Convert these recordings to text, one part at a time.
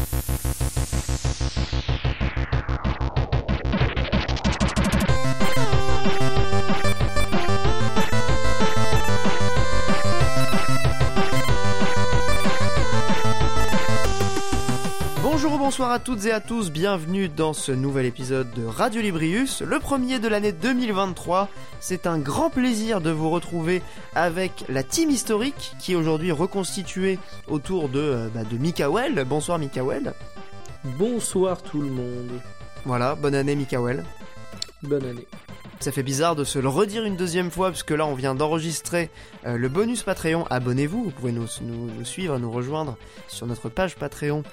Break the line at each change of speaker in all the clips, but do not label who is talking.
Bonsoir à toutes et à tous, bienvenue dans ce nouvel épisode de Radio Librius, le premier de l'année 2023. C'est un grand plaisir de vous retrouver avec la team historique qui est aujourd'hui reconstituée autour de Mikael. Bonsoir Mikael.
Bonsoir tout le monde.
Voilà, bonne année Mikael.
Bonne année.
Ça fait bizarre de se le redire une deuxième fois, puisque là on vient d'enregistrer le bonus Patreon. Abonnez-vous, vous pouvez nous suivre, nous rejoindre sur notre page Patreon,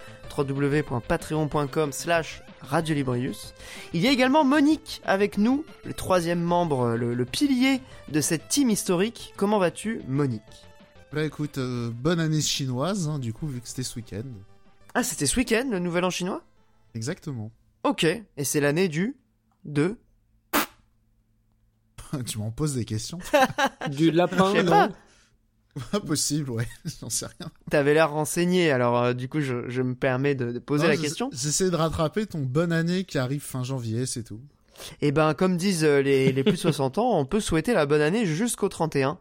www.patreon.com/radiolibrius. Il y a également Monique avec nous, le troisième membre, le pilier de cette team historique. Comment vas-tu, Monique ?
Bah écoute, bonne année chinoise, du coup, vu que c'était ce week-end.
Ah, c'était ce week-end, le nouvel an chinois ?
Exactement.
Ok, et c'est l'année de...
Tu m'en poses des questions.
Du lapin,
je sais
non
pas.
Possible, ouais, j'en sais rien.
T'avais l'air renseigné, alors du coup je me permets de poser la question.
J'essaie de rattraper ton bonne année qui arrive fin janvier, c'est tout.
Et ben comme disent les plus de 60 ans, on peut souhaiter la bonne année jusqu'au 31.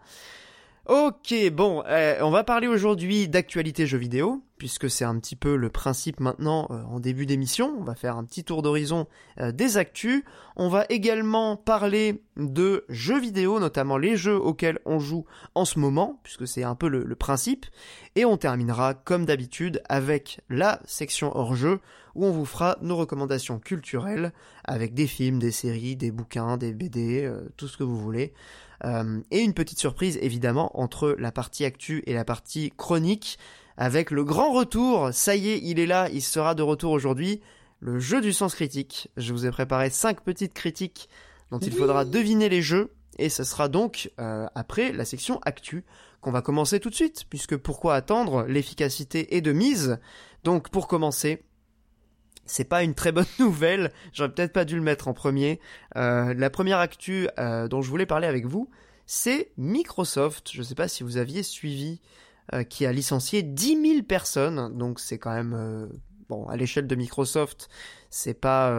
Ok, bon, on va parler aujourd'hui d'actualité jeux vidéo, puisque c'est un petit peu le principe maintenant en début d'émission. On va faire un petit tour d'horizon des actus. On va également parler de jeux vidéo, notamment les jeux auxquels on joue en ce moment, puisque c'est un peu le principe. Et on terminera, comme d'habitude, avec la section hors-jeu, où on vous fera nos recommandations culturelles, avec des films, des séries, des bouquins, des BD, tout ce que vous voulez. Et une petite surprise évidemment entre la partie actu et la partie chronique avec le grand retour, ça y est, il est là, il sera de retour aujourd'hui, le jeu du sens critique. Je vous ai préparé 5 petites critiques dont il faudra deviner les jeux et ce sera donc après la section actu qu'on va commencer tout de suite puisque pourquoi attendre, l'efficacité est de mise. Donc pour commencer, c'est pas une très bonne nouvelle, j'aurais peut-être pas dû le mettre en premier. La première actu dont je voulais parler avec vous, c'est Microsoft. Je sais pas si vous aviez suivi, qui a licencié 10 000 personnes, donc c'est quand même... Bon, à l'échelle de Microsoft, c'est pas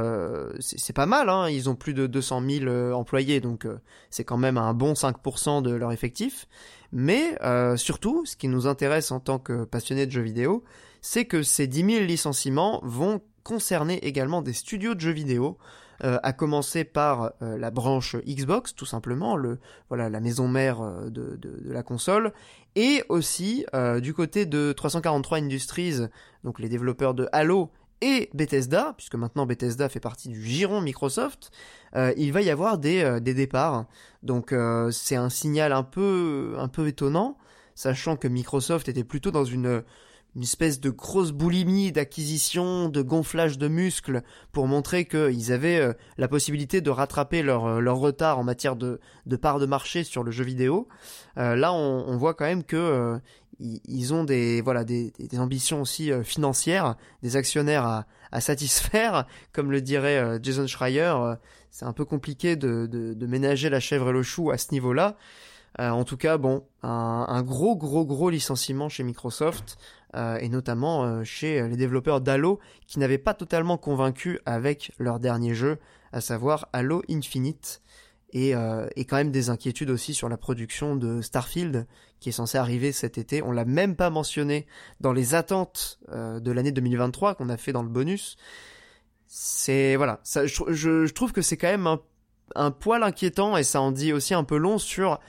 mal, hein. Ils ont plus de 200 000 employés, donc c'est quand même un bon 5% de leur effectif. Mais surtout, ce qui nous intéresse en tant que passionnés de jeux vidéo, c'est que ces 10 000 licenciements vont concerner également des studios de jeux vidéo, à commencer par la branche Xbox, tout simplement, la maison mère de la console, et aussi du côté de 343 Industries, donc les développeurs de Halo et Bethesda, puisque maintenant Bethesda fait partie du giron Microsoft, il va y avoir des départs. Donc c'est un signal un peu étonnant, sachant que Microsoft était plutôt dans une espèce de grosse boulimie d'acquisition, de gonflage de muscles pour montrer qu'ils avaient la possibilité de rattraper leur retard en matière de part de marché sur le jeu vidéo. Là, on voit quand même que ils ont des ambitions aussi financières, des actionnaires à satisfaire, comme le dirait Jason Schreier. C'est un peu compliqué de ménager la chèvre et le chou à ce niveau-là. En tout cas, bon, un gros licenciement chez Microsoft, et notamment chez les développeurs d'Halo qui n'avaient pas totalement convaincu avec leur dernier jeu, à savoir Halo Infinite, et quand même des inquiétudes aussi sur la production de Starfield qui est censé arriver cet été. On l'a même pas mentionné dans les attentes de l'année 2023 qu'on a fait dans le bonus. C'est voilà, ça, je trouve que c'est quand même un poil inquiétant et ça en dit aussi un peu long sur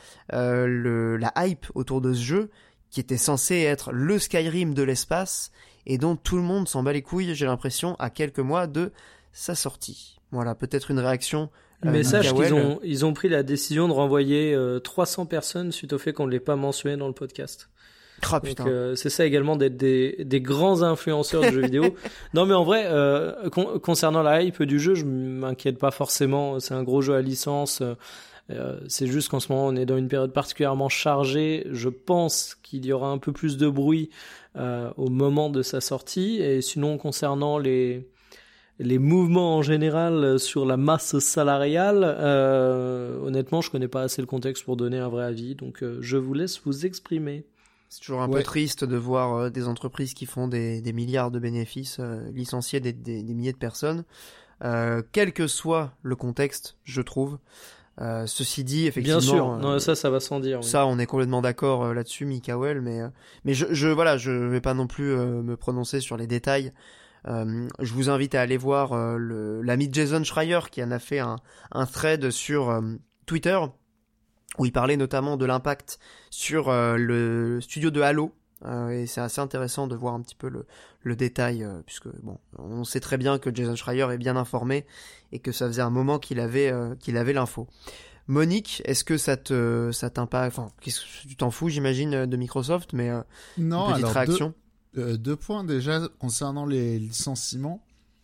la hype autour de ce jeu qui était censé être le Skyrim de l'espace et dont tout le monde s'en bat les couilles, j'ai l'impression, à quelques mois de sa sortie. Voilà, peut-être une réaction.
Mais sache qu'ils ont pris la décision de renvoyer 300 personnes suite au fait qu'on ne l'ait pas mentionné dans le podcast.
Oh, putain.
Donc, c'est ça également d'être des grands influenceurs de jeux vidéo. Non mais en vrai, concernant la hype du jeu, je m'inquiète pas forcément. C'est un gros jeu à licence. C'est juste qu'en ce moment on est dans une période particulièrement chargée. Je pense qu'il y aura un peu plus de bruit au moment de sa sortie. Et sinon concernant les mouvements en général sur la masse salariale, honnêtement je connais pas assez le contexte pour donner un vrai avis. Donc je vous laisse vous exprimer.
C'est toujours un peu triste de voir des entreprises qui font des milliards de bénéfices licencier des milliers de personnes, quel que soit le contexte, je trouve. Ceci dit, effectivement,
bien sûr, non, ça va sans dire. Oui.
Ça, on est complètement d'accord là-dessus, Mikael, mais je vais pas non plus me prononcer sur les détails. Je vous invite à aller voir l'ami Jason Schreier qui en a fait un thread sur Twitter où il parlait notamment de l'impact sur le studio de Halo. Et c'est assez intéressant de voir un petit peu le détail, puisque bon, on sait très bien que Jason Schreier est bien informé et que ça faisait un moment qu'il avait l'info. Monique, est-ce que ça t'impacte, enfin, tu t'en fous, j'imagine, de Microsoft, mais
non,
une petite
alors
réaction.
Deux points déjà concernant les licenciements.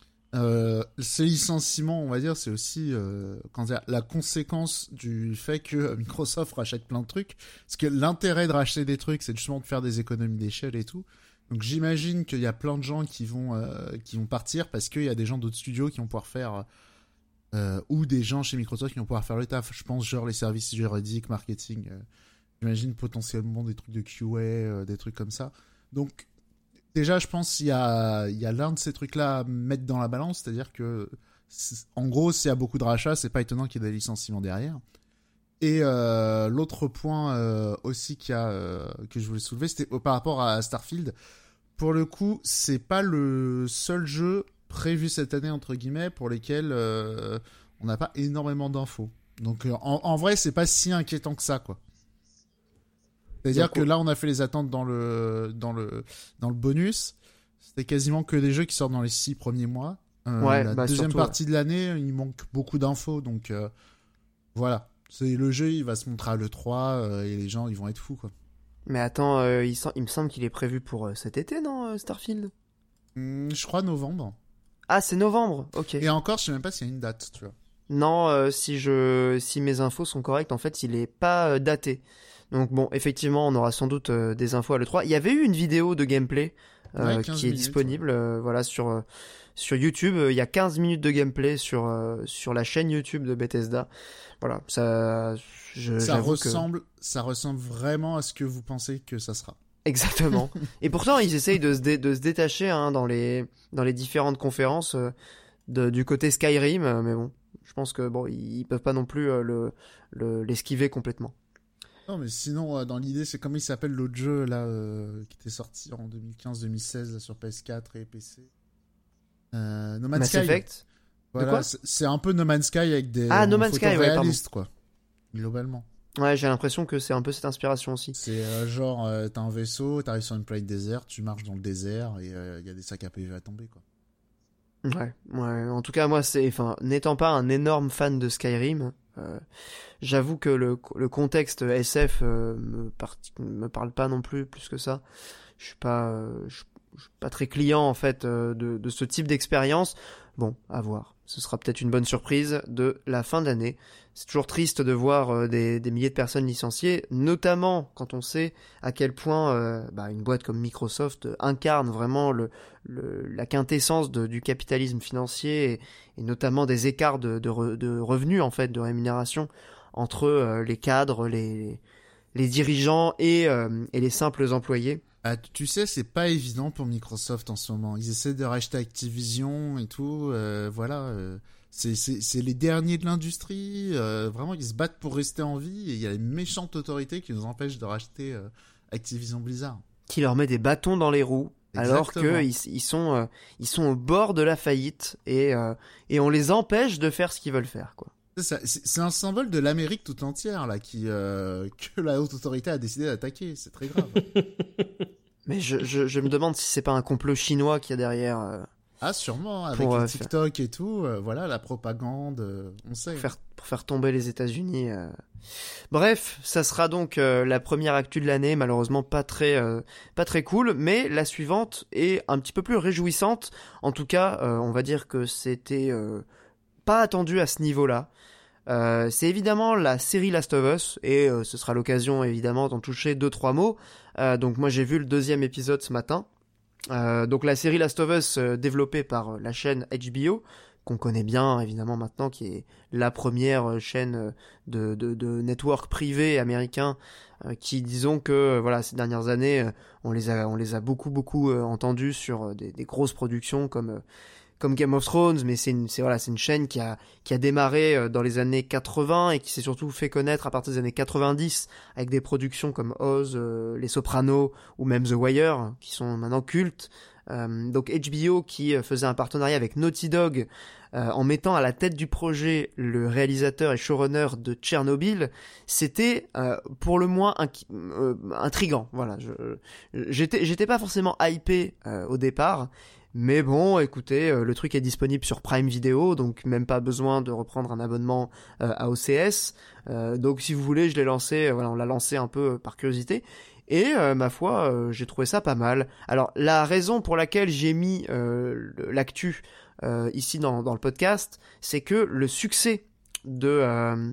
Ces licenciements, on va dire, c'est aussi la conséquence du fait que Microsoft rachète plein de trucs. Parce que l'intérêt de racheter des trucs, c'est justement de faire des économies d'échelle et tout. Donc j'imagine qu'il y a plein de gens qui vont partir parce qu'il y a des gens d'autres studios qui vont pouvoir faire ou des gens chez Microsoft qui vont pouvoir faire le taf. Je pense genre les services juridiques, marketing. J'imagine potentiellement des trucs de QA, des trucs comme ça. Donc déjà, je pense qu'il y a l'un de ces trucs-là à mettre dans la balance, c'est-à-dire que, en gros, s'il y a beaucoup de rachats, c'est pas étonnant qu'il y ait des licenciements derrière. Et l'autre point aussi que je voulais soulever, c'était par rapport à Starfield. Pour le coup, c'est pas le seul jeu prévu cette année, entre guillemets, pour lesquels on n'a pas énormément d'infos. Donc, en vrai, c'est pas si inquiétant que ça, quoi. C'est-à-dire que là, on a fait les attentes dans le bonus. C'était quasiment que des jeux qui sortent dans les 6 premiers mois. La deuxième partie de l'année, il manque beaucoup d'infos. Donc, voilà. Le jeu, il va se montrer à l'E3 et les gens, ils vont être fous, quoi.
Mais attends, il me semble qu'il est prévu pour cet été, non, Starfield ?
Je crois novembre.
Ah, c'est novembre, ok.
Et encore, je sais même pas s'il y a une date, tu vois.
Non, si mes infos sont correctes, en fait, il est pas daté. Donc bon, effectivement, on aura sans doute des infos à l'E3. Il y avait eu une vidéo de gameplay qui est disponible voilà, sur YouTube. Il y a 15 minutes de gameplay sur la chaîne YouTube de Bethesda. Voilà, ça
ressemble vraiment à ce que vous pensez que ça sera.
Exactement. Et pourtant, ils essayent de se détacher dans les différentes conférences du côté Skyrim. Mais bon, je pense que bon, ils peuvent pas non plus l'esquiver complètement.
Non, mais sinon, dans l'idée, c'est comment il s'appelle l'autre jeu là qui était sorti en 2015-2016 sur PS4 et PC. No Man's Sky.
Effect.
Voilà, c'est un peu No Man's Sky avec des
No Man's Sky,
réalistes, quoi. Globalement.
Ouais, j'ai l'impression que c'est un peu cette inspiration aussi.
C'est genre, t'as un vaisseau, t'arrives sur une planète déserte, tu marches dans le désert et il y a des sacs à PV à tomber, quoi.
Ouais. En tout cas, moi, n'étant pas un énorme fan de Skyrim, j'avoue que le contexte SF me parle pas non plus que ça. Je suis pas très client en fait de ce type d'expérience. Bon, à voir. Ce sera peut-être une bonne surprise de la fin d'année. C'est toujours triste de voir des milliers de personnes licenciées, notamment quand on sait à quel point une boîte comme Microsoft incarne vraiment la quintessence du capitalisme financier et notamment des écarts de revenus, en fait, de rémunération entre les cadres, les dirigeants et les simples employés.
Ah, tu sais, c'est pas évident pour Microsoft en ce moment. Ils essaient de racheter Activision et tout. C'est les derniers de l'industrie. Vraiment, ils se battent pour rester en vie. Et il y a une méchante autorité qui nous empêche de racheter Activision Blizzard.
Qui leur met des bâtons dans les roues. Exactement. Alors qu'ils sont au bord de la faillite. Et on les empêche de faire ce qu'ils veulent faire, quoi.
C'est un symbole de l'Amérique tout entière là, que la haute autorité a décidé d'attaquer. C'est très grave.
Mais je me demande si c'est pas un complot chinois qu'il y a derrière.
Ah, sûrement, avec TikTok et tout. Voilà, la propagande, on sait.
Pour faire tomber les États-Unis. Bref, ça sera donc la première actu de l'année, malheureusement pas très cool, mais la suivante est un petit peu plus réjouissante. En tout cas, on va dire que c'était pas attendu à ce niveau-là. C'est évidemment la série Last of Us, et ce sera l'occasion évidemment d'en toucher 2-3 mots. Donc moi j'ai vu le 2e épisode ce matin. Donc la série Last of Us développée par la chaîne HBO, qu'on connaît bien évidemment maintenant, qui est la première chaîne de network privé américain, qui, disons que voilà, ces dernières années, on les a beaucoup entendus sur des grosses productions comme Game of Thrones, mais c'est une chaîne qui a démarré dans les années 80 et qui s'est surtout fait connaître à partir des années 90 avec des productions comme Oz, Les Sopranos ou même The Wire, qui sont maintenant cultes. Donc HBO qui faisait un partenariat avec Naughty Dog en mettant à la tête du projet le réalisateur et showrunner de Tchernobyl, c'était pour le moins intriguant. Voilà, j'étais pas forcément hypé au départ. Mais bon, écoutez, le truc est disponible sur Prime Video, donc même pas besoin de reprendre un abonnement à OCS. Donc si vous voulez, je l'ai lancé, voilà, on l'a lancé un peu par curiosité. Et ma foi, j'ai trouvé ça pas mal. Alors la raison pour laquelle j'ai mis l'actu ici dans le podcast, c'est que le succès de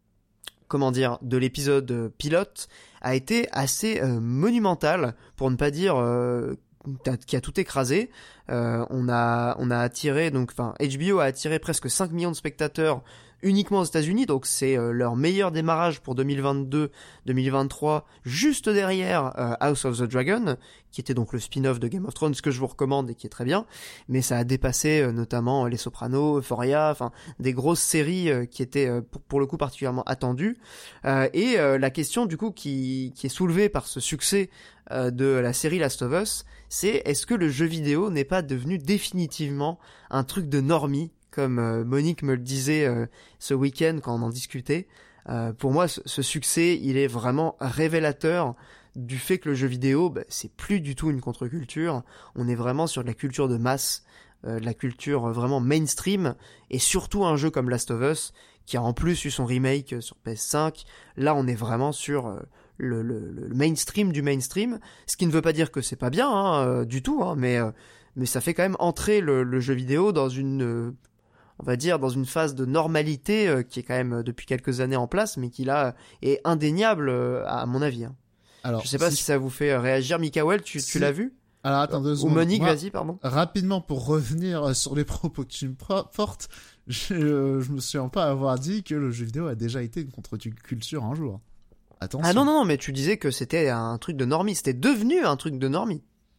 l'épisode pilote a été assez monumental, pour ne pas dire qui a tout écrasé. On a attiré, HBO a attiré presque 5 millions de spectateurs uniquement aux États-Unis, donc c'est leur meilleur démarrage pour 2022-2023, juste derrière House of the Dragon, qui était donc le spin-off de Game of Thrones, que je vous recommande et qui est très bien, mais ça a dépassé notamment Les Sopranos, Euphoria, enfin des grosses séries qui étaient pour le coup particulièrement attendues. Et la question du coup qui est soulevée par ce succès de la série Last of Us, c'est est-ce que le jeu vidéo n'est pas devenu définitivement un truc de normie, comme Monique me le disait ce week-end quand on en discutait. Pour moi, ce succès, il est vraiment révélateur du fait que le jeu vidéo, c'est plus du tout une contre-culture. On est vraiment sur de la culture de masse, de la culture vraiment mainstream, et surtout un jeu comme Last of Us, qui a en plus eu son remake sur PS5. Là, on est vraiment sur le mainstream du mainstream, ce qui ne veut pas dire que c'est pas bien du tout, mais ça fait quand même entrer le jeu vidéo dans une on va dire dans une phase de normalité qui est quand même depuis quelques années en place, mais qui là est indéniable à mon avis. Alors, je sais pas si ça vous fait réagir. Mikael, tu l'as vu?
Alors attends 2 secondes.
Ou Monique, vas-y, pardon.
Rapidement, pour revenir sur les propos que tu me portes, je me souviens pas avoir dit que le jeu vidéo a déjà été une contre-culture un jour. Attention.
Ah non, mais tu disais que c'était un truc de normie, c'était devenu un truc de normie.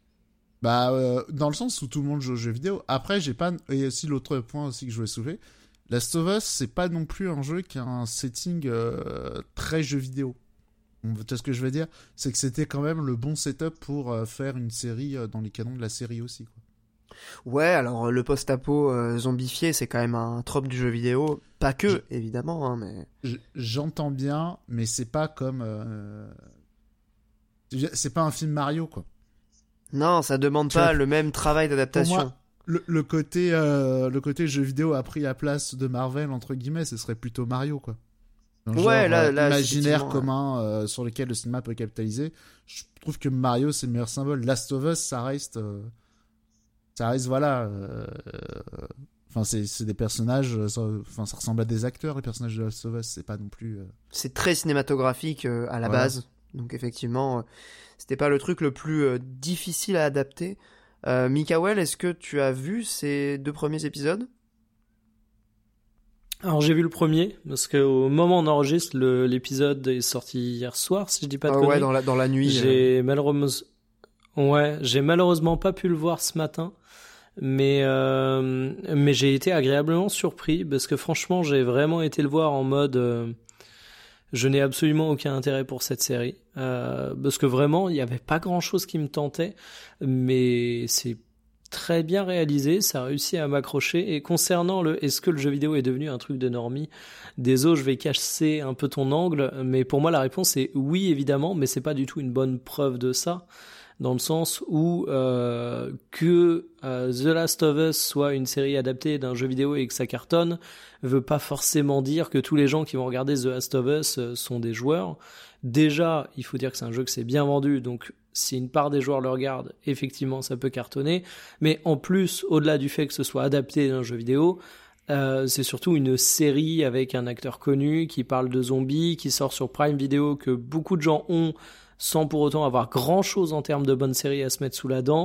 Dans le sens où tout le monde joue aux jeux vidéo. Après, et aussi l'autre point aussi que je voulais soulever, Last of Us, c'est pas non plus un jeu qui a un setting très jeu vidéo. Tu vois ce que je veux dire? C'est que c'était quand même le bon setup pour faire une série dans les canons de la série aussi, quoi.
Ouais, alors le post-apo zombifié, c'est quand même un trope du jeu vidéo. Pas que, évidemment, mais...
J'entends bien, mais c'est pas comme... C'est pas un film Mario, quoi.
Non, ça demande pas le même travail d'adaptation.
Pour moi, le côté jeu vidéo a pris la place de Marvel, entre guillemets, ce serait plutôt Mario, quoi.
Ouais, là,
imaginaire commun sur lequel le cinéma peut capitaliser. Je trouve que Mario, c'est le meilleur symbole. Last of Us, ça reste voilà. Enfin, c'est des personnages. Ça ressemble à des acteurs, les personnages de Last of Us. C'est pas non plus.
C'est très cinématographique à la base. Donc effectivement, c'était pas le truc le plus difficile à adapter. Mikael, est-ce que tu as vu ces 2 premiers épisodes?
Alors j'ai vu le premier, parce qu'au moment où on enregistre, l'épisode est sorti hier soir, si je dis pas de conneries.
Ouais, dans la nuit.
J'ai malheureusement pas pu le voir ce matin, mais j'ai été agréablement surpris, parce que franchement, j'ai vraiment été le voir en mode... je n'ai absolument aucun intérêt pour cette série, parce que vraiment, il n'y avait pas grand-chose qui me tentait, mais c'est très bien réalisé, ça a réussi à m'accrocher. Et concernant est-ce que le jeu vidéo est devenu un truc de normie, désolé, je vais casser un peu ton angle, mais pour moi la réponse est oui évidemment, mais c'est pas du tout une bonne preuve de ça, dans le sens où que The Last of Us soit une série adaptée d'un jeu vidéo et que ça cartonne veut pas forcément dire que tous les gens qui vont regarder The Last of Us sont des joueurs. Déjà, il faut dire que c'est un jeu que c'est bien vendu, donc si une part des joueurs le regardent, effectivement ça peut cartonner, mais en plus, au-delà du fait que ce soit adapté d'un jeu vidéo, c'est surtout une série avec un acteur connu qui parle de zombies, qui sort sur Prime Video, que beaucoup de gens ont sans pour autant avoir grand chose en termes de bonne série à se mettre sous la dent.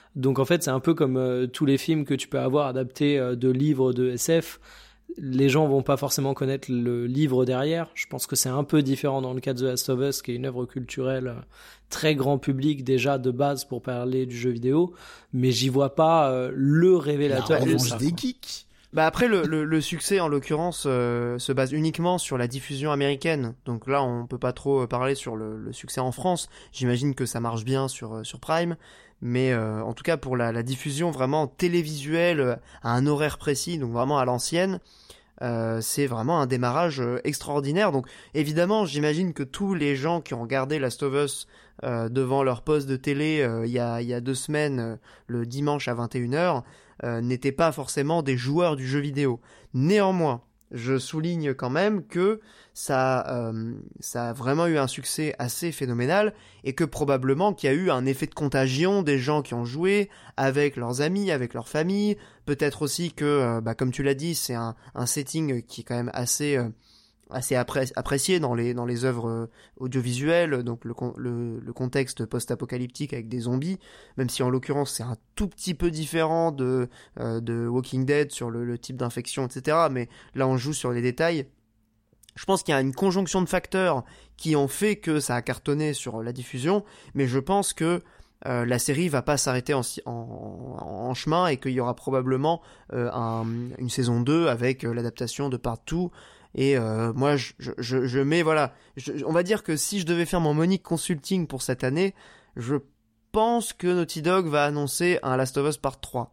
Donc en fait, c'est un peu comme tous les films que tu peux avoir adaptés de livres de SF. Les gens vont pas forcément connaître le livre derrière. Je pense que c'est un peu différent dans le cas de The Last of Us, qui est une œuvre culturelle très grand public déjà de base pour parler du jeu vidéo. Mais j'y vois pas le révélateur.
La
de
revanche
ça,
des
quoi.
geeks.
Bah après le succès en l'occurrence se base uniquement sur la diffusion américaine. Donc là on peut pas trop parler sur le succès en France. J'imagine que ça marche bien sur Prime, mais en tout cas pour la diffusion vraiment télévisuelle à un horaire précis, donc vraiment à l'ancienne, c'est vraiment un démarrage extraordinaire. Donc évidemment j'imagine que tous les gens qui ont regardé Last of Us devant leur poste de télé il y a 2 semaines, le dimanche à 21h, n'étaient pas forcément des joueurs du jeu vidéo. Néanmoins, je souligne quand même que ça a vraiment eu un succès assez phénoménal et que probablement qu'il y a eu un effet de contagion des gens qui ont joué avec leurs amis, avec leur famille. Peut-être aussi que, comme tu l'as dit, c'est un setting qui est quand même assez apprécié dans les œuvres audiovisuelles, donc le contexte post-apocalyptique avec des zombies, même si en l'occurrence c'est un tout petit peu différent de Walking Dead sur le type d'infection, etc. Mais là on joue sur les détails. Je pense qu'il y a une conjonction de facteurs qui ont fait que ça a cartonné sur la diffusion, mais je pense que la série va pas s'arrêter en chemin et qu'il y aura probablement une saison 2 avec l'adaptation de Part 2. Et moi, je mets, voilà, on va dire que si je devais faire mon Monique Consulting pour cette année, je pense que Naughty Dog va annoncer un Last of Us Part 3.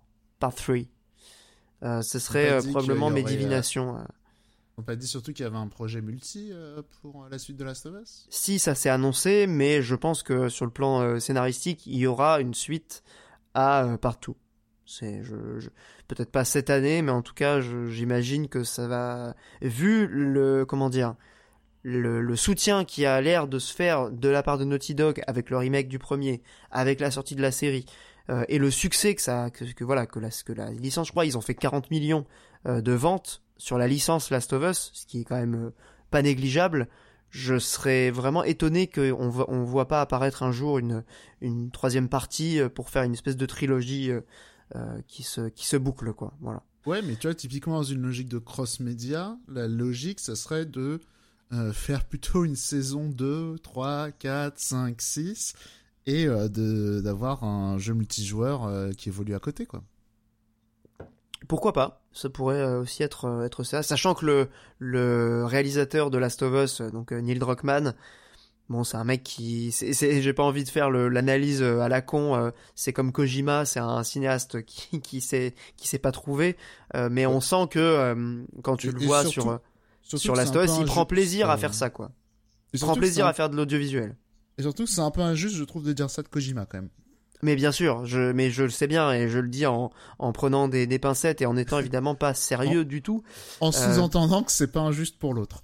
Ce serait probablement mes divinations.
On n'a pas dit surtout qu'il y avait un projet multi pour la suite de Last of Us ?
Si, ça s'est annoncé, mais je pense que sur le plan scénaristique, il y aura une suite à Part 2. Peut-être pas cette année, mais en tout cas, j'imagine que ça va, vu le soutien qui a l'air de se faire de la part de Naughty Dog avec le remake du premier, avec la sortie de la série, et le succès que la licence, je crois, ils ont fait 40 millions de ventes sur la licence Last of Us, ce qui est quand même pas négligeable. Je serais vraiment étonné qu'on voit pas apparaître un jour une troisième partie pour faire une espèce de trilogie qui se boucle, quoi. Voilà.
Ouais, mais tu vois, typiquement dans une logique de cross-média, la logique, ça serait de faire plutôt une saison 2, 3, 4, 5, 6 et d'avoir un jeu multijoueur qui évolue à côté, quoi.
Pourquoi pas ? Ça pourrait aussi être ça, sachant que le réalisateur de Last of Us, donc Neil Druckmann, bon, c'est un mec qui, j'ai pas envie de faire l'analyse à la con. C'est comme Kojima, c'est un cinéaste qui s'est pas trouvé, mais on sent que quand tu le vois surtout sur Last of Us, il prend plaisir à faire ça, quoi. Il prend plaisir à faire de l'audiovisuel.
Et surtout que c'est un peu injuste, je trouve, de dire ça de Kojima quand même.
Mais bien sûr, mais je le sais bien et je le dis en prenant des pincettes et en étant évidemment pas sérieux du tout.
En sous-entendant que c'est pas injuste pour l'autre.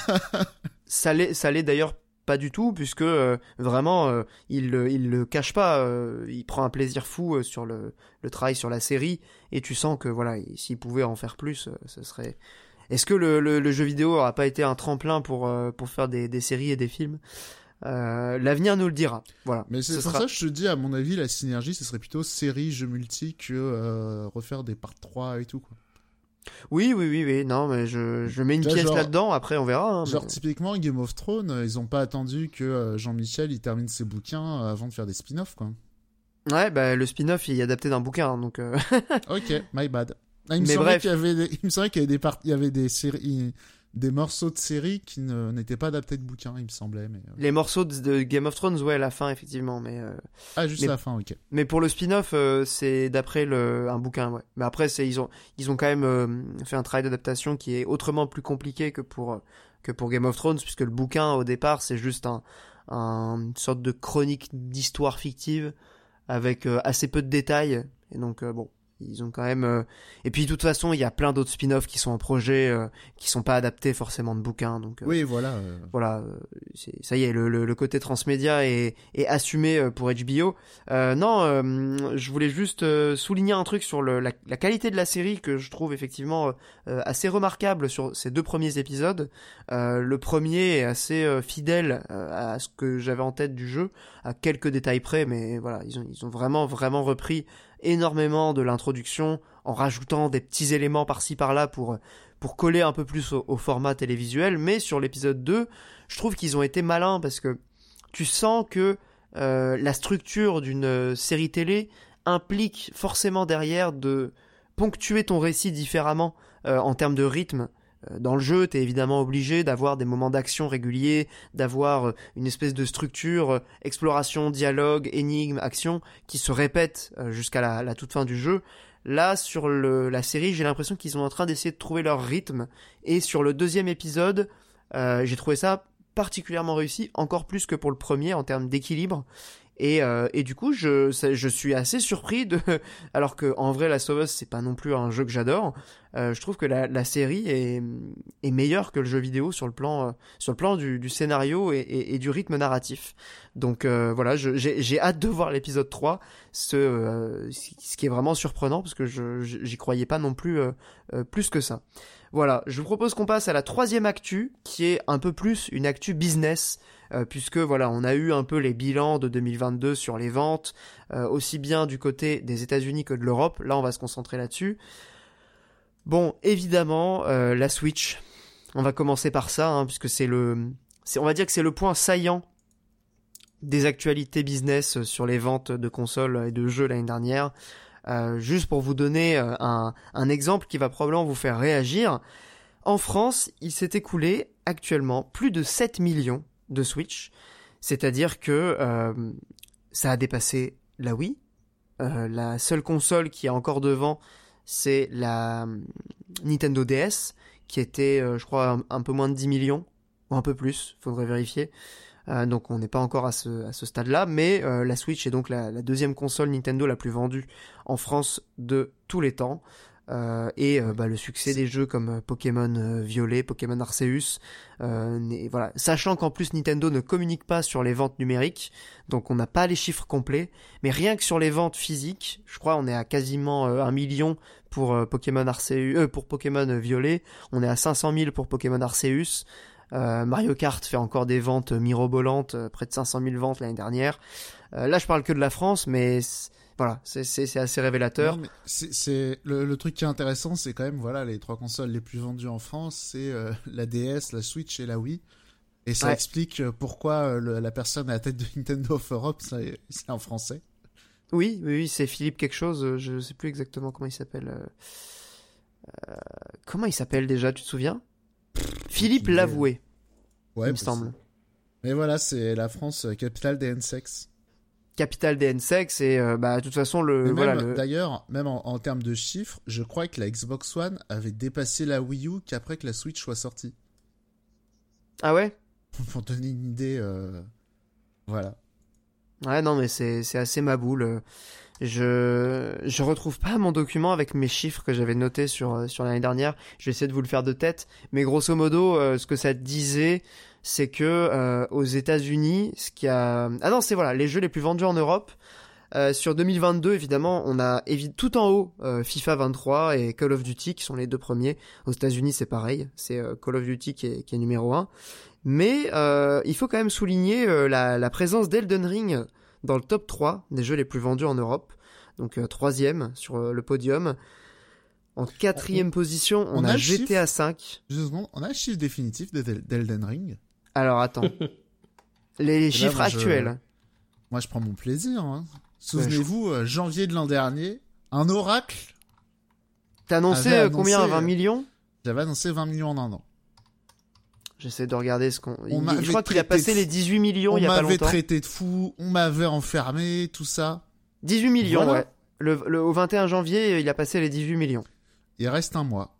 Ça l'est d'ailleurs pas du tout, puisque vraiment il le cache pas, il prend un plaisir fou sur le travail sur la série, et tu sens que voilà, s'il pouvait en faire plus, ce serait... Est-ce que le jeu vidéo aura pas été un tremplin pour faire des séries et des films ? L'avenir nous le dira. Voilà.
Mais c'est pour ça que je te dis, à mon avis, la synergie, ce serait plutôt série, jeu multi que refaire des parts 3 et tout, quoi.
Oui. Non, mais je mets une pièce là-dedans. Après, on verra. Hein,
genre, typiquement, Game of Thrones, ils ont pas attendu que Jean-Michel il termine ses bouquins avant de faire des spin-offs, quoi.
Ouais, le spin-off il est adapté d'un bouquin, hein, donc.
Ok, my bad. Il me semblait qu'il y avait des séries, des morceaux de séries qui n'étaient pas adaptés de bouquins, il me semblait. Mais
les morceaux de Game of Thrones, ouais, à la fin, effectivement, mais.
Juste à la fin, ok.
Mais pour le spin-off, c'est d'après un bouquin, ouais. Mais après, ils ont quand même fait un travail d'adaptation qui est autrement plus compliqué que pour Game of Thrones, puisque le bouquin au départ, c'est juste une sorte de chronique d'histoire fictive avec assez peu de détails, et donc bon. Ils ont quand même... Et puis de toute façon, il y a plein d'autres spin-offs qui sont en projet, qui sont pas adaptés forcément de bouquins. Donc
Oui, voilà.
voilà, ça y est, le côté transmédia est assumé pour HBO. Non, je voulais juste souligner un truc sur la qualité de la série que je trouve effectivement assez remarquable sur ces 2 premiers épisodes. Le premier est assez fidèle à ce que j'avais en tête du jeu, à quelques détails près, mais voilà, ils ont vraiment repris énormément de l'introduction en rajoutant des petits éléments par-ci par-là pour coller un peu plus au format télévisuel. Mais sur l'épisode 2, je trouve qu'ils ont été malins parce que tu sens que la structure d'une série télé implique forcément derrière de ponctuer ton récit différemment en termes de rythme. Dans le jeu, t'es évidemment obligé d'avoir des moments d'action réguliers, d'avoir une espèce de structure, exploration, dialogue, énigme, action, qui se répète jusqu'à la toute fin du jeu. Là, sur la série, j'ai l'impression qu'ils sont en train d'essayer de trouver leur rythme. Et sur le 2e épisode, j'ai trouvé ça particulièrement réussi, encore plus que pour le premier en termes d'équilibre. Et du coup, je suis assez surpris alors que en vrai, Last of Us, c'est pas non plus un jeu que j'adore. Je trouve que la série est meilleure que le jeu vidéo sur le plan du scénario et du rythme narratif. Donc voilà, j'ai hâte de voir l'épisode 3, ce qui est vraiment surprenant parce que j'y croyais pas non plus plus que ça. Voilà, je vous propose qu'on passe à la 3e actu, qui est un peu plus une actu business, puisque voilà, on a eu un peu les bilans de 2022 sur les ventes, aussi bien du côté des États-Unis que de l'Europe. Là, on va se concentrer là-dessus. Bon, évidemment, la Switch. On va commencer par ça, hein, puisque on va dire que c'est le point saillant des actualités business sur les ventes de consoles et de jeux l'année dernière. Juste pour vous donner un exemple qui va probablement vous faire réagir. En France, il s'est écoulé actuellement plus de 7 millions de Switch. C'est-à-dire que ça a dépassé la Wii. La seule console qui est encore devant, c'est la Nintendo DS, qui était, je crois, un peu moins de 10 millions, ou un peu plus, faudrait vérifier. Donc on n'est pas encore à ce stade-là, mais la Switch est donc la 2e console Nintendo la plus vendue en France de tous les temps. Le succès des jeux comme Pokémon Violet, Pokémon Arceus, voilà. Sachant qu'en plus Nintendo ne communique pas sur les ventes numériques, donc on n'a pas les chiffres complets, mais rien que sur les ventes physiques, je crois on est à quasiment 1 million pour Pokémon Arceus, pour Pokémon Violet, on est à 500 000 pour Pokémon Arceus. Mario Kart fait encore des ventes mirobolantes, près de 500 000 ventes l'année dernière. Là je parle que de la France, mais voilà, c'est assez révélateur.
Non, mais c'est le truc qui est intéressant, c'est quand même voilà les 3 consoles les plus vendues en France, c'est la DS, la Switch et la Wii. Et ça explique pourquoi la personne à la tête de Nintendo of Europe, c'est en français.
Oui, c'est Philippe quelque chose, je sais plus exactement comment il s'appelle. Comment il s'appelle déjà, tu te souviens ? Philippe Lavoué, il me semble.
Mais voilà, c'est la France, capitale des N-Sex.
Capitale des N-Sex, et de toute façon,
D'ailleurs, même en termes de chiffres, je crois que la Xbox One avait dépassé la Wii U qu'après que la Switch soit sortie.
Ah ouais ?
Pour donner une idée, voilà.
Ouais, non, mais c'est assez ma boule. Je retrouve pas mon document avec mes chiffres que j'avais notés sur l'année dernière. Je vais essayer de vous le faire de tête. Mais grosso modo, ce que ça disait, c'est que aux États-Unis, c'est voilà, les jeux les plus vendus en Europe. Sur 2022, évidemment, on a tout en haut FIFA 23 et Call of Duty qui sont les 2 premiers. Aux États-Unis, c'est pareil, c'est Call of Duty qui est numéro 1. Mais il faut quand même souligner la présence d'Elden Ring dans le top 3 des jeux les plus vendus en Europe. Donc 3e sur le podium. En 4e position, on a GTA 5.
2 secondes, on a le chiffre définitif d'Elden Ring.
Alors attends. les chiffres actuels.
Moi je prends mon plaisir. Hein. Souvenez-vous, janvier de l'an dernier, un oracle.
T'as annoncé combien, 20 millions ?
J'avais annoncé 20 millions en un an.
J'essaie de regarder je crois qu'il a passé les 18 millions il y a pas longtemps.
On m'avait traité de fou, on m'avait enfermé, tout ça.
18 millions,
voilà.
Ouais. Au 21 janvier, il a passé les 18 millions.
Il reste un mois.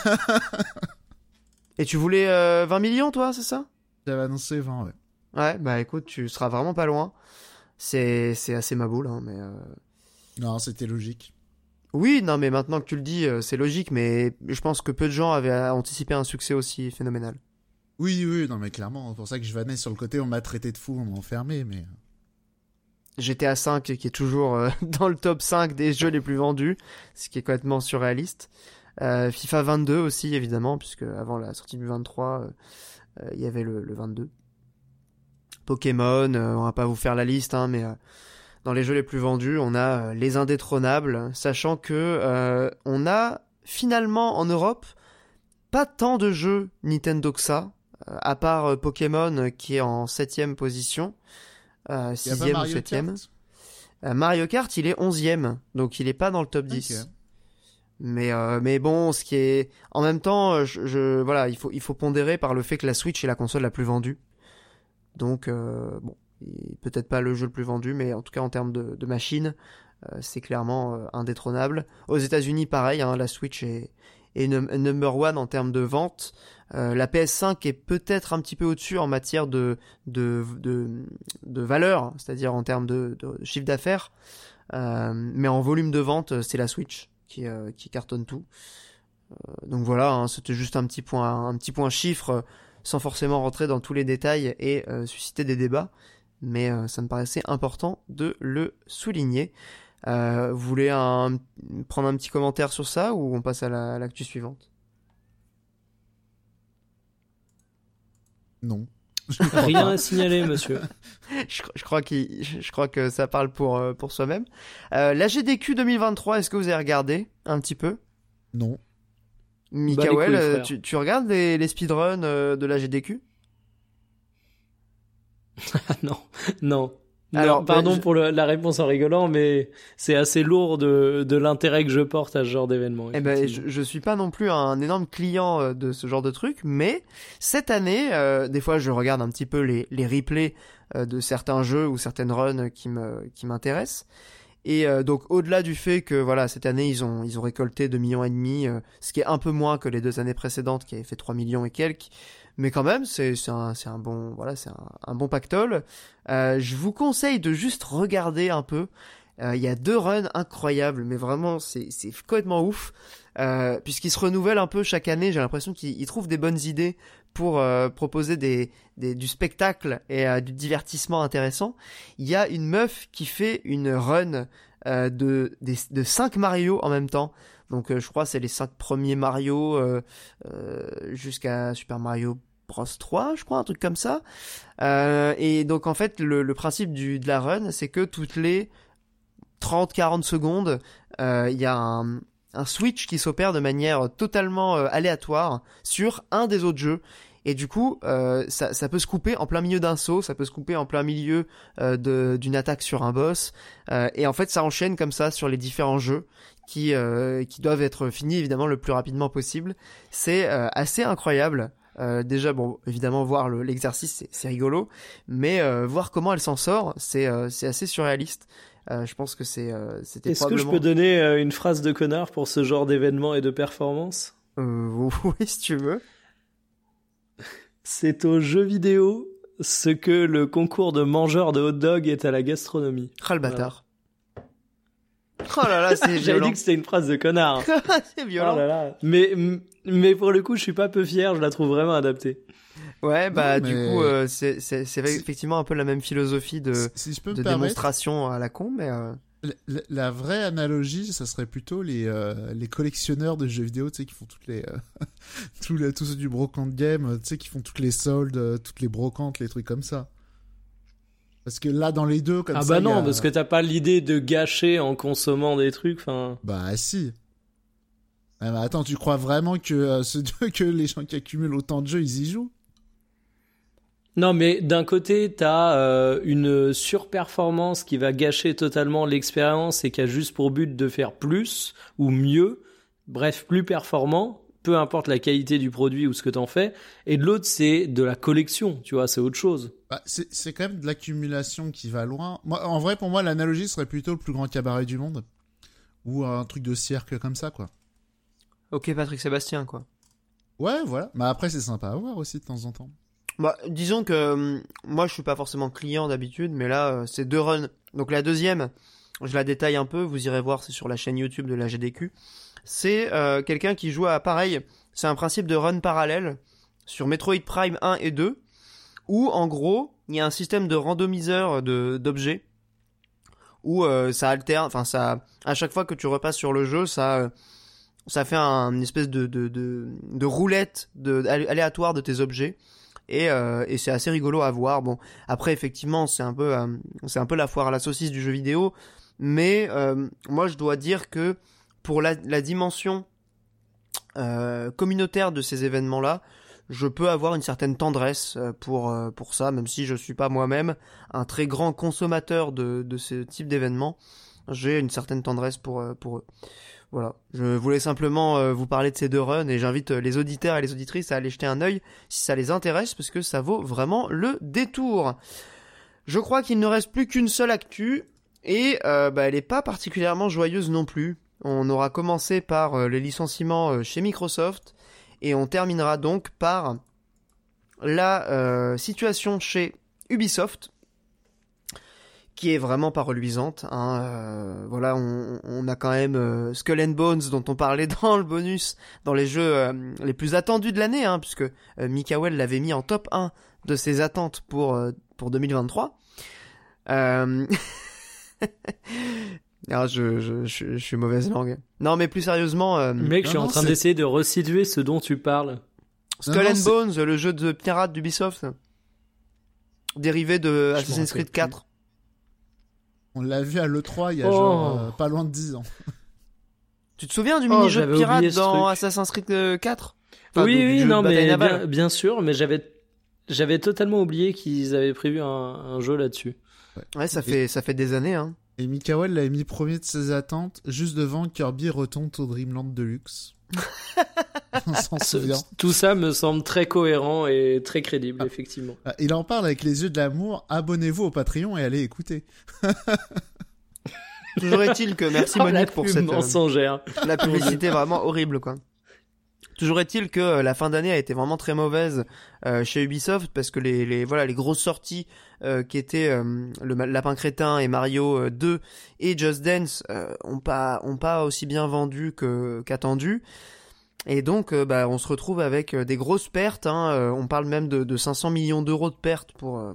Et tu voulais 20 millions, toi, c'est ça ?
J'avais annoncé 20, ouais.
Ouais, bah écoute, tu seras vraiment pas loin. C'est assez ma boule, hein, mais...
Non, c'était logique.
Oui, non, mais maintenant que tu le dis, c'est logique, mais je pense que peu de gens avaient anticipé un succès aussi phénoménal.
Oui, non, mais clairement, c'est pour ça que je vannais sur le côté, on m'a traité de fou, on m'a enfermé, mais...
GTA V qui est toujours dans le top 5 des jeux les plus vendus, ce qui est complètement surréaliste. FIFA 22 aussi, évidemment, puisque avant la sortie du 23, il y avait le 22. Pokémon, on va pas vous faire la liste, hein, mais dans les jeux les plus vendus, on a les indétrônables, sachant que on a finalement en Europe pas tant de jeux Nintendo que ça, à part Pokémon qui est en 7ème position, 6ème ou 7ème. Mario Kart, il est 11ème, donc il est pas dans le top 10. Okay. Mais bon, ce qui est en même temps, voilà, il faut pondérer par le fait que la Switch est la console la plus vendue. Donc bon, peut-être pas le jeu le plus vendu, mais en tout cas en termes de machine, c'est clairement indétrônable. Aux États-Unis, pareil, hein, la Switch est number one en termes de vente. La PS5 est peut-être un petit peu au-dessus en matière de valeur, c'est-à-dire en termes de chiffre d'affaires, mais en volume de vente, c'est la Switch qui cartonne tout. Donc voilà, hein, c'était juste un petit point chiffre, sans forcément rentrer dans tous les détails et susciter des débats, mais ça me paraissait important de le souligner. Vous voulez prendre un petit commentaire sur ça ou on passe à l'actu suivante?
Non.
Rien à signaler, monsieur.
Je crois que ça parle pour soi-même. La GDQ 2023, est-ce que vous avez regardé un petit peu?
Non.
Mikael, tu regardes les speedruns de la GDQ?
Non. Alors, pardon pour la réponse en rigolant, mais c'est assez lourd de l'intérêt que je porte à ce genre d'événement.
Eh ben, je suis pas non plus un énorme client de ce genre de truc, mais cette année, des fois, je regarde un petit peu les replays de certains jeux ou certaines runs qui m'intéressent. Et donc, au-delà du fait que voilà, cette année, ils ont récolté 2,5 millions, ce qui est un peu moins que les 2 années précédentes qui avaient fait 3 millions et quelques. Mais quand même, c'est un bon pactole. Je vous conseille de juste regarder un peu. Il y a 2 runs incroyables, mais vraiment, c'est complètement ouf. Puisqu'ils se renouvellent un peu chaque année, j'ai l'impression qu'ils trouvent des bonnes idées pour proposer du spectacle et du divertissement intéressant. Il y a une meuf qui fait une run de 5 Mario en même temps. Donc je crois que c'est les 5 premiers Mario jusqu'à Super Mario Bros 3, je crois, un truc comme ça. Et donc en fait, le principe de la run, c'est que toutes les 30-40 secondes, il y a un switch qui s'opère de manière totalement aléatoire sur un des autres jeux. Et du coup, ça peut se couper en plein milieu d'un saut, ça peut se couper en plein milieu d'une attaque sur un boss. Et en fait, ça enchaîne comme ça sur les différents jeux qui doivent être finis évidemment le plus rapidement possible. C'est assez incroyable. Déjà, bon, évidemment, voir l'exercice, c'est rigolo, mais voir comment elle s'en sort, c'est assez surréaliste. Je pense que c'était
Est-ce
probablement...
que je peux donner une phrase de connard pour ce genre d'événement et de performance?
Oui, si tu veux.
C'est aux jeux vidéo ce que le concours de mangeurs de hot dog est à la gastronomie.
Ah, le bâtard. Oh là là, c'est violent.
J'avais dit que c'était une phrase de connard.
C'est violent.
Oh là là. Mais pour le coup, je suis pas peu fier, je la trouve vraiment adaptée.
Ouais, bah du coup, c'est effectivement un peu la même philosophie de démonstration à la con, mais...
La vraie analogie, ça serait plutôt les collectionneurs de jeux vidéo, tu sais, qui font toutes les tous ceux du brocante game, tu sais, qui font toutes les soldes, toutes les brocantes, les trucs comme ça. Parce que là, dans les deux, comme ça...
Ah bah non, parce que t'as pas l'idée de gâcher en consommant des trucs, enfin...
Bah si. Ah bah attends, tu crois vraiment que que les gens qui accumulent autant de jeux, ils y jouent?
Non, mais d'un côté, t'as une surperformance qui va gâcher totalement l'expérience et qui a juste pour but de faire plus ou mieux, bref, plus performant, peu importe la qualité du produit ou ce que t'en fais. Et de l'autre, c'est de la collection, tu vois, c'est autre chose.
Bah, c'est quand même de l'accumulation qui va loin. Moi, en vrai, pour moi, l'analogie serait plutôt le plus grand cabaret du monde. Ou un truc de cirque comme ça, quoi.
Ok, Patrick Sébastien, quoi.
Ouais, voilà. Mais après, c'est sympa à voir aussi de temps en temps.
Bah, disons que moi je suis pas forcément client d'habitude, mais là c'est 2 runs. Donc la deuxième, je la détaille un peu, vous irez voir, c'est sur la chaîne YouTube de la GDQ. C'est quelqu'un qui joue à pareil, c'est un principe de run parallèle sur Metroid Prime 1 et 2, où en gros, il y a un système de randomiseur d'objets, où ça alterne, enfin ça, à chaque fois que tu repasses sur le jeu, ça fait une espèce de roulette aléatoire de tes objets. Et c'est assez rigolo à voir. Bon, après effectivement, c'est un peu la foire à la saucisse du jeu vidéo, mais moi je dois dire que pour la dimension communautaire de ces événements-là, je peux avoir une certaine tendresse pour ça, même si je suis pas moi-même un très grand consommateur de ce type d'événements. J'ai une certaine tendresse pour eux. Voilà, je voulais simplement vous parler de ces 2 runs et j'invite les auditeurs et les auditrices à aller jeter un œil si ça les intéresse parce que ça vaut vraiment le détour. Je crois qu'il ne reste plus qu'une seule actu et elle est pas particulièrement joyeuse non plus. On aura commencé par les licenciements chez Microsoft et on terminera donc par la situation chez Ubisoft, qui est vraiment pas reluisante. Voilà, on a quand même Skull and Bones dont on parlait dans le bonus, dans les jeux les plus attendus de l'année, puisque Mikael l'avait mis en top 1 de ses attentes pour 2023. Alors, je suis mauvaise langue. Non, mais plus sérieusement...
Mec, je suis en train d'essayer de resituer ce dont tu parles.
Skull and Bones, le jeu de pirate d'Ubisoft, dérivé de Assassin's Creed 4.
On l'a vu à l'E3 il y a genre pas loin de 10 ans.
Tu te souviens du mini-jeu de pirate dans
truc.
Assassin's Creed 4 enfin,
Oui, non, mais bien sûr, mais j'avais totalement oublié qu'ils avaient prévu un jeu là-dessus.
Ouais, ça fait des années,
Et Mikael l'avait mis premier de ses attentes, juste devant Kirby Return to Dreamland Deluxe. On s'en souvient.
Tout ça me semble très cohérent et très crédible, effectivement.
Il en parle avec les yeux de l'amour. Abonnez-vous au Patreon et allez écouter.
Toujours est-il que merci Monique pour cette
mensongère.
La publicité vraiment horrible, quoi. Toujours est-il que la fin d'année a été vraiment très mauvaise chez Ubisoft parce que les grosses sorties qui étaient le Lapin Crétin et Mario 2 et Just Dance ont pas aussi bien vendu qu'attendu. Et donc on se retrouve avec des grosses pertes, on parle même de 500 millions d'euros de pertes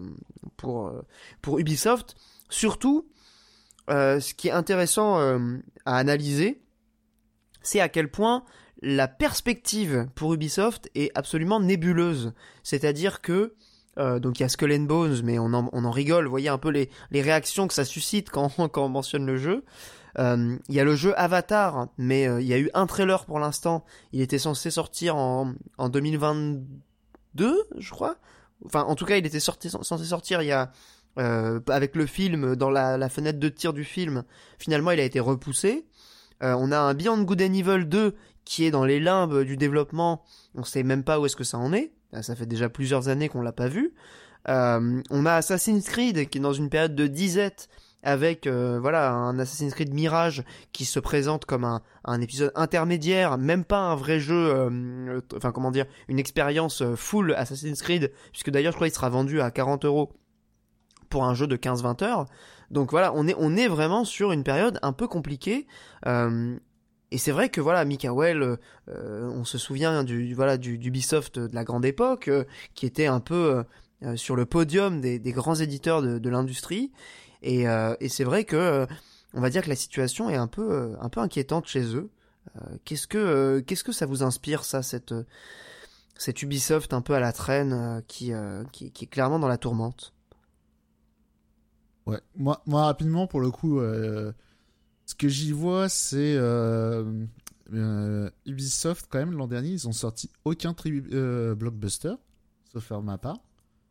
pour Ubisoft. Surtout ce qui est intéressant à analyser, c'est à quel point la perspective pour Ubisoft est absolument nébuleuse. C'est-à-dire que donc il y a Skull and Bones, mais on en rigole. Vous voyez un peu les réactions que ça suscite quand on mentionne le jeu. Il y a le jeu Avatar, mais il y a eu un trailer pour l'instant. Il était censé sortir en 2022, je crois. Enfin, en tout cas, il était censé sortir il y a avec le film dans la fenêtre de tir du film. Finalement, il a été repoussé. On a un Beyond Good and Evil 2 qui est dans les limbes du développement. On sait même pas où est-ce que ça en est. Ça fait déjà plusieurs années qu'on l'a pas vu. On a Assassin's Creed qui est dans une période de disette avec un Assassin's Creed Mirage qui se présente comme un épisode intermédiaire, même pas un vrai jeu, une expérience full Assassin's Creed, puisque d'ailleurs je crois qu'il sera vendu à 40€ pour un jeu de 15-20 heures. Donc voilà, on est vraiment sur une période un peu compliquée. Et c'est vrai que Mikael, on se souvient du Ubisoft de la grande époque, qui était un peu sur le podium des grands éditeurs de l'industrie. Et c'est vrai que on va dire que la situation est un peu inquiétante chez eux. Qu'est-ce que ça vous inspire, ça, cette Ubisoft un peu à la traîne qui est clairement dans la tourmente?
Ouais, moi rapidement pour le coup, ce que j'y vois, c'est Ubisoft quand même l'an dernier, ils ont sorti aucun blockbuster, sauf faire ma part.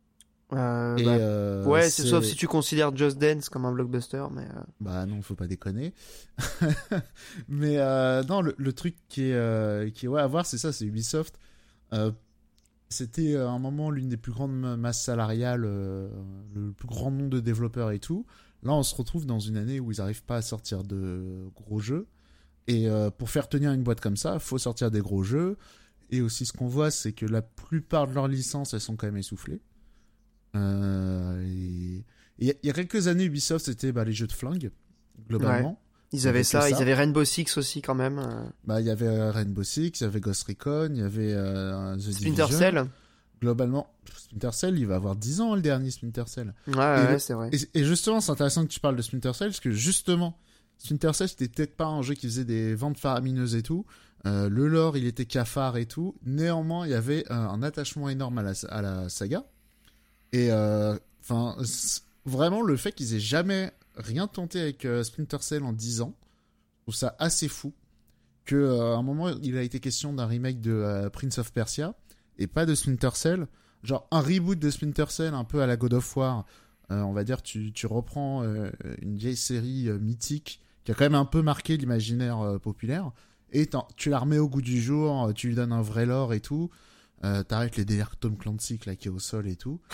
C'est sauf si tu considères Just Dance comme un blockbuster, mais
bah non, faut pas déconner. Mais non, le truc qui est à voir, c'est ça, c'est Ubisoft. C'était à un moment l'une des plus grandes masses salariales, le plus grand nombre de développeurs et tout. Là, on se retrouve dans une année où ils n'arrivent pas à sortir de gros jeux. Et pour faire tenir une boîte comme ça, il faut sortir des gros jeux. Et aussi, ce qu'on voit, c'est que la plupart de leurs licences, elles sont quand même essoufflées. Il y a quelques années, Ubisoft, c'était les jeux de flingue. globalement.
Ouais. Ils avaient
que
ça,
ça.
ils avaient Rainbow Six aussi quand même.
Bah, il y avait Rainbow Six, il y avait Ghost Recon, il y avait The
Splinter
Division.
Cell.
Globalement, Splinter Cell, il va avoir 10 ans, le dernier Splinter Cell.
Ouais, c'est vrai.
Et justement, c'est intéressant que tu parles de Splinter Cell, parce que justement, Splinter Cell, c'était peut-être pas un jeu qui faisait des ventes faramineuses et tout. Le lore, il était cafard et tout. Néanmoins, il y avait un attachement énorme à la saga. Et vraiment, le fait qu'ils aient jamais rien tenté avec Splinter Cell en 10 ans, je trouve ça assez fou. À un moment, il a été question d'un remake de Prince of Persia, et pas de Splinter Cell. Genre un reboot de Splinter Cell, un peu à la God of War. On va dire, tu reprends une vieille série mythique qui a quand même un peu marqué l'imaginaire populaire, et tu la remets au goût du jour, tu lui donnes un vrai lore et tout. T'arrêtes les délires Tom Clancy claqués au sol et tout.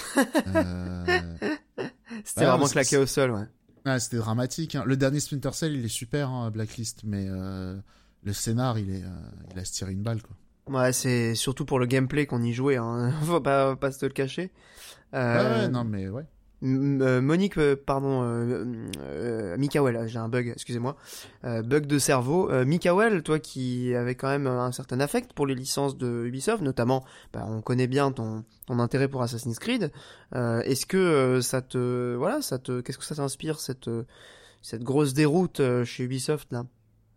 C'était vraiment claqué au sol, ouais.
Ah, c'était dramatique. Hein. Le dernier Splinter Cell, il est super, hein, Blacklist, mais le scénar, il a se tiré une balle, quoi.
Ouais, c'est surtout pour le gameplay qu'on y jouait, hein. Faut pas se le cacher.
Ouais, non, mais ouais.
Monique, Mikael, j'ai un bug, excusez-moi, bug de cerveau. Mikael, toi qui avais quand même un certain affect pour les licences de Ubisoft, notamment, on connaît bien ton intérêt pour Assassin's Creed. Est-ce que qu'est-ce que ça t'inspire cette grosse déroute chez Ubisoft là?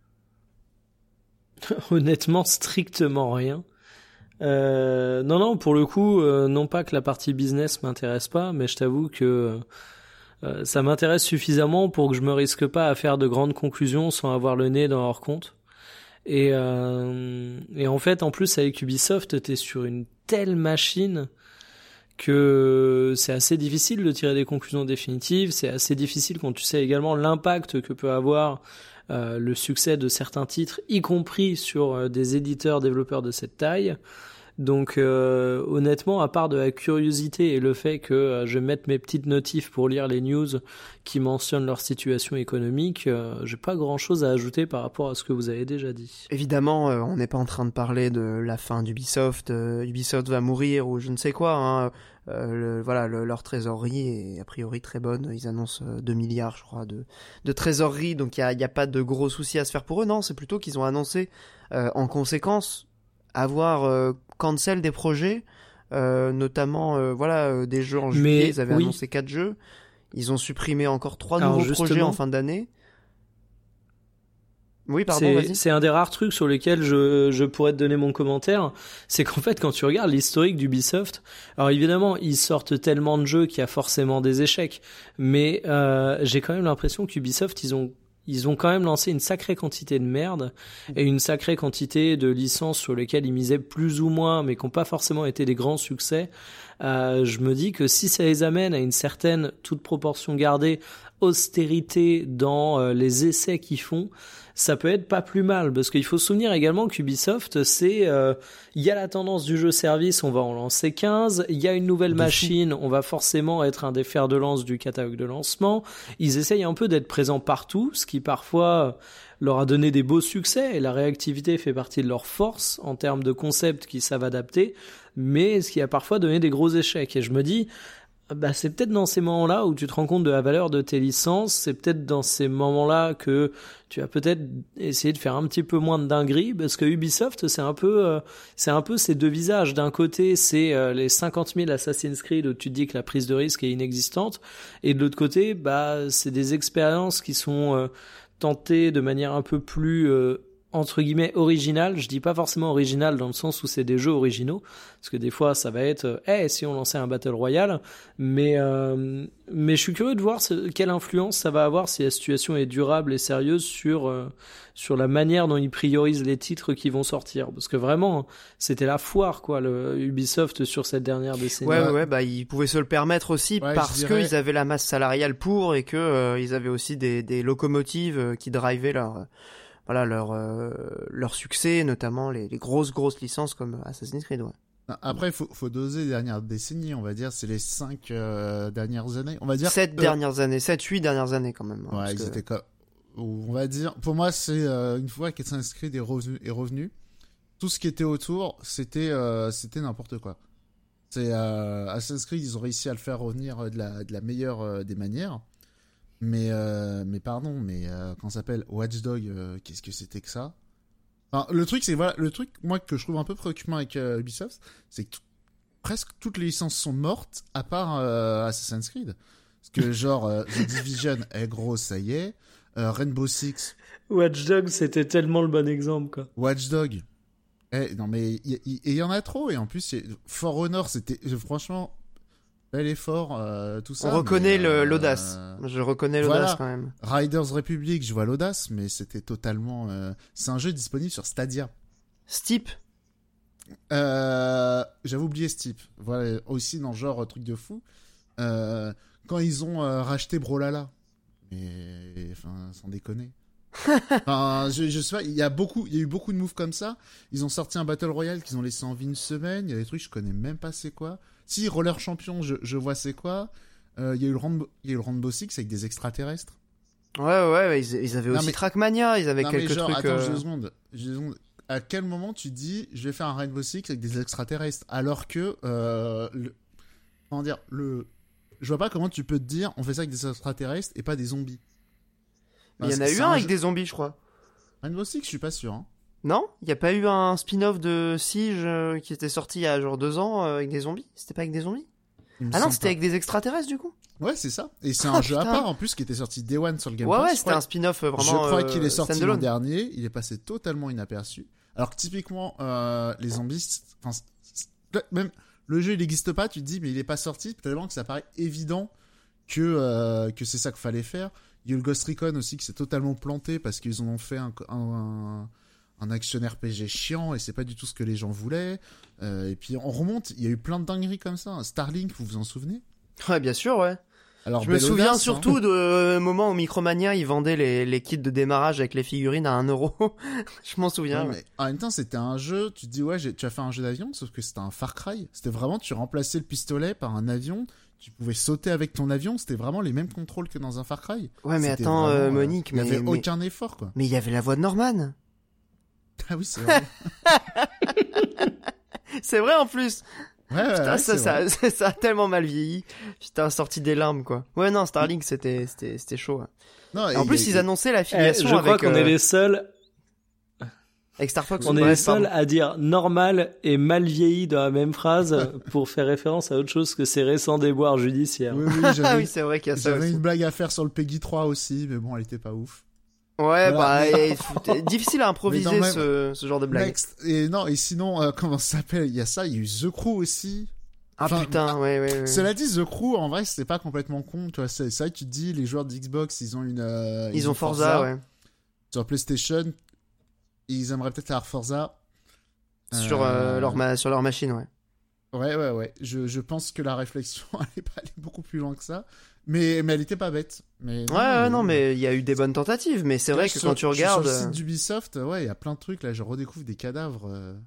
Honnêtement, strictement rien. Non, pour le coup, non pas que la partie business m'intéresse pas, mais je t'avoue que ça m'intéresse suffisamment pour que je me risque pas à faire de grandes conclusions sans avoir le nez dans leur compte. Et en fait, en plus, avec Ubisoft, t'es sur une telle machine que c'est assez difficile de tirer des conclusions définitives. C'est assez difficile quand tu sais également l'impact que peut avoir le succès de certains titres, y compris sur des éditeurs développeurs de cette taille. Donc honnêtement, à part de la curiosité et le fait que je mette mes petites notifs pour lire les news qui mentionnent leur situation économique, j'ai pas grand chose à ajouter par rapport à ce que vous avez déjà dit.
Évidemment, on n'est pas en train de parler de la fin d'Ubisoft, Ubisoft va mourir ou je ne sais quoi, hein. Leur trésorerie est a priori très bonne, ils annoncent 2 milliards je crois de trésorerie, donc il y a pas de gros soucis à se faire pour eux. Non, c'est plutôt qu'ils ont annoncé en conséquence avoir cancel des projets, notamment des jeux en juillet. Ils avaient annoncé 4 jeux, ils ont supprimé encore 3 nouveaux projets en fin d'année. Oui, pardon, vas-y.
C'est un des rares trucs sur lesquels je pourrais te donner mon commentaire. C'est qu'en fait, quand tu regardes l'historique d'Ubisoft, alors évidemment, ils sortent tellement de jeux qu'il y a forcément des échecs. Mais j'ai quand même l'impression qu'Ubisoft, ils ont quand même lancé une sacrée quantité de merde et une sacrée quantité de licences sur lesquelles ils misaient plus ou moins, mais qui n'ont pas forcément été des grands succès. Je me dis que si ça les amène à une certaine, toute proportion gardée, austérité dans les essais qu'ils font, ça peut être pas plus mal, parce qu'il faut se souvenir également qu'Ubisoft, c'est il y a la tendance du jeu service, on va en lancer 15, il y a une nouvelle machine, on va forcément être un des fers de lance du catalogue de lancement. Ils essayent un peu d'être présents partout, ce qui parfois leur a donné des beaux succès, et la réactivité fait partie de leur force en termes de concepts qui savent adapter, mais ce qui a parfois donné des gros échecs. Et je me dis, c'est peut-être dans ces moments-là où tu te rends compte de la valeur de tes licences, c'est peut-être dans ces moments-là que tu vas peut-être essayer de faire un petit peu moins de dinguerie, parce que Ubisoft, c'est un peu ces deux visages. D'un côté, c'est les 50 000 Assassin's Creed où tu te dis que la prise de risque est inexistante, et de l'autre côté, c'est des expériences qui sont tentées de manière un peu plus entre guillemets original. Je dis pas forcément original dans le sens où c'est des jeux originaux, parce que des fois ça va être si on lançait un Battle Royale, mais je suis curieux de voir quelle influence ça va avoir, si la situation est durable et sérieuse sur la manière dont ils priorisent les titres qui vont sortir, parce que vraiment c'était la foire quoi, le Ubisoft sur cette dernière décennie.
Ouais, ils pouvaient se le permettre aussi parce que ils avaient la masse salariale pour, et que ils avaient aussi des locomotives qui drivaient leur succès, notamment les grosses licences comme Assassin's Creed. Ouais.
Après, faut doser les dernières décennies, on va dire, c'est les 5 dernières années, on va dire.
7, 8 dernières années quand même.
Ouais, ils étaient on va dire, pour moi, c'est une fois qu'Assassin's Creed est revenu, tout ce qui était autour, c'était n'importe quoi. Assassin's Creed, ils ont réussi à le faire revenir de la meilleure des manières. Mais pardon, quand ça s'appelle Watch Dogs, qu'est-ce que c'était que ça? Enfin, le truc, c'est voilà, le truc moi que je trouve un peu préoccupant avec Ubisoft, c'est que presque toutes les licences sont mortes à part Assassin's Creed. Parce que genre The Division, gros, ça y est. Rainbow Six.
Watch Dogs, c'était tellement le bon exemple, quoi.
Watch Dogs. Non mais il y en a trop, et en plus For Honor, c'était franchement bel effort, tout ça.
On reconnaît l'audace. Je reconnais l'audace
voilà.
quand même.
Riders Republic, je vois l'audace, mais c'était totalement. C'est un jeu disponible sur Stadia.
Steep.
J'avais oublié Steep. Voilà, aussi dans le genre truc de fou. Quand ils ont racheté Brawlhalla, mais enfin sans déconner. Enfin, je sais pas, il y a eu beaucoup de moves comme ça. Ils ont sorti un Battle Royale qu'ils ont laissé en vie une semaine. Il y a des trucs je connais même pas c'est quoi. Si Roller Champion, je vois c'est quoi. Il y a eu le Rainbow Six avec des extraterrestres.
Ouais, ils avaient aussi Trackmania, ils avaient quelques trucs.
Attends, deux secondes. À quel moment tu dis je vais faire un Rainbow Six avec des extraterrestres alors que je vois pas comment tu peux te dire on fait ça avec des extraterrestres et pas des zombies.
Mais il y en a eu un avec des zombies, je crois.
Rainbow Six, je suis pas sûr. Hein.
Non, il y a pas eu un spin-off de Siege qui était sorti il y a genre 2 ans avec des zombies. C'était pas avec des zombies? Ah non, c'était avec des extraterrestres du coup.
Ouais, c'est ça. Et c'est un jeu à part en plus qui était sorti Day One sur le Game
Pass.
Ouais,
c'était un spin-off vraiment.
Je crois qu'il est sorti l'an dernier. Il est passé totalement inaperçu. Alors que typiquement, les zombies, même le jeu il n'existe pas, tu te dis mais il est pas sorti, tellement que ça paraît évident que c'est ça qu'il fallait faire. Il y a eu le Ghost Recon aussi qui s'est totalement planté parce qu'ils en ont fait un action RPG chiant et c'est pas du tout ce que les gens voulaient. Et puis on remonte, il y a eu plein de dingueries comme ça. Starlink, vous vous en souvenez?
Ouais, bien sûr, ouais.
Alors,
je me souviens surtout de moment où Micromania ils vendaient les kits de démarrage avec les figurines à 1€. Je m'en souviens.
Ouais, mais en même temps, c'était un jeu, tu te dis ouais, tu as fait un jeu d'avion, sauf que c'était un Far Cry. C'était vraiment, tu remplaçais le pistolet par un avion. Tu pouvais sauter avec ton avion, c'était vraiment les mêmes contrôles que dans un Far Cry.
Ouais, mais attends, Monique,
il y avait aucun effort, quoi.
Mais il y avait la voix de Norman.
Ah oui, c'est vrai.
C'est vrai en plus.
Ouais,
putain, ça a tellement mal vieilli. Putain, sorti des larmes, quoi. Ouais, non, Starlink, c'était chaud. Hein. Non, en plus, ils annonçaient l'affiliation
je crois
avec...
qu'on est les seuls...
Avec Star Fox,
on est les seuls à dire normal et mal vieilli dans la même phrase pour faire référence à autre chose que ces récents déboires judiciaires.
Oui,
oui, c'est vrai qu'il y a ça aussi.
J'avais une blague à faire sur le Peggy 3 aussi, mais bon, elle était pas ouf.
Ouais, voilà. Difficile à improviser ce genre de blague.
Et sinon, comment ça s'appelle? Il y a The Crew aussi.
Ah putain, ouais.
Cela dit, The Crew, en vrai, c'est pas complètement con. Tu vois, c'est ça que tu te dis, les joueurs d'Xbox, ils ont ils ont
Forza, ouais.
Sur PlayStation, ils aimeraient peut-être avoir Forza.
Sur leur machine, ouais.
Ouais. Je pense que la réflexion allait pas aller beaucoup plus loin que ça. Mais elle était pas bête. Mais
mais il y a eu des bonnes tentatives. Mais c'est vrai que quand tu regardes...
Sur le site d'Ubisoft, il y a plein de trucs. Là, je redécouvre des cadavres.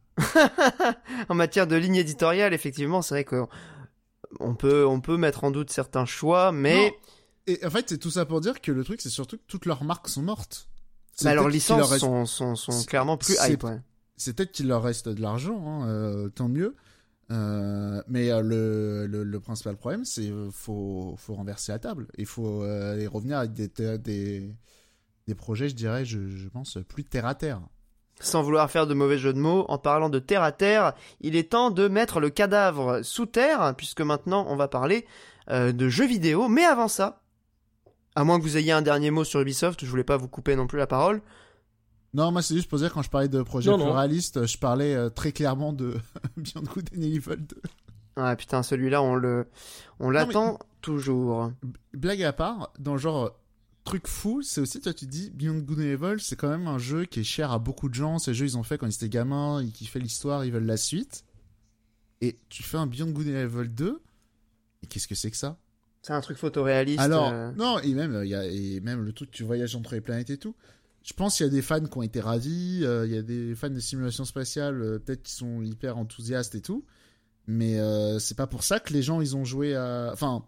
En matière de ligne éditoriale, effectivement, c'est vrai qu'on peut mettre en doute certains choix, mais...
Non. Et en fait, c'est tout ça pour dire que le truc, c'est surtout que toutes leurs marques sont mortes.
Bah, leurs licences sont clairement plus hype, ouais.
C'est peut-être qu'il leur reste de l'argent, tant mieux. Mais le principal problème, c'est faut renverser la table. Il faut revenir avec des projets, je dirais, je pense, plus terre à terre.
Sans vouloir faire de mauvais jeux de mots, en parlant de terre à terre, il est temps de mettre le cadavre sous terre, puisque maintenant on va parler de jeux vidéo. Mais avant ça, à moins que vous ayez un dernier mot sur Ubisoft, je voulais pas vous couper non plus la parole. Non,
moi c'est juste pour dire, quand je parlais de projet pluraliste, je parlais très clairement de Beyond Good and Evil 2.
Ah putain, celui-là on l'attend toujours.
Blague à part, dans le genre truc fou, c'est aussi, toi tu te dis, Beyond Good and Evil, c'est quand même un jeu qui est cher à beaucoup de gens. Ces jeux ils ont fait quand ils étaient gamins, ils kiffaient l'histoire, ils veulent la suite. Et tu fais un Beyond Good and Evil 2, et qu'est-ce que c'est que ça?
C'est un truc photoréaliste.
Alors, non, et même le truc, tu voyages entre les planètes et tout. Je pense qu'il y a des fans qui ont été ravis, il y a des fans de simulation spatiale, peut-être qui sont hyper enthousiastes et tout. Mais c'est pas pour ça que les gens, ils ont joué à... Enfin,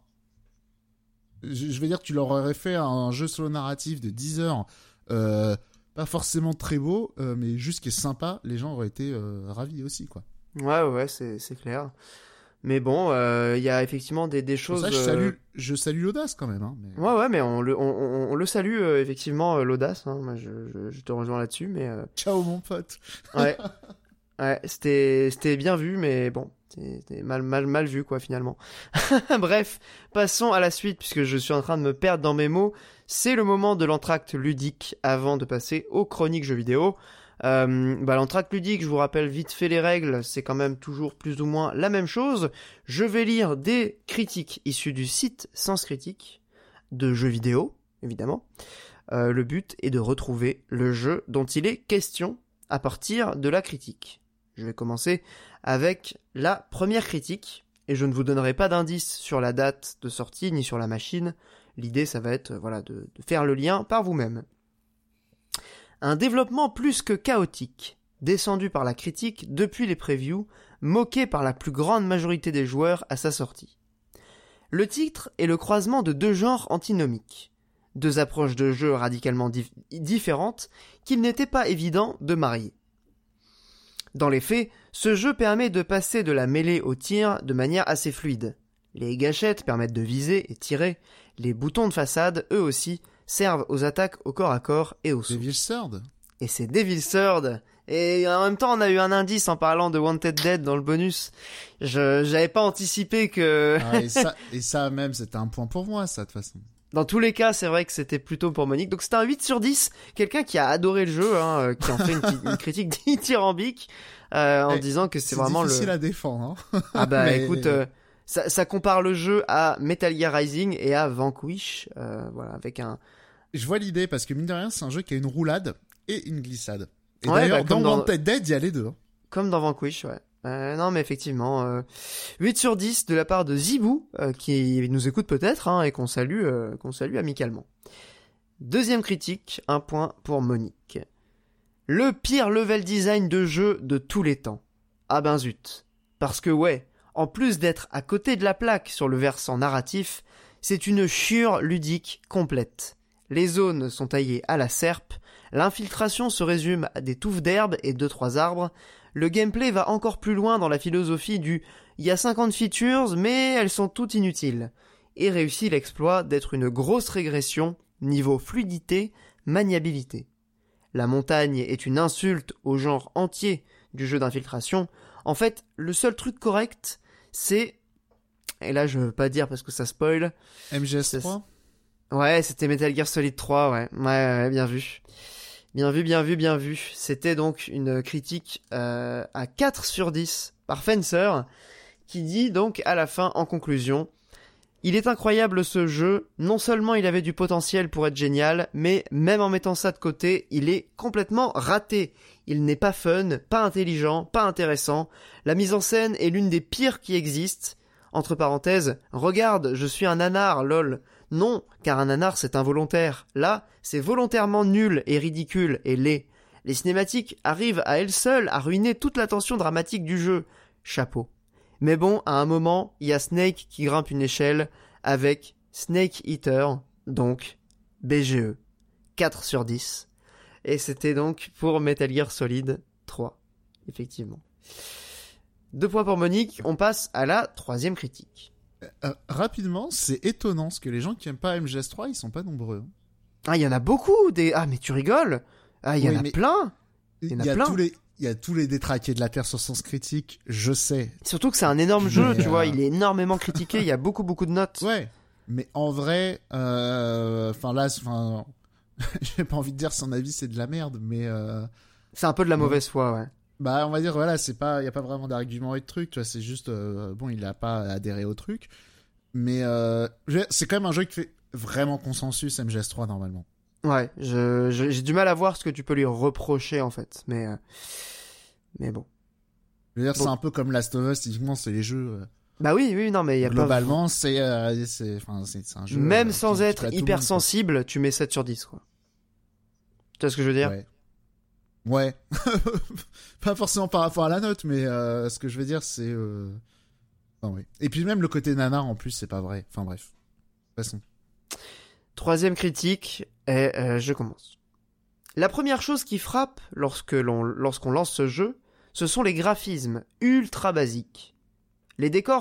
je vais dire que tu leur aurais fait un jeu solo narratif de 10 heures, pas forcément très beau, mais juste qui est sympa, les gens auraient été ravis aussi, quoi.
Ouais, c'est clair. Mais bon, il y a effectivement des choses.
Ça, je salue l'audace quand même. Hein, mais...
Ouais, mais on le salue effectivement l'audace. Hein. Moi, je te rejoins là-dessus, mais.
Ciao mon pote.
Ouais, ouais, c'était bien vu, mais bon, c'était mal vu quoi finalement. Bref, passons à la suite puisque je suis en train de me perdre dans mes mots. C'est le moment de l'entracte ludique avant de passer aux chroniques jeux vidéo. L'entracte ludique, je vous rappelle vite fait les règles, c'est quand même toujours plus ou moins la même chose. Je vais lire des critiques issues du site Sens Critique, de jeux vidéo, évidemment. Le but est de retrouver le jeu dont il est question à partir de la critique. Je vais commencer avec la première critique, et je ne vous donnerai pas d'indice sur la date de sortie ni sur la machine. L'idée, ça va être de faire le lien par vous-même. Un développement plus que chaotique, descendu par la critique depuis les previews, moqué par la plus grande majorité des joueurs à sa sortie. Le titre est le croisement de deux genres antinomiques, deux approches de jeu radicalement différentes qu'il n'était pas évident de marier. Dans les faits, ce jeu permet de passer de la mêlée au tir de manière assez fluide. Les gâchettes permettent de viser et tirer, les boutons de façade, eux aussi, servent aux attaques au corps à corps et au saut.
Devil's Third.
Et c'est Devil's Third. Et en même temps, on a eu un indice en parlant de Wanted Dead dans le bonus. J'avais pas anticipé que...
et ça même, c'était un point pour moi, ça, de toute façon.
Dans tous les cas, c'est vrai que c'était plutôt pour Monique. Donc c'était un 8 sur 10. Quelqu'un qui a adoré le jeu, qui en fait une critique dithyrambique, en disant que c'est vraiment le...
C'est difficile à défendre, hein.
Ah bah mais... écoute... Ça compare le jeu à Metal Gear Rising et à Vanquish, avec un...
Je vois l'idée, parce que mine de rien, c'est un jeu qui a une roulade et une glissade. Et
ouais,
d'ailleurs, dans Wanted Dead, il y a les deux.
Comme dans Vanquish, ouais. Non, mais effectivement, 8 sur 10 de la part de Zibou, qui nous écoute peut-être, et qu'on salue amicalement. Deuxième critique, un point pour Monique. Le pire level design de jeu de tous les temps. Ah ben zut. Parce que ouais, en plus d'être à côté de la plaque sur le versant narratif, c'est une chure ludique complète. Les zones sont taillées à la serpe, l'infiltration se résume à des touffes d'herbe et 2-3 arbres, le gameplay va encore plus loin dans la philosophie du « il y a 50 features, mais elles sont toutes inutiles » et réussit l'exploit d'être une grosse régression niveau fluidité, maniabilité. La montagne est une insulte au genre entier du jeu d'infiltration. En fait, le seul truc correct, c'est... Et là, je veux pas dire parce que ça spoil.
MGS3 ?
Ouais, c'était Metal Gear Solid 3, ouais. Ouais, bien vu. Bien vu. C'était donc une critique à 4 sur 10 par Fencer, qui dit donc à la fin, en conclusion, « Il est incroyable ce jeu, non seulement il avait du potentiel pour être génial, mais même en mettant ça de côté, il est complètement raté. Il n'est pas fun, pas intelligent, pas intéressant. La mise en scène est l'une des pires qui existent. Entre parenthèses, regarde, je suis un nanar, lol. Non, car un nanar c'est involontaire. Là, c'est volontairement nul et ridicule et laid. Les cinématiques arrivent à elles seules à ruiner toute la tension dramatique du jeu. Chapeau. Mais bon, à un moment, il y a Snake qui grimpe une échelle avec Snake Eater, donc BGE. 4 sur 10. Et c'était donc pour Metal Gear Solid 3. Effectivement. 2 points pour Monique, on passe à la troisième critique.
Rapidement, c'est étonnant, parce que les gens qui aiment pas MGS3, ils sont pas nombreux.
Ah, il y en a beaucoup des... Ah, mais tu rigoles. Ah, il y en a plein. Il y en a plein.
Il y a tous les détraqués de la Terre sur Sens Critique, je sais.
Surtout que c'est un énorme jeu, tu vois, il est énormément critiqué, il y a beaucoup de notes.
Ouais, mais en vrai, j'ai pas envie de dire son avis c'est de la merde, mais...
C'est un peu de la mauvaise foi, ouais.
Bah, on va dire, voilà, il y a pas vraiment d'argument et de truc, tu vois, c'est juste, il a pas adhéré au truc. Mais c'est quand même un jeu qui fait vraiment consensus MGS3 normalement.
Ouais, j'ai du mal à voir ce que tu peux lui reprocher en fait, mais bon.
Je veux dire, c'est un peu comme Last of Us, typiquement, c'est les jeux.
Bah oui, non, mais il y a
globalement,
pas.
c'est un jeu.
Même sans être hyper sensible, tu mets 7 sur 10, quoi. Tu vois ce que je veux dire?
Ouais. Pas forcément par rapport à la note, mais ce que je veux dire, c'est. Oui. Et puis même le côté nanar en plus, c'est pas vrai. Enfin bref. Passons.
Troisième critique, et je commence. La première chose qui frappe lorsqu'on lance ce jeu, ce sont les graphismes ultra basiques. Les décors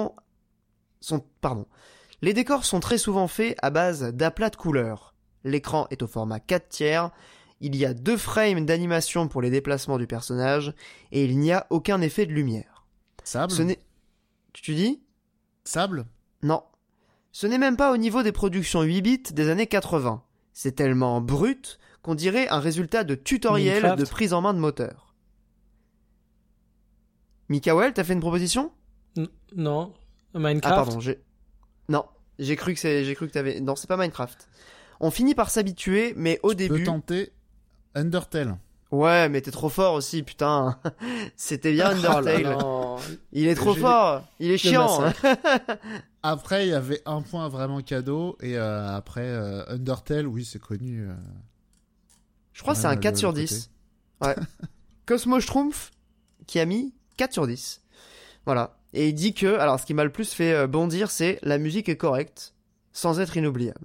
sont très souvent faits à base d'aplats de couleurs. L'écran est au format 4/3, il y a 2 frames d'animation pour les déplacements du personnage, et il n'y a aucun effet de lumière.
Sable.
Tu dis ?
Sable.
Non. Ce n'est même pas au niveau des productions 8 bits des années 80. C'est tellement brut qu'on dirait un résultat de tutoriel
Minecraft.
de prise en main de moteur. Mikael, t'as fait une proposition ?
Non.
Ah
Minecraft.
pardon, Non, j'ai cru que t'avais... Non, c'est pas Minecraft. On finit par s'habituer, mais au
Tu
début...
peux tenter Undertale.
Ouais, mais t'es trop fort aussi, putain. C'était bien
Oh là
Undertale.
là.
Il est trop fort. Il est chiant.
Après, il y avait un point vraiment cadeau. Et après, Undertale, oui, c'est connu.
Je crois que
Ouais,
c'est un
le
4 sur
côté.
10. Ouais. Cosmo Schtroumpf qui a mis 4 sur 10. Voilà. Et il dit que, alors ce qui m'a le plus fait bondir, c'est la musique est correcte, sans être inoubliable.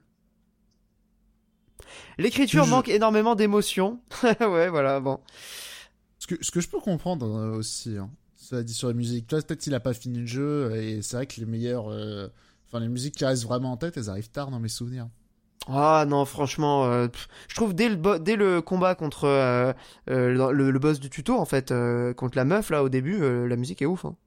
L'écriture manque énormément d'émotion. Ouais, voilà, bon.
Ce que je peux comprendre aussi, hein. Cela dit sur la musique. Toi, peut-être il a pas fini le jeu. Et c'est vrai que les meilleures... Enfin, les musiques qui restent vraiment en tête, elles arrivent tard dans mes souvenirs.
Ah non, franchement, je trouve dès le combat contre le boss du tuto, en fait, contre la meuf, là, au début, la musique est ouf, hein.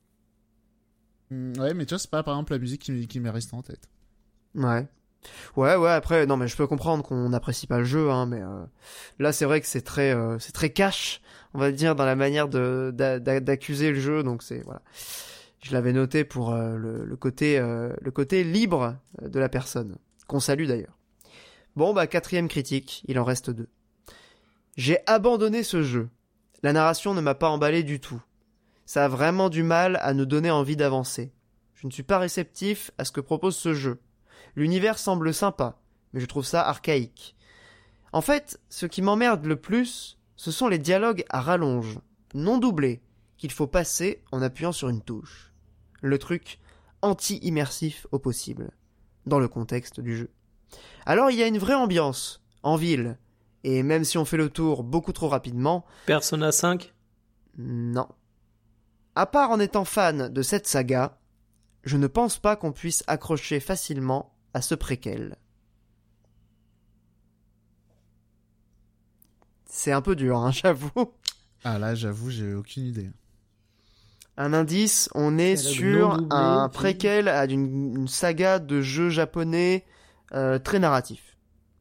Ouais, mais tu vois, c'est pas par exemple la musique qui m'est restée en tête.
Ouais. Ouais, après, non, mais je peux comprendre qu'on n'apprécie pas le jeu, hein, mais là, c'est vrai que c'est très cash, on va dire, dans la manière d'accuser le jeu, donc c'est, voilà. Je l'avais noté pour le côté libre de la personne, qu'on salue d'ailleurs. Bon, bah, 4e critique, il en reste 2. J'ai abandonné ce jeu. La narration ne m'a pas emballé du tout. Ça a vraiment du mal à nous donner envie d'avancer. Je ne suis pas réceptif à ce que propose ce jeu. L'univers semble sympa, mais je trouve ça archaïque. En fait, ce qui m'emmerde le plus, ce sont les dialogues à rallonge, non doublés, qu'il faut passer en appuyant sur une touche. Le truc anti-immersif au possible, dans le contexte du jeu. Alors il y a une vraie ambiance, en ville, et même si on fait le tour beaucoup trop rapidement...
Persona 5 ?
Non. À part en étant fan de cette saga, je ne pense pas qu'on puisse accrocher facilement à ce préquel. C'est un peu dur, hein, j'avoue.
Ah là, j'avoue, j'ai aucune idée.
Un indice, on est
Dialogue
sur
non doublé,
un
puis-
préquel à une saga de jeux japonais très narratif.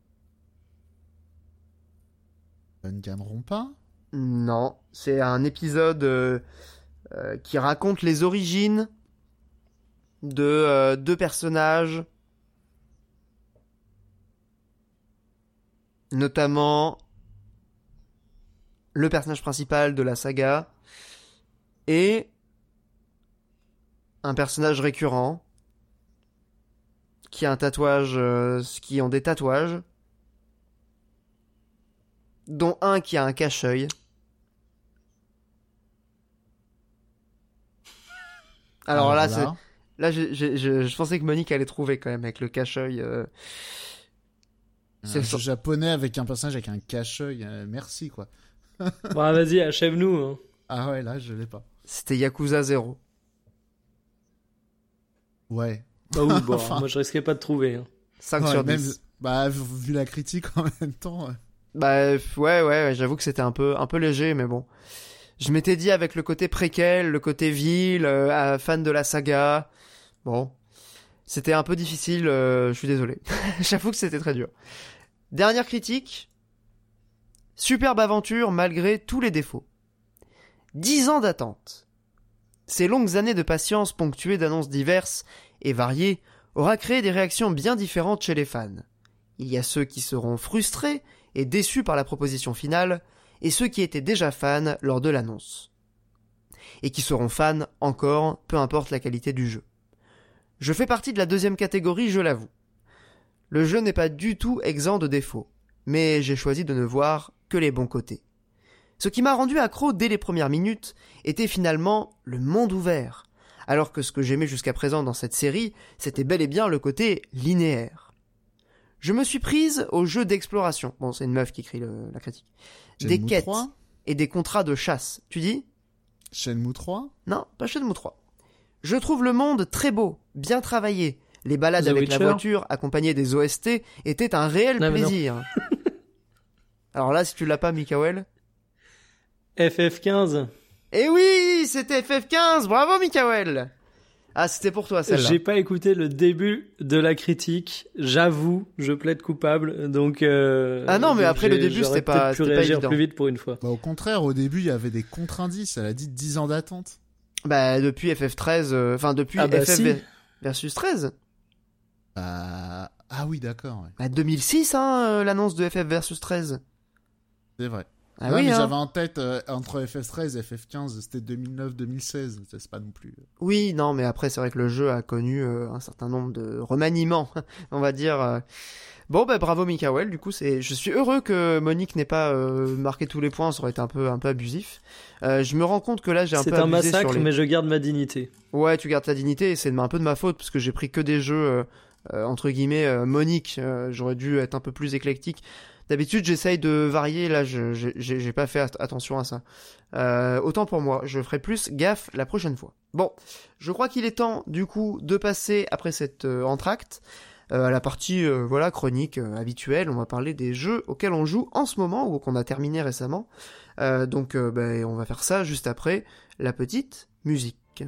Danganronpa ?
Non, c'est un épisode qui raconte les origines de deux personnages, notamment le personnage principal de la saga et un personnage récurrent qui a un tatouage, qui ont des tatouages, dont un qui a un cache-œil. Alors là, je pensais que Monique allait trouver quand même avec le cache-œil.
Un jeu japonais avec un personnage avec un cache-œil, merci quoi.
Bah vas-y, achève-nous. Hein.
Ah ouais, là, je l'ai pas.
C'était Yakuza 0.
Ouais.
Bah oui, bon,
Enfin.
moi je risquais pas de trouver. Hein.
5
Ouais,
sur 10.
même, bah, vu la critique en même temps.
Bah ouais, j'avoue que c'était un peu léger, mais bon. Je m'étais dit avec le côté préquel, le côté ville, fan de la saga. Bon, c'était un peu difficile, je suis désolé. J'avoue que c'était très dur. Dernière critique. Superbe aventure malgré tous les défauts. 10 ans d'attente. Ces longues années de patience ponctuées d'annonces diverses et variées aura créé des réactions bien différentes chez les fans. Il y a ceux qui seront frustrés et déçus par la proposition finale, et ceux qui étaient déjà fans lors de l'annonce. Et qui seront fans encore, peu importe la qualité du jeu. Je fais partie de la deuxième catégorie, je l'avoue. Le jeu n'est pas du tout exempt de défauts, mais j'ai choisi de ne voir que les bons côtés. Ce qui m'a rendu accro dès les premières minutes était finalement le monde ouvert, alors que ce que j'aimais jusqu'à présent dans cette série, c'était bel et bien le côté linéaire. Je me suis prise au jeu d'exploration. Bon, c'est une meuf qui écrit la critique. Des
Shenmue
quêtes
3
et des contrats de chasse. Tu dis ?
Shenmue 3
Non, pas Shenmue 3. Je trouve le monde très beau, bien travaillé. Les balades
The
avec
Witcher.
la voiture, accompagnées des OST, étaient un réel
Non, mais non.
plaisir. Alors là, si tu l'as pas, Mikael.
FF15.
Eh oui, c'était FF15, bravo Mikael. Ah, c'était pour toi celle-là.
J'ai pas écouté le début de la critique. J'avoue, je plaide coupable. Donc.
Ah non, mais
donc
après le début,
j'aurais
c'était pas-
peut-être pu
c'était pas
réagir
évident.
plus vite pour une fois.
Bah, au contraire, au début, il y avait des contre-indices. Elle a dit 10 ans d'attente.
Bah, depuis FF13, enfin, depuis
Ah bah
FF
si.
versus 13.
Ah oui, d'accord. Ouais.
Bah, 2006, hein, l'annonce de FF versus 13.
C'est vrai.
Ah
Ouais,
oui,
mais
hein.
j'avais en tête entre FF13 et FF15, c'était 2009-2016. C'est pas non plus.
Oui, non, mais après, c'est vrai que le jeu a connu un certain nombre de remaniements, on va dire. Bon, bah, bravo Mikael, du coup, je suis heureux que Monique n'ait pas marqué tous les points, ça aurait été un peu abusif. Je me rends compte que là, j'ai un
C'est
peu
un
abusé
massacre,
sur les...
mais je garde ma dignité.
Ouais, tu gardes ta dignité, et c'est un peu de ma faute, parce que j'ai pris que des jeux, entre guillemets, Monique. J'aurais dû être un peu plus éclectique. D'habitude, j'essaye de varier, là, j'ai pas fait attention à ça. Autant pour moi, je ferai plus gaffe la prochaine fois. Bon, je crois qu'il est temps, du coup, de passer, après cette entracte, à la partie, voilà, chronique habituelle. On va parler des jeux auxquels on joue en ce moment, ou qu'on a terminé récemment. Donc, on va faire ça juste après la petite musique.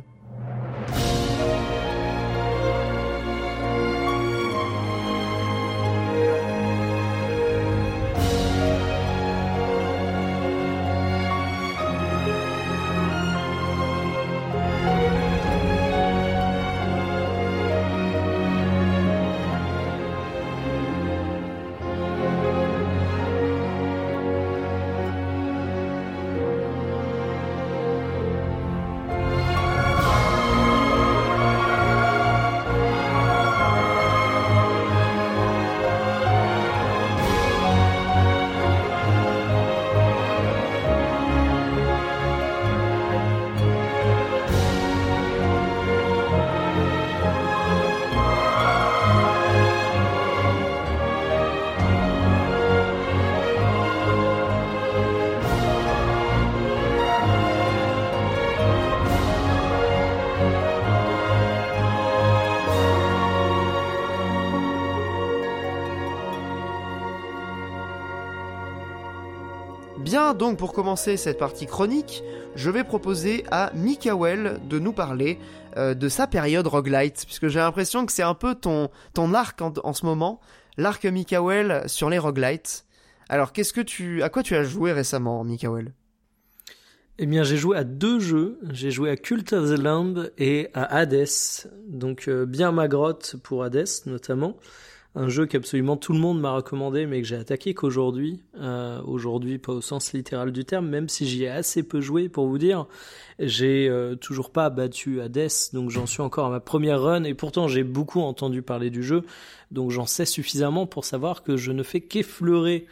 Bien, donc pour commencer cette partie chronique, je vais proposer à Mikael de nous parler de sa période roguelite, puisque j'ai l'impression que c'est un peu ton arc en ce moment, l'arc Mikael sur les roguelites. Alors, à quoi tu as joué récemment, Mikael ?
Eh bien, j'ai joué à 2 jeux. J'ai joué à Cult of the Lamb et à Hades. Donc, bien ma grotte pour Hades, notamment. Un jeu qu'absolument tout le monde m'a recommandé, mais que j'ai attaqué qu'aujourd'hui. Aujourd'hui, pas au sens littéral du terme, même si j'y ai assez peu joué, pour vous dire. J'ai toujours pas battu Hades, donc j'en suis encore à ma première run, et pourtant j'ai beaucoup entendu parler du jeu, donc j'en sais suffisamment pour savoir que je ne fais qu'effleurer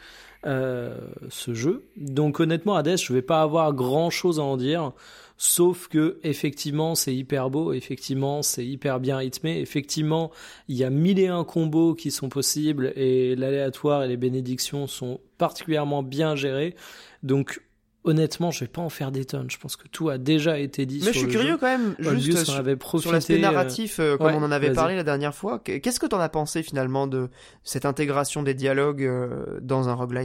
ce jeu. Donc honnêtement, Hades, je vais pas avoir grand chose à en dire, sauf que effectivement c'est hyper beau, effectivement c'est hyper bien rythmé, effectivement il y a 1001 combos qui sont possibles et l'aléatoire et les bénédictions sont particulièrement bien gérés. Donc honnêtement, je vais pas en faire des tonnes. Je pense que tout a déjà été dit.
Mais je suis curieux quand même, juste sur l'aspect narratif, comme on en avait parlé la dernière fois. Qu'est-ce que t'en as pensé finalement de cette intégration des dialogues dans un roguelite ?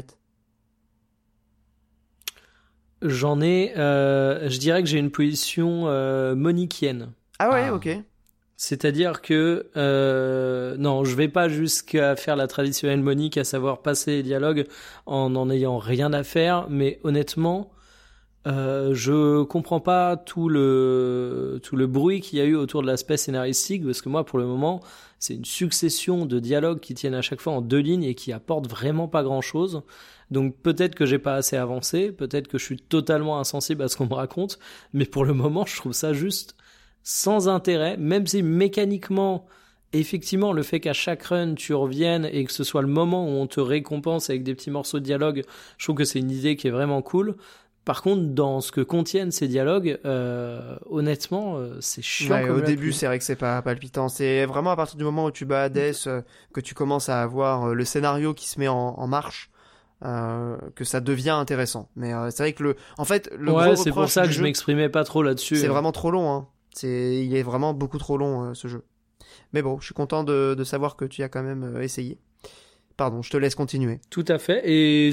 Je dirais que j'ai une position moniquienne.
Ah ouais, ok.
C'est-à-dire que non, je vais pas jusqu'à faire la traditionnelle Monique, à savoir passer les dialogues en ayant rien à faire, mais honnêtement, je comprends pas tout le bruit qu'il y a eu autour de l'aspect scénaristique, parce que moi, pour le moment, c'est une succession de dialogues qui tiennent à chaque fois en 2 lignes et qui apportent vraiment pas grand-chose. Donc peut-être que j'ai pas assez avancé, peut-être que je suis totalement insensible à ce qu'on me raconte, mais pour le moment, je trouve ça juste sans intérêt, même si mécaniquement, effectivement, le fait qu'à chaque run tu reviennes et que ce soit le moment où on te récompense avec des petits morceaux de dialogue, je trouve que c'est une idée qui est vraiment cool. Par contre, dans ce que contiennent ces dialogues, honnêtement, c'est chiant.
Ouais,
comme
au
la
début,
pluie.
c'est vrai que c'est pas palpitant. C'est vraiment à partir du moment où tu bats Hades que tu commences à avoir le scénario qui se met en marche. Que ça devient intéressant. Mais c'est vrai que en fait, le gros
Ouais, c'est
reproche
pour ça
du
que je
jeu,
m'exprimais pas trop là-dessus.
c'est vraiment trop long. Hein. Il est vraiment beaucoup trop long ce jeu. Mais bon, je suis content de savoir que tu as quand même essayé. Pardon, je te laisse continuer.
Tout à fait,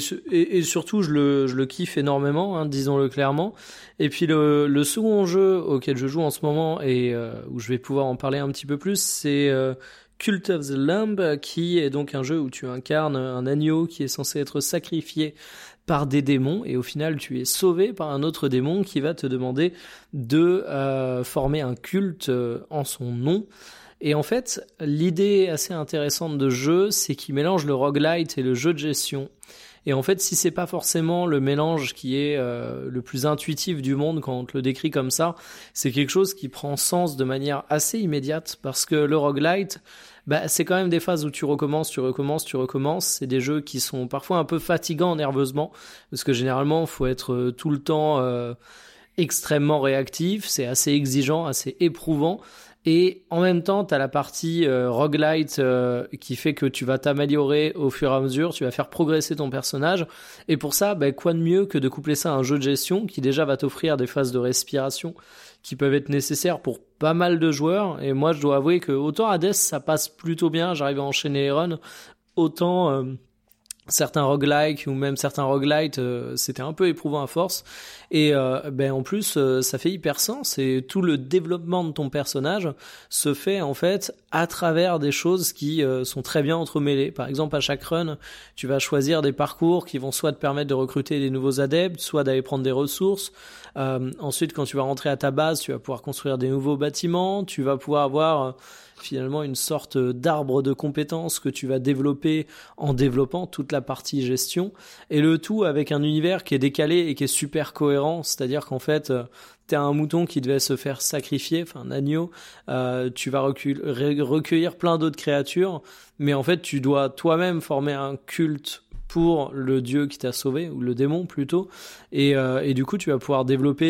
et surtout je le kiffe énormément, hein, disons-le clairement. Et puis le second jeu auquel je joue en ce moment et où je vais pouvoir en parler un petit peu plus, c'est Cult of the Lamb, qui est donc un jeu où tu incarnes un agneau qui est censé être sacrifié par des démons, et au final tu es sauvé par un autre démon qui va te demander de former un culte en son nom. Et en fait, l'idée assez intéressante de jeu, c'est qu'il mélange le roguelite et le jeu de gestion. Et en fait, si c'est pas forcément le mélange qui est le plus intuitif du monde quand on te le décrit comme ça, c'est quelque chose qui prend sens de manière assez immédiate, parce que le roguelite, c'est quand même des phases où tu recommences. C'est des jeux qui sont parfois un peu fatigants nerveusement, parce que généralement, il faut être tout le temps extrêmement réactif, c'est assez exigeant, assez éprouvant. Et en même temps, tu as la partie roguelite qui fait que tu vas t'améliorer au fur et à mesure, tu vas faire progresser ton personnage. Et pour ça, quoi de mieux que de coupler ça à un jeu de gestion qui déjà va t'offrir des phases de respiration qui peuvent être nécessaires pour pas mal de joueurs. Et moi, je dois avouer que autant Hades, ça passe plutôt bien, j'arrive à enchaîner les runs, autant certains roguelikes ou même certains roguelites, c'était un peu éprouvant à force. Et en plus, ça fait hyper sens, et tout le développement de ton personnage se fait en fait à travers des choses qui sont très bien entremêlées. Par exemple, à chaque run, tu vas choisir des parcours qui vont soit te permettre de recruter des nouveaux adeptes, soit d'aller prendre des ressources. Ensuite, quand tu vas rentrer à ta base, tu vas pouvoir construire des nouveaux bâtiments, tu vas pouvoir avoir finalement une sorte d'arbre de compétences que tu vas développer en développant toute la partie gestion, et le tout avec un univers qui est décalé et qui est super cohérent, c'est-à-dire qu'en fait t'es un mouton qui devait se faire sacrifier, enfin un agneau, tu vas recueillir plein d'autres créatures, mais en fait tu dois toi-même former un culte pour le dieu qui t'a sauvé, ou le démon plutôt, et du coup tu vas pouvoir développer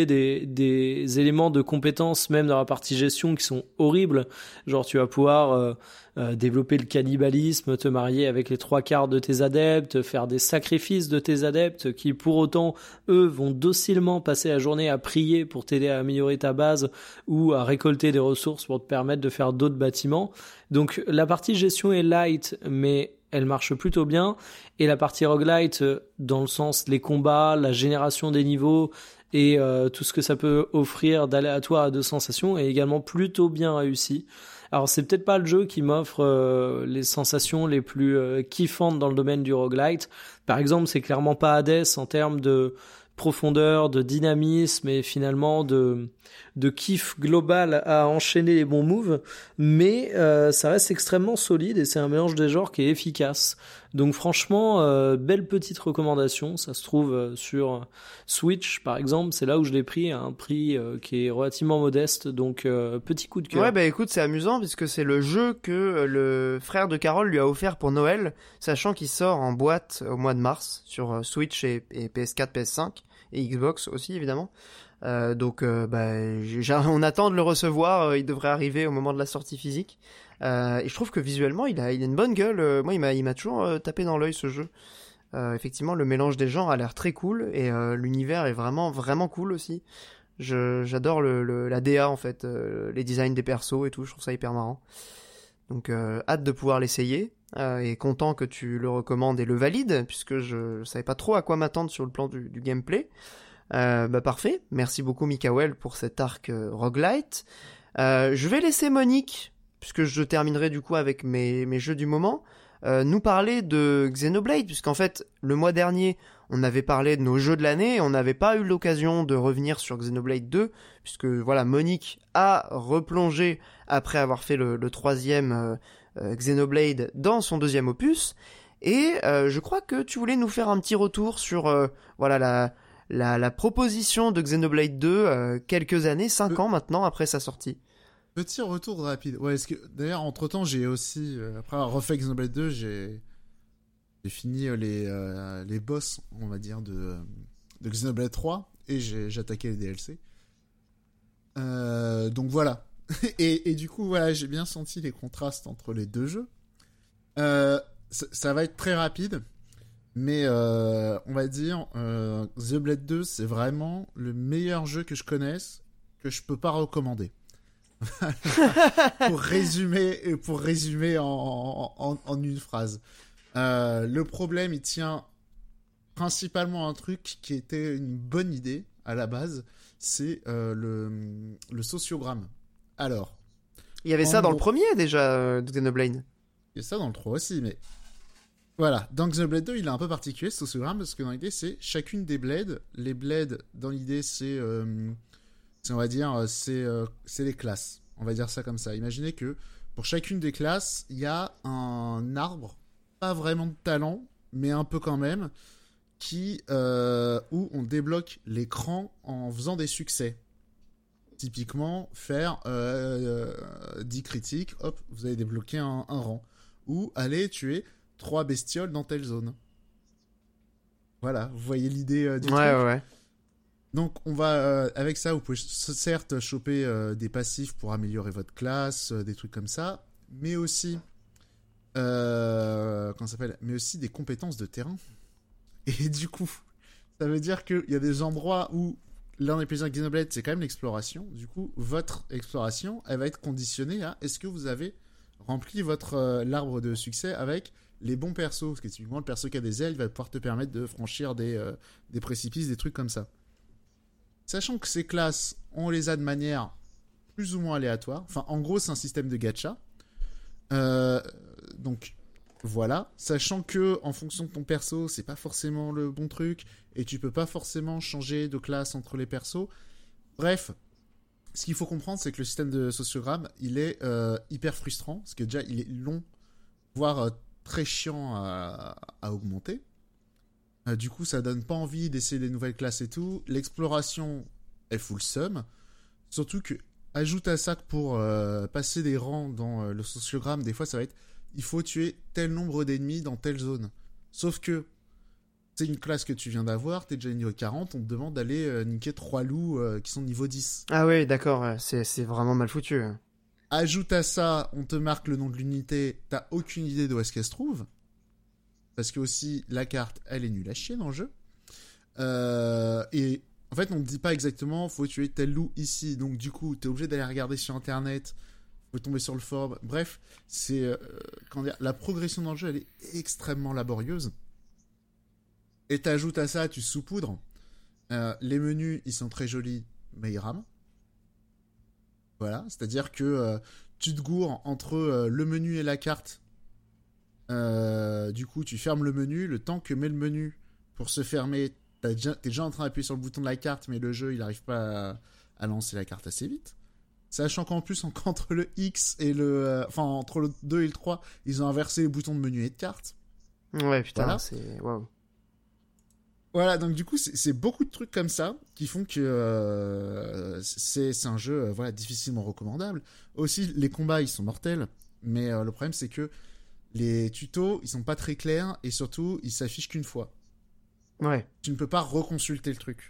des éléments de compétences même dans la partie gestion qui sont horribles, genre tu vas pouvoir développer le cannibalisme, te marier avec les 3/4 de tes adeptes, faire des sacrifices de tes adeptes qui pour autant eux vont docilement passer la journée à prier pour t'aider à améliorer ta base ou à récolter des ressources pour te permettre de faire d'autres bâtiments. Donc la partie gestion est light, mais elle marche plutôt bien, et la partie roguelite, dans le sens les combats, la génération des niveaux et tout ce que ça peut offrir d'aléatoire et de sensations, est également plutôt bien réussi. Alors c'est peut-être pas le jeu qui m'offre les sensations les plus kiffantes dans le domaine du roguelite. Par exemple, c'est clairement pas Hades en termes de profondeur, de dynamisme et finalement de kiff global à enchaîner les bons moves, mais ça reste extrêmement solide et c'est un mélange des genres qui est efficace. Donc franchement, belle petite recommandation, ça se trouve sur Switch par exemple, c'est là où je l'ai pris à un prix qui est relativement modeste, donc petit coup de cœur.
Ouais, écoute, c'est amusant puisque c'est le jeu que le frère de Carole lui a offert pour Noël, sachant qu'il sort en boîte au mois de mars sur Switch et PS4, PS5 et Xbox aussi évidemment. Donc on attend de le recevoir, il devrait arriver au moment de la sortie physique. Et je trouve que visuellement il a une bonne gueule. Moi il m'a toujours tapé dans l'œil ce jeu. Effectivement, le mélange des genres a l'air très cool et l'univers est vraiment vraiment cool aussi. J'adore la DA en fait, les designs des persos et tout, je trouve ça hyper marrant. Donc hâte de pouvoir l'essayer et content que tu le recommandes et le valides, puisque je savais pas trop à quoi m'attendre sur le plan du gameplay. Parfait, merci beaucoup Mikael pour cet arc roguelite. Je vais laisser Monique, puisque je terminerai du coup avec mes jeux du moment, nous parler de Xenoblade, puisqu'en fait le mois dernier on avait parlé de nos jeux de l'année et on n'avait pas eu l'occasion de revenir sur Xenoblade 2, puisque voilà, Monique a replongé après avoir fait le troisième Xenoblade dans son deuxième opus, et je crois que tu voulais nous faire un petit retour sur voilà la proposition de Xenoblade 2 quelques années, 5 ans maintenant après sa sortie.
Petit retour rapide. Ouais, d'ailleurs, entre-temps, j'ai aussi, après avoir refait Xenoblade 2, j'ai fini les boss, on va dire, de Xenoblade 3, et j'ai attaqué les DLC. Donc voilà. et du coup, voilà, j'ai bien senti les contrastes entre les deux jeux. Ça va être très rapide, mais on va dire, Xenoblade 2, c'est vraiment le meilleur jeu que je connaisse, que je peux pas recommander. pour résumer en une phrase. Le problème, il tient principalement à un truc qui était une bonne idée à la base, c'est le sociogramme. Alors,
Il y avait ça dans le premier déjà, de Xenoblade.
il y a ça dans le 3 aussi, mais voilà. Dans Xenoblade 2, il est un peu particulier ce sociogramme parce que dans l'idée, c'est chacune des blades. Les blades, dans l'idée, on va dire, c'est les classes. On va dire ça comme ça. Imaginez que pour chacune des classes, il y a un arbre, pas vraiment de talent, mais un peu quand même, où on débloque l'écran en faisant des succès. Typiquement, faire 10 critiques, hop, vous avez débloqué un rang. Ou aller tuer 3 bestioles dans telle zone. Voilà, vous voyez l'idée du truc.
Ouais.
Donc, on va avec ça, vous pouvez certes choper des passifs pour améliorer votre classe, des trucs comme ça, mais aussi, mais aussi des compétences de terrain. Et du coup, ça veut dire qu'il y a des endroits où l'un des plaisirs de Xenoblade, c'est quand même l'exploration. Du coup, votre exploration, elle va être conditionnée à est-ce que vous avez rempli votre l'arbre de succès avec les bons persos. Parce que typiquement, le perso qui a des ailes, il va pouvoir te permettre de franchir des précipices, des trucs comme ça. Sachant que ces classes, on les a de manière plus ou moins aléatoire. Enfin, en gros, c'est un système de gacha. Donc, voilà. Sachant que, en fonction de ton perso, c'est pas forcément le bon truc. Et tu peux pas forcément changer de classe entre les persos. Bref, ce qu'il faut comprendre, c'est que le système de sociogramme, il est hyper frustrant. Parce que déjà, il est long, voire très chiant à augmenter. Du coup, ça donne pas envie d'essayer des nouvelles classes et tout. L'exploration est full sum. Surtout que, ajoute à ça que pour passer des rangs dans le sociogramme, des fois, ça va être il faut tuer tel nombre d'ennemis dans telle zone. Sauf que c'est une classe que tu viens d'avoir, t'es déjà niveau 40, on te demande d'aller niquer 3 loups qui sont niveau 10.
Ah oui, d'accord, c'est vraiment mal foutu.
Ajoute à ça, on te marque le nom de l'unité, t'as aucune idée d'où est-ce qu'elle se trouve. Parce que aussi, la carte, elle est nulle à chier dans le jeu. Et en fait, on ne te dit pas exactement, faut tuer tel loup ici. Donc du coup, t'es obligé d'aller regarder sur Internet, faut tomber sur le forum. Bref, la progression dans le jeu, elle est extrêmement laborieuse. Et t'ajoutes à ça, tu saupoudres. Les menus, ils sont très jolis, mais ils rament. Voilà, c'est-à-dire que tu te gourres entre le menu et la carte. Du coup, tu fermes le menu. Le temps que met le menu pour se fermer, t'es déjà en train d'appuyer sur le bouton de la carte, mais le jeu, il n'arrive pas à lancer la carte assez vite. Sachant qu'en plus, entre le X et entre le 2 et le 3, ils ont inversé les boutons de menu et de carte.
Ouais, putain,
voilà.
c'est... Waouh.
Voilà, donc du coup, c'est beaucoup de trucs comme ça qui font que c'est un jeu difficilement recommandable. Aussi, les combats, ils sont mortels, mais le problème, c'est que les tutos, ils sont pas très clairs, et surtout, ils s'affichent qu'une fois.
Ouais.
Tu ne peux pas reconsulter le truc.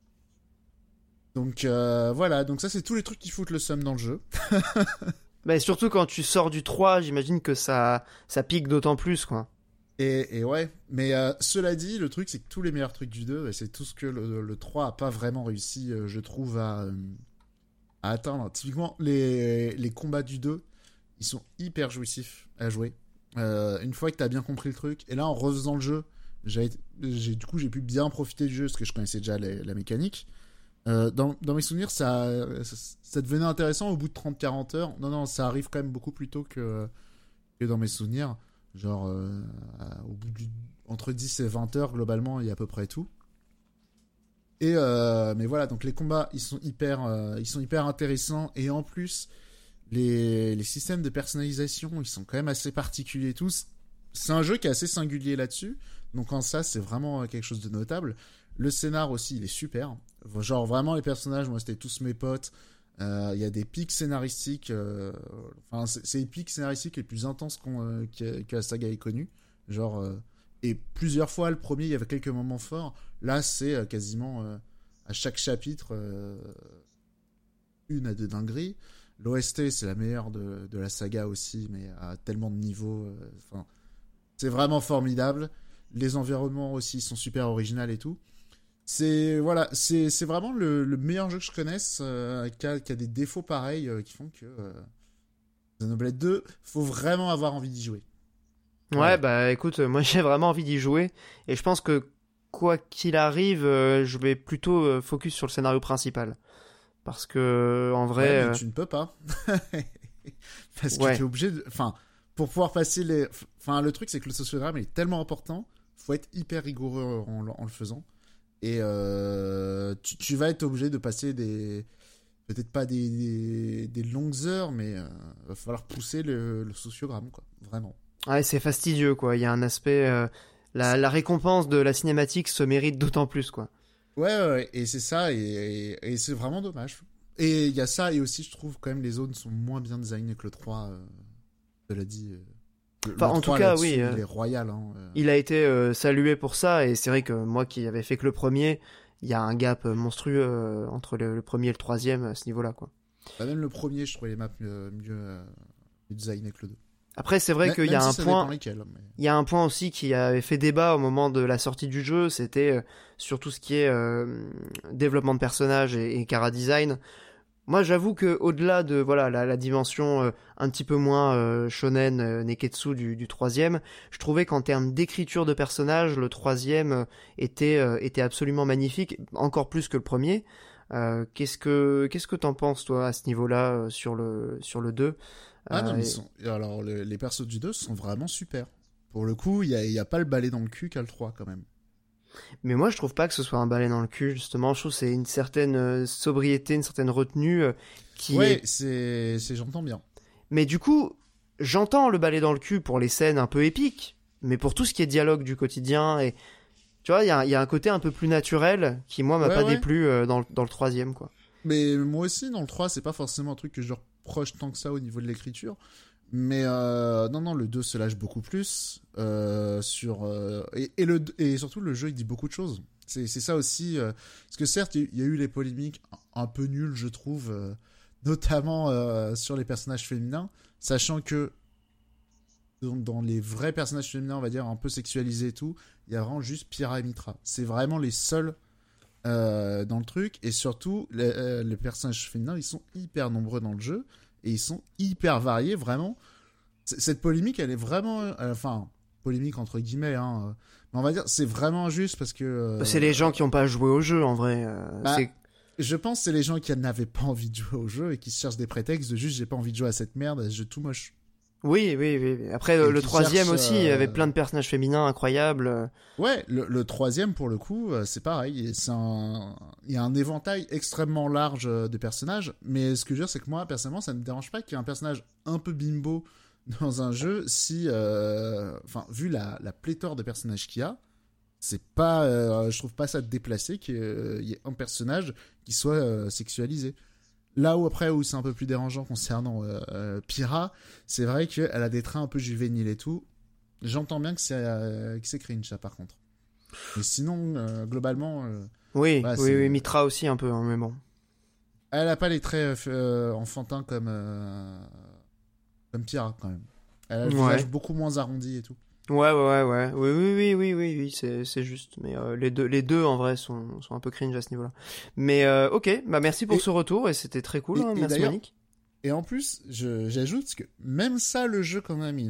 Donc voilà, donc ça, c'est tous les trucs qui foutent le seum dans le jeu.
Bah, et surtout quand tu sors du 3, j'imagine que ça pique d'autant plus, quoi.
Et ouais, mais cela dit, le truc, c'est que tous les meilleurs trucs du 2, c'est tout ce que le 3 a pas vraiment réussi, je trouve, à atteindre. Typiquement, les combats du 2, ils sont hyper jouissifs à jouer. Une fois que t'as bien compris le truc, et là, en refaisant le jeu, du coup, j'ai pu bien profiter du jeu, parce que je connaissais déjà la mécanique. Dans mes souvenirs, ça devenait intéressant au bout de 30-40 heures. Non, ça arrive quand même beaucoup plus tôt que dans mes souvenirs. Genre, au bout entre 10 et 20 heures, globalement, il y a à peu près tout. Et mais voilà, donc les combats, ils sont hyper intéressants. Et en plus, les systèmes de personnalisation, ils sont quand même assez particuliers tous. C'est un jeu qui est assez singulier là-dessus. Donc en ça, c'est vraiment quelque chose de notable. Le scénar aussi, il est super. Genre vraiment, les personnages, moi, c'était tous mes potes. Il y a des pics scénaristiques. C'est les pics scénaristiques les plus intenses que la saga ait connu. Genre, et plusieurs fois, le premier, il y avait quelques moments forts. Là, c'est quasiment à chaque chapitre une à deux dingueries. L'OST, c'est la meilleure de la saga aussi, mais à tellement de niveaux. C'est vraiment formidable. Les environnements aussi sont super originaux et tout. voilà, c'est vraiment le meilleur jeu que je connaisse qui a des défauts pareils qui font que Xenoblade 2, faut vraiment avoir envie d'y jouer.
Ouais,
Voilà.
bah écoute, moi j'ai vraiment envie d'y jouer et je pense que quoi qu'il arrive, je vais plutôt focus sur le scénario principal parce que en vrai,
Ouais, mais tu ne peux pas. Parce que
ouais.
tu es obligé de. Enfin, pour pouvoir passer les. Enfin, le truc, c'est que le sociogramme il est tellement important, faut être hyper rigoureux en le faisant. Et tu vas être obligé de passer des. Peut-être pas des longues heures, mais va falloir pousser le sociogramme, quoi. Vraiment.
Ouais, c'est fastidieux quoi. Il y a un aspect, la récompense de la cinématique se mérite d'autant plus quoi.
Ouais, et c'est ça, et c'est vraiment dommage. Et il y a ça, et aussi, je trouve quand même les zones sont moins bien designées que le 3. Je l'ai dit.
Enfin, en tout
3,
cas,
là-dessus,
oui.
il est royal. Hein.
Il a été salué pour ça et c'est vrai que moi qui avais fait que le premier, il y a un gap monstrueux entre le premier et le troisième à ce niveau-là quoi.
Bah, même le premier, je trouvais les maps mieux designées que le 2.
Après, c'est vrai qu'il y
Même
a
si
un
ça
point.
dépend lesquels, mais...
Il y a un point aussi qui avait fait débat au moment de la sortie du jeu, c'était sur tout ce qui est développement de personnages et chara design. Moi, j'avoue que au-delà de voilà la dimension un petit peu moins shonen neketsu du troisième, je trouvais qu'en termes d'écriture de personnages, le troisième était absolument magnifique, encore plus que le premier. Qu'est-ce que t'en penses toi à ce niveau-là sur le 2?
Ah non, mais alors les persos du 2 sont vraiment super. Pour le coup, il y a pas le balai dans le cul qu'à le 3 quand même.
Mais moi, je trouve pas que ce soit un balai dans le cul, justement. Je trouve que c'est une certaine sobriété, une certaine retenue qui
Ouais,
est...
j'entends bien.
Mais du coup, j'entends le balai dans le cul pour les scènes un peu épiques, mais pour tout ce qui est dialogue du quotidien, et tu vois, il y a un côté un peu plus naturel qui, moi, m'a pas déplu dans le troisième, quoi.
Mais moi aussi, dans le 3, c'est pas forcément un truc que je reproche tant que ça au niveau de l'écriture. Mais non, le 2 se lâche beaucoup plus. Et surtout, le jeu, il dit beaucoup de choses. C'est ça aussi. Parce que certes, il y a eu les polémiques un peu nulles, je trouve, notamment sur les personnages féminins, sachant que dans les vrais personnages féminins, on va dire, un peu sexualisés et tout, il y a vraiment juste Pyra et Mitra. C'est vraiment les seuls dans le truc. Et surtout, les personnages féminins, ils sont hyper nombreux dans le jeu. Et ils sont hyper variés, vraiment. Cette polémique, elle est vraiment... enfin, polémique entre guillemets, hein. Mais on va dire, c'est vraiment injuste parce que...
C'est les gens qui ont pas joué au jeu, en vrai.
Je pense que c'est les gens qui n'avaient pas envie de jouer au jeu et qui se cherchent des prétextes de juste j'ai pas envie de jouer à cette merde, à ce jeu tout moche.
Oui. Après, le troisième aussi, il y avait plein de personnages féminins incroyables.
Ouais, le troisième, pour le coup, c'est pareil. Il y a un éventail extrêmement large de personnages, mais ce que je veux dire, c'est que moi, personnellement, ça ne me dérange pas qu'il y ait un personnage un peu bimbo dans un jeu si... Enfin, vu la pléthore de personnages qu'il y a, c'est pas... je trouve pas ça déplacé qu'il y ait un personnage qui soit sexualisé. Là où après où c'est un peu plus dérangeant concernant Pyra, c'est vrai qu'elle a des traits un peu juvéniles et tout. J'entends bien que c'est cringe ça par contre. Mais sinon globalement
Oui,
voilà,
oui, Mitra aussi un peu, hein, mais bon.
Elle a pas les traits enfantins comme Pyra quand même. Elle a le visage beaucoup moins arrondi et tout.
Ouais. Oui, c'est juste. Mais les deux en vrai sont un peu cringe à ce niveau-là. Mais ok, bah merci pour ce retour et c'était très cool. Merci Monique.
Et en plus, j'ajoute que même ça, le jeu quand même,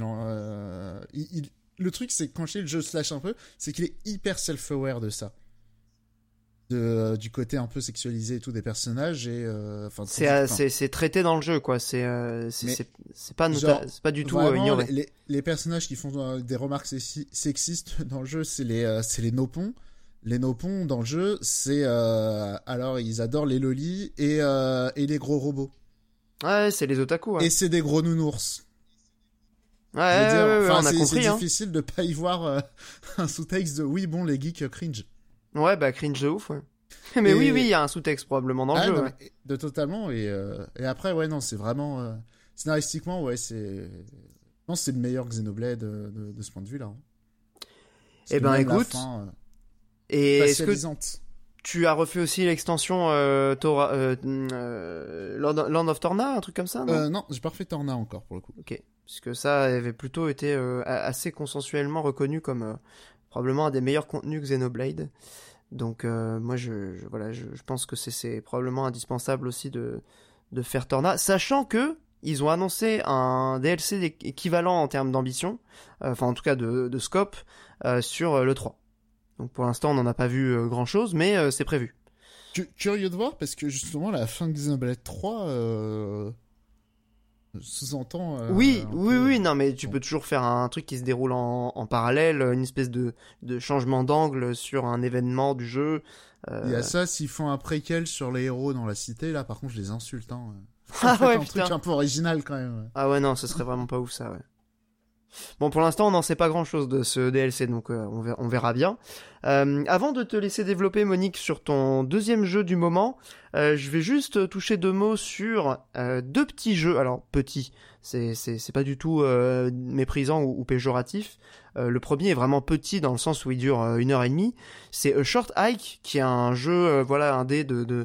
le truc c'est que quand je dis le jeu se lâche un peu, c'est qu'il est hyper self-aware de ça. Du côté un peu sexualisé et tout des personnages et
c'est traité dans le jeu quoi, c'est pas du tout ignoré.
Les personnages qui font des remarques sexistes dans le jeu, c'est les nopons. Les nopons dans le jeu, c'est alors ils adorent les lolis et les gros robots.
Ouais, c'est les otaku. Ouais.
Et c'est des gros nounours.
Ouais, on a compris.
C'est difficile de pas y voir un sous-texte de oui bon les geeks cringe.
Ouais, bah cringe de ouf, ouais. Mais oui, il y a un sous-texte probablement dans le jeu.
Non,
ouais.
De totalement, et après, ouais, non, c'est vraiment... scénaristiquement, ouais, je pense que c'est le meilleur Xenoblade de ce point de vue-là. Hein.
Eh ben, écoute... et est-ce que tu as refait aussi l'extension Land of Torna, un truc comme ça, non
non, j'ai pas refait Torna encore, pour le coup.
Ok, puisque ça avait plutôt été assez consensuellement reconnu comme... probablement un des meilleurs contenus Xenoblade. Donc moi voilà, je pense que c'est probablement indispensable aussi de faire Torna, sachant que ils ont annoncé un DLC équivalent en termes d'ambition, enfin en tout cas de scope, sur le 3. Donc pour l'instant on n'en a pas vu grand chose, mais c'est prévu.
Curieux de voir, parce que justement la fin de Xenoblade 3 sous-entend...
oui, non mais tu peux toujours faire un truc qui se déroule en parallèle, une espèce de changement d'angle sur un événement du jeu.
Il y a ça, s'ils font un préquel sur les héros dans la cité, là par contre je les insulte.
Ah ouais,
un truc un peu original quand même.
Ah ouais, non, ce serait vraiment pas ouf ça, ouais. Bon, pour l'instant, on n'en sait pas grand-chose de ce DLC, donc on verra bien. Avant de te laisser développer, Monique, sur ton deuxième jeu du moment, je vais juste toucher 2 mots sur 2 petits jeux. Alors, petits, c'est pas du tout méprisant ou péjoratif. Le premier est vraiment petit dans le sens où il dure 1h30. C'est A Short Hike, qui est un jeu, indé de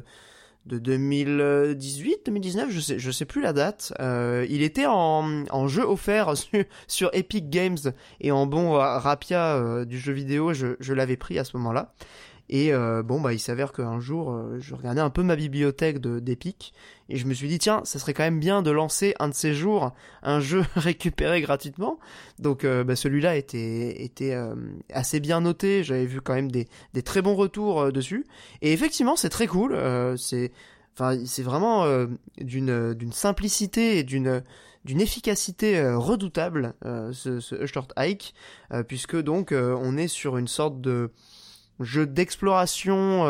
2018, 2019, je sais plus la date. Il était en jeu offert sur Epic Games et en bon rapia du jeu vidéo, je l'avais pris à ce moment-là. Et il s'avère qu'un jour, je regardais un peu ma bibliothèque d'Epic et je me suis dit tiens, ça serait quand même bien de lancer un de ces jours un jeu récupéré gratuitement. Donc celui-là était assez bien noté. J'avais vu quand même des très bons retours dessus. Et effectivement, c'est très cool. C'est vraiment d'une simplicité et d'une efficacité redoutable ce A Short Hike, puisque donc on est sur une sorte de jeu d'exploration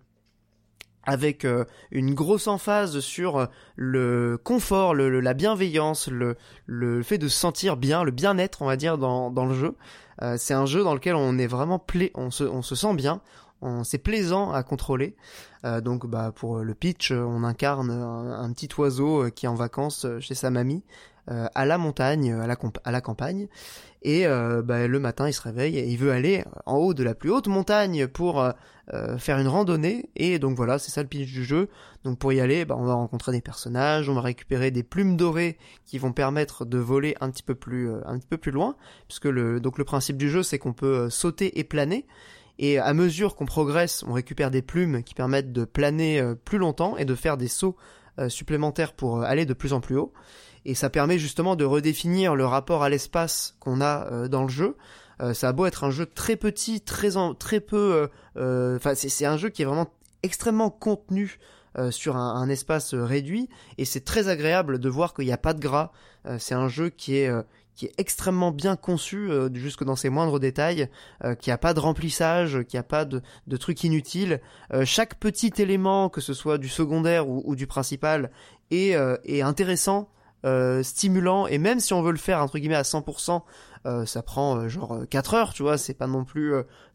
avec une grosse emphase sur le confort, la bienveillance, le fait de se sentir bien, le bien-être, on va dire, dans le jeu. C'est un jeu dans lequel on est vraiment on se sent bien, c'est plaisant à contrôler. Donc pour le pitch, on incarne un petit oiseau qui est en vacances chez sa mamie, à la montagne, à la campagne. Et le matin, il se réveille et il veut aller en haut de la plus haute montagne pour faire une randonnée. Et donc voilà, c'est ça le pitch du jeu. Donc pour y aller, on va rencontrer des personnages, on va récupérer des plumes dorées qui vont permettre de voler un petit peu plus loin, puisque le principe du jeu, c'est qu'on peut sauter et planer. Et à mesure qu'on progresse, on récupère des plumes qui permettent de planer plus longtemps et de faire des sauts supplémentaires pour aller de plus en plus haut. Et ça permet justement de redéfinir le rapport à l'espace qu'on a dans le jeu. Ça a beau être un jeu très petit, très peu... c'est un jeu qui est vraiment extrêmement contenu sur un espace réduit. Et c'est très agréable de voir qu'il n'y a pas de gras. C'est un jeu qui est extrêmement bien conçu, jusque dans ses moindres détails, qui a pas de remplissage, qui a pas de trucs inutiles. Chaque petit élément, que ce soit du secondaire ou du principal, est intéressant, stimulant, et même si on veut le faire entre guillemets à 100%, ça prend 4 heures, tu vois. C'est pas non plus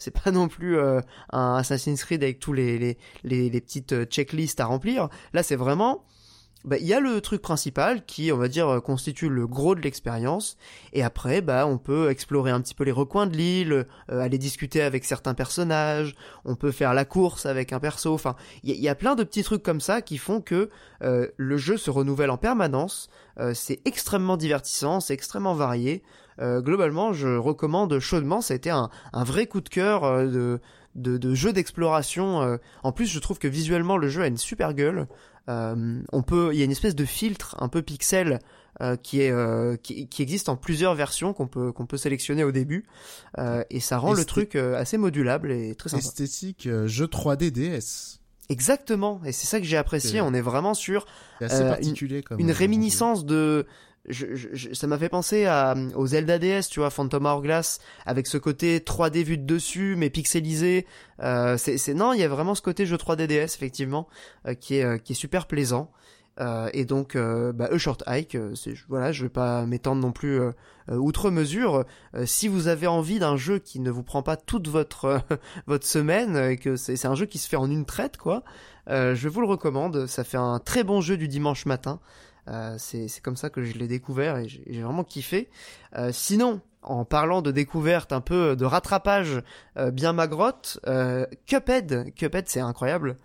un Assassin's Creed avec tous les petites checklists à remplir. Là, c'est vraiment... il y a le truc principal qui, on va dire, constitue le gros de l'expérience, et après, on peut explorer un petit peu les recoins de l'île, aller discuter avec certains personnages, on peut faire la course avec un perso, enfin, il y a plein de petits trucs comme ça qui font que le jeu se renouvelle en permanence, c'est extrêmement divertissant, c'est extrêmement varié, globalement, je recommande chaudement, ça a été un vrai coup de cœur de jeu d'exploration. En plus, je trouve que visuellement, le jeu a une super gueule. Il y a une espèce de filtre un peu pixel qui existe en plusieurs versions qu'on peut sélectionner au début, et ça rend le truc assez modulable et très sympa.
Esthétique jeu 3D DS.
Exactement, et c'est ça que j'ai apprécié. On est vraiment sur
assez particulier
une réminiscence de... ça m'a fait penser aux Zelda DS, tu vois, Phantom Hourglass, avec ce côté 3D vu de dessus, mais pixelisé. Non, il y a vraiment ce côté jeu 3D DS, effectivement, qui est super plaisant. Et donc, A Short Hike, je vais pas m'étendre non plus outre mesure. Si vous avez envie d'un jeu qui ne vous prend pas toute votre semaine, et que c'est un jeu qui se fait en une traite, quoi, je vous le recommande. Ça fait un très bon jeu du dimanche matin. C'est comme ça que je l'ai découvert et j'ai vraiment kiffé. Sinon, en parlant de découverte, un peu de rattrapage bien magrotte, Cuphead, c'est incroyable.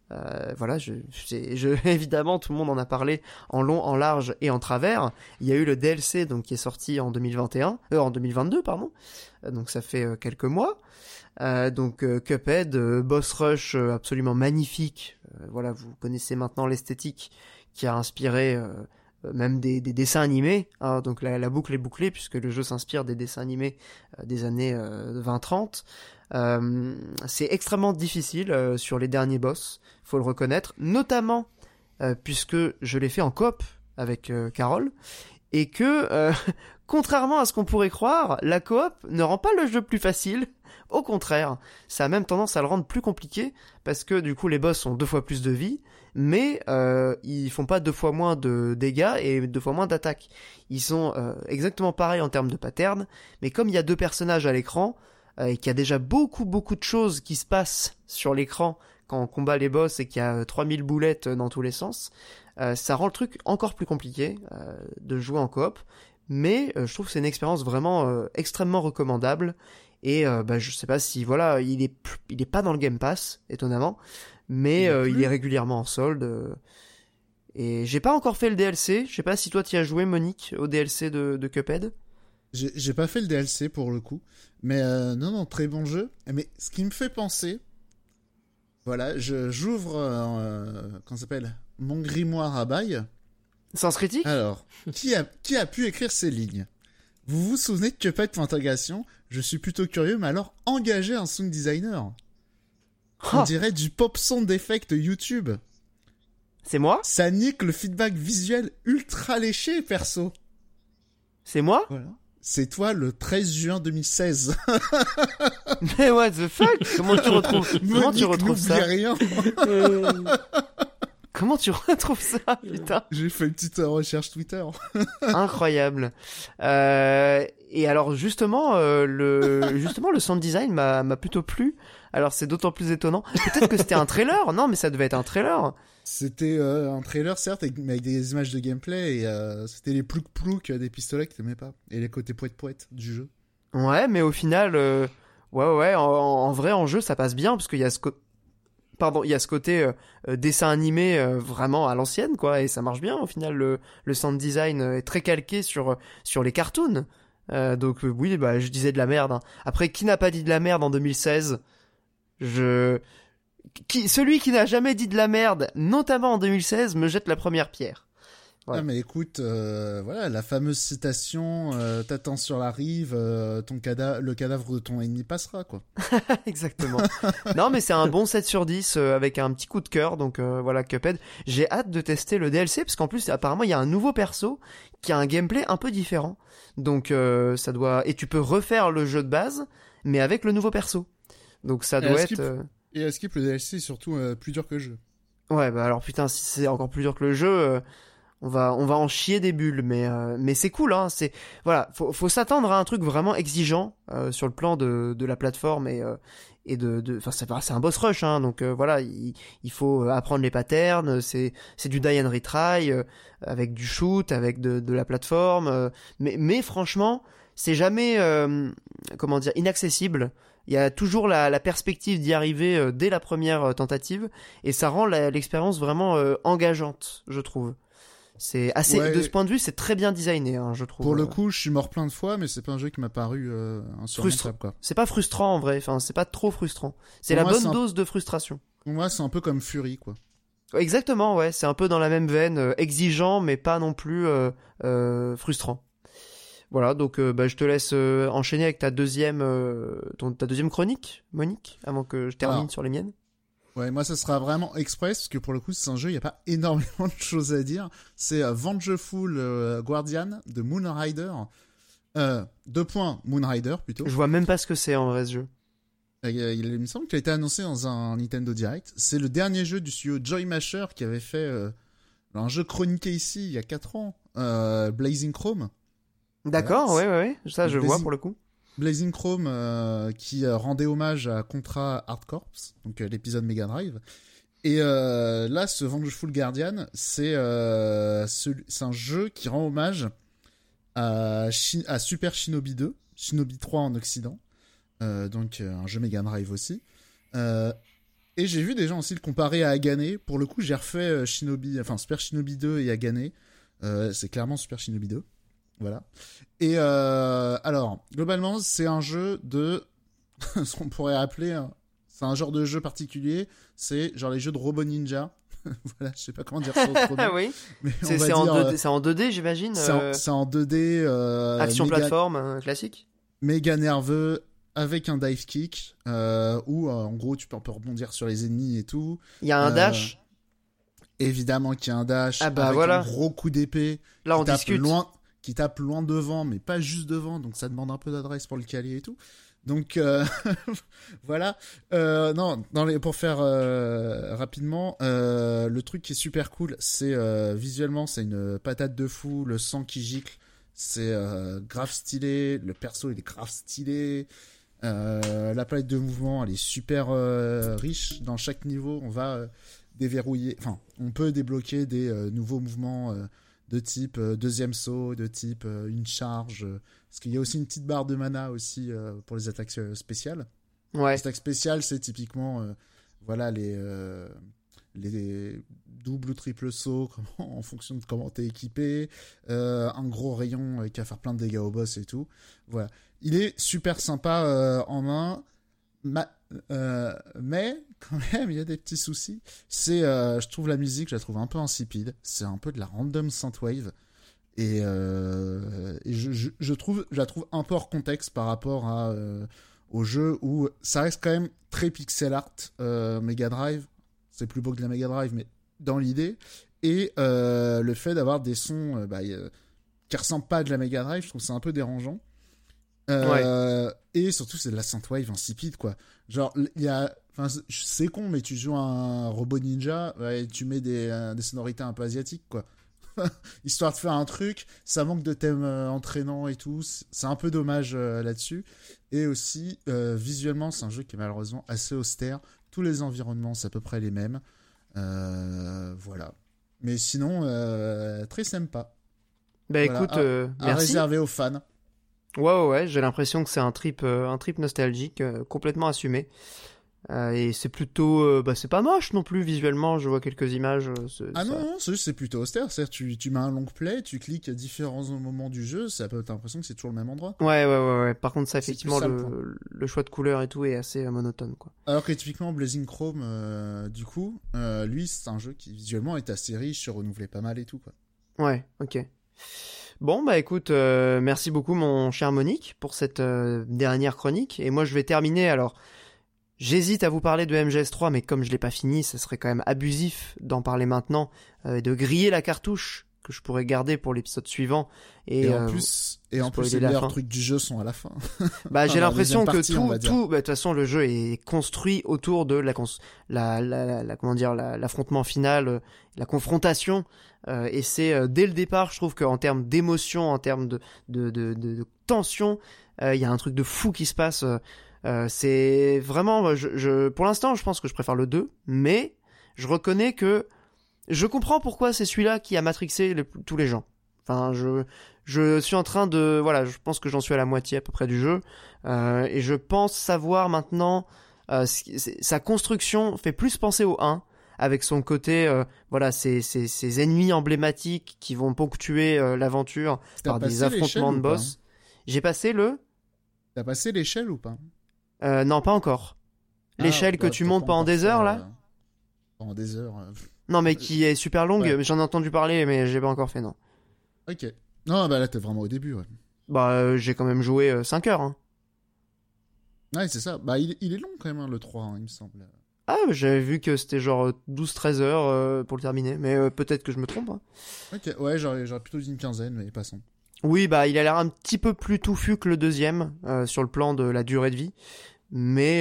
Évidemment, tout le monde en a parlé en long, en large et en travers. Il y a eu le DLC donc qui est sorti en 2022, pardon. Donc ça fait quelques mois. Donc Cuphead, boss rush absolument magnifique. Voilà, vous connaissez maintenant l'esthétique qui a inspiré même des dessins animés. Hein, donc la boucle est bouclée puisque le jeu s'inspire des dessins animés des années 20-30. C'est extrêmement difficile sur les derniers boss, faut le reconnaître, notamment puisque je l'ai fait en coop avec Carole, et que, contrairement à ce qu'on pourrait croire, la coop ne rend pas le jeu plus facile. Au contraire, ça a même tendance à le rendre plus compliqué, parce que du coup les boss ont 2 fois plus de vie, mais ils font pas 2 fois moins de dégâts et 2 fois moins d'attaques. Ils sont exactement pareils en termes de pattern, mais comme il y a 2 personnages à l'écran, et qu'il y a déjà beaucoup de choses qui se passent sur l'écran quand on combat les boss et qu'il y a 3000 boulettes dans tous les sens, ça rend le truc encore plus compliqué de jouer en coop, mais je trouve que c'est une expérience vraiment extrêmement recommandable. Et je sais pas si voilà, il est pas dans le Game Pass étonnamment, mais il est régulièrement en solde. Et j'ai pas encore fait le DLC. Je sais pas si toi t'y as joué, Monique, au DLC de Cuphead.
J'ai pas fait le DLC pour le coup, mais non, très bon jeu. Mais ce qui me fait penser, voilà, j'ouvre comment ça s'appelle, mon grimoire à bail.
Sens critique.
Alors, qui a pu écrire ces lignes? Vous vous souvenez de Cuphead Fantasmation? Je suis plutôt curieux, mais alors engagez un sound designer. On dirait du pop sound effect YouTube.
C'est moi?
Ça nique le feedback visuel ultra léché, perso.
C'est moi?
Voilà. C'est toi le 13 juin 2016.
Mais what the fuck? Comment tu retrouves ça?
Rien.
Comment tu retrouves ça, putain?
J'ai fait une petite recherche Twitter.
Incroyable. Et alors justement, le sound design m'a plutôt plu. Alors c'est d'autant plus étonnant. Peut-être que c'était un trailer. Non, mais ça devait être un trailer.
C'était un trailer, certes, mais avec des images de gameplay, et c'était les plouc-plouc des pistolets que t'aimais pas. Et les côtés poète-poète du jeu.
Ouais, mais au final, en vrai, en jeu, ça passe bien, parce qu'il y a ce côté dessin animé vraiment à l'ancienne, quoi, et ça marche bien, au final, le sound design est très calqué sur les cartoons. Donc oui, je disais de la merde. Hein. Après, qui n'a pas dit de la merde en 2016 ? Celui qui n'a jamais dit de la merde, notamment en 2016, me jette la première pierre. Voilà.
Ah mais écoute, voilà, la fameuse citation, t'attends sur la rive, le cadavre de ton ennemi passera, quoi.
Exactement. Non mais c'est un bon 7 sur 10 avec un petit coup de cœur, donc voilà, Cuphead. J'ai hâte de tester le DLC, parce qu'en plus, apparemment, il y a un nouveau perso qui a un gameplay un peu différent. Donc ça doit... Et tu peux refaire le jeu de base, mais avec le nouveau perso. Donc ça doit être...
Et à Skip, le DLC est surtout plus dur que le jeu.
Ouais, bah alors putain, si c'est encore plus dur que le jeu, on va en chier des bulles, mais c'est cool, hein. C'est voilà, faut s'attendre à un truc vraiment exigeant sur le plan de la plateforme et enfin c'est un boss rush, hein. Donc voilà, il faut apprendre les patterns. C'est du die and retry avec du shoot, avec de la plateforme. Mais franchement, c'est jamais comment dire, inaccessible. Il y a toujours la perspective d'y arriver dès la première tentative, et ça rend l'expérience vraiment engageante, je trouve. C'est assez, de ce point de vue, c'est très bien designé, hein, je trouve.
Pour le coup, je suis mort plein de fois, mais c'est pas un jeu qui m'a paru insurmontable, quoi.
C'est pas frustrant en vrai, enfin, c'est pas trop frustrant. C'est la bonne dose de frustration.
Pour moi, c'est un peu comme Fury, quoi.
Exactement, ouais, c'est un peu dans la même veine, exigeant, mais pas non plus frustrant. Voilà, donc je te laisse enchaîner avec ta deuxième chronique, Monique, avant que je termine sur les miennes.
Ouais, moi ça sera vraiment express, parce que pour le coup c'est un jeu, il n'y a pas énormément de choses à dire. C'est Vengeful Guardian de Moonrider. Moonrider plutôt.
Je vois même pas ce que c'est en vrai ce jeu.
Il me semble qu'il a été annoncé dans un Nintendo Direct. C'est le dernier jeu du studio Joy Masher qui avait fait un jeu chroniqué ici il y a 4 ans, Blazing Chrome.
D'accord, ouais, ça je vois pour le coup.
Blazing Chrome qui rendait hommage à Contra Hard Corps, donc l'épisode Mega Drive. Et là, ce Vengeful Guardian, c'est un jeu qui rend hommage à Super Shinobi 2, Shinobi 3 en Occident, donc un jeu Mega Drive aussi. Et j'ai vu des gens aussi le comparer à Agane. Pour le coup, j'ai refait Super Shinobi 2 et Agane. C'est clairement Super Shinobi 2. Voilà. Et alors, globalement, c'est un jeu de ce qu'on pourrait appeler, c'est un genre de jeu particulier, c'est genre les jeux de Robo Ninja. Voilà, je sais pas comment dire ça autrement.
Oui.
Mais
C'est en 2D, j'imagine.
c'est en 2D.
Action
méga,
plateforme classique.
méga nerveux, avec un dive kick, où en gros tu peux un peu rebondir sur les ennemis et tout.
Il y a un dash.
Évidemment qu'il y a un dash,
Ah bah
avec
voilà.
un gros coup d'épée.
Là, on
qui tape
discute.
qui tape loin devant, mais pas juste devant, donc ça demande un peu d'adresse pour le caler et tout. Donc voilà. Non, pour faire rapidement, le truc qui est super cool, c'est visuellement, c'est une patate de fou, le sang qui gicle, c'est grave stylé, le perso il est grave stylé, la palette de mouvements elle est super riche. Dans chaque niveau, on va déverrouiller, enfin, on peut débloquer des nouveaux mouvements de type deuxième saut, de type une charge, parce qu'il y a aussi une petite barre de mana aussi pour les attaques spéciales.
Ouais.
Les attaques spéciales, c'est typiquement voilà les doubles ou triples sauts en fonction de comment t'es équipé, un gros rayon qui va faire plein de dégâts au boss et tout. Voilà, il est super sympa en main. Mais quand même il y a des petits soucis. C'est je trouve la musique, je la trouve un peu insipide, c'est un peu de la random synthwave et je la trouve un peu hors contexte par rapport au jeu, où ça reste quand même très pixel art. Mega Drive, c'est plus beau que la Mega Drive, mais dans l'idée, et le fait d'avoir des sons qui ressemblent pas à de la Mega Drive, je trouve ça un peu dérangeant. Et surtout c'est de la synthwave insipide, quoi. Genre il y a, enfin c'est con, mais tu joues un Robo Ninja et tu mets des sonorités un peu asiatiques, quoi. Histoire de faire un truc, ça manque de thèmes entraînants et tout, c'est un peu dommage là-dessus. Et aussi visuellement c'est un jeu qui est malheureusement assez austère, tous les environnements c'est à peu près les mêmes, voilà. Mais sinon très sympa.
Bah
voilà,
écoute,
à
merci.
réserver aux fans.
Ouais, j'ai l'impression que c'est un trip nostalgique complètement assumé. Et c'est plutôt, c'est pas moche non plus visuellement. Je vois quelques images.
Non, c'est plutôt austère. C'est-à-dire, tu mets un long play, tu cliques à différents moments du jeu, ça peut, t'as l'impression que c'est toujours le même endroit.
Ouais. Par contre, ça,
C'est
effectivement,
plus ça,
le choix de couleurs et tout est assez monotone, quoi.
Alors que typiquement Blazing Chrome, du coup, lui, c'est un jeu qui visuellement est assez riche, se renouvelait pas mal et tout, quoi.
Ouais, ok. Bon, bah écoute, merci beaucoup mon cher Monique pour cette dernière chronique. Et moi je vais terminer, alors j'hésite à vous parler de MGS3, mais comme je l'ai pas fini, ça serait quand même abusif d'en parler maintenant, de griller la cartouche que je pourrais garder pour l'épisode suivant. Et en plus
les meilleurs trucs du jeu sont à la fin.
Bah j'ai l'impression que
partie,
de toute façon le jeu est construit autour de l'affrontement final, la confrontation, et c'est dès le départ, je trouve qu'en termes d'émotion, en termes de tension, il y a un truc de fou qui se passe. C'est vraiment, pour l'instant, je pense que je préfère le 2, mais je reconnais que je comprends pourquoi c'est celui-là qui a matrixé tous les gens. Enfin, je suis en train de, voilà, je pense que j'en suis à la moitié à peu près du jeu, et je pense savoir maintenant, sa construction fait plus penser au 1, avec son côté, ces ennemis emblématiques qui vont ponctuer l'aventure par des affrontements de boss. J'ai passé
T'as passé l'échelle ou pas?
Non, pas encore. L'échelle que tu montes pendant des heures, là?
Pendant des heures.
Non, mais qui est super longue,
ouais.
J'en ai entendu parler, mais j'ai pas encore fait, non.
Ok. Non, bah là, t'es vraiment au début, ouais.
Bah, j'ai quand même joué 5 heures, hein.
Ouais, c'est ça. Bah, il est long quand même, hein, le 3, hein, il me semble.
Ah, j'avais vu que c'était genre 12-13 heures pour le terminer, mais peut-être que je me trompe, hein.
Ok, ouais, j'aurais plutôt dit une quinzaine, mais passons.
Oui, bah, il a l'air un petit peu plus touffu que le deuxième, sur le plan de la durée de vie. Mais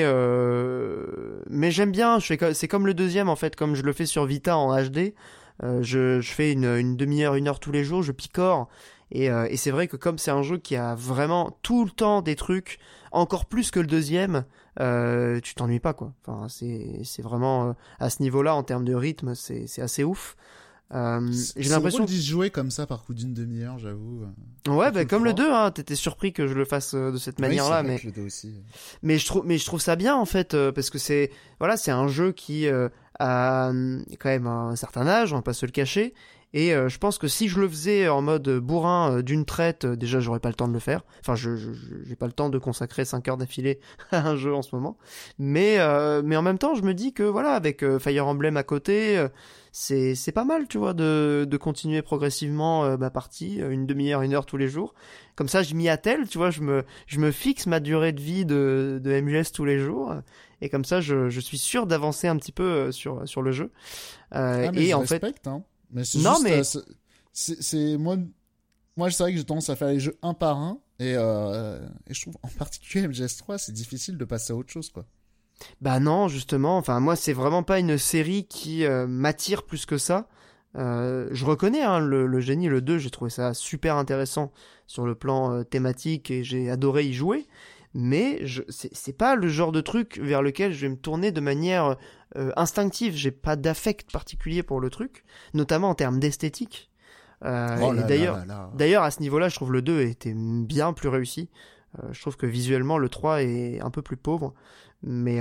j'aime bien, c'est comme le deuxième, en fait, comme je le fais sur Vita en HD. Je fais une demi-heure, 1 heure tous les jours, je picore. Et c'est vrai que comme c'est un jeu qui a vraiment tout le temps des trucs, encore plus que le deuxième, tu t'ennuies pas, quoi. Enfin, c'est vraiment, à ce niveau-là, en termes de rythme, c'est assez ouf. J'ai l'impression
d'y jouer comme ça par coup d'une demi-heure, j'avoue.
Ouais, bah comme le 2, hein, t'étais surpris que je le fasse de cette manière-là, mais
le 2 aussi.
Mais je trouve ça bien en fait, parce que c'est un jeu qui a quand même un certain âge, on va pas se le cacher, Et je pense que si je le faisais en mode bourrin d'une traite, déjà j'aurais pas le temps de le faire. Enfin, j'ai pas le temps de consacrer 5 heures d'affilée à un jeu en ce moment. Mais en même temps, je me dis que voilà, avec Fire Emblem à côté, c'est pas mal, tu vois, de continuer progressivement ma partie, une demi-heure, 1 heure tous les jours. Comme ça, je m'y attelle, tu vois, je me fixe ma durée de vie de MGS tous les jours. Et comme ça, je suis sûr d'avancer un petit peu sur le jeu.
Mais
et
je
en
respecte, hein. Mais c'est
Non,
juste,
mais-
c'est moi, c'est vrai que j'ai tendance à faire les jeux un par un, et je trouve en particulier MGS3, c'est difficile de passer à autre chose, quoi.
Bah non, justement. Enfin, moi, c'est vraiment pas une série qui m'attire plus que ça. Je reconnais hein, le génie, le 2, j'ai trouvé ça super intéressant sur le plan thématique et j'ai adoré y jouer. Mais c'est pas le genre de truc vers lequel je vais me tourner de manière instinctive. J'ai pas d'affect particulier pour le truc, notamment en termes d'esthétique.
Oh
Et
là
d'ailleurs,
là là là.
d'ailleurs, à ce niveau-là, je trouve le 2 était bien plus réussi. Je trouve que visuellement, le 3 est un peu plus pauvre. Mais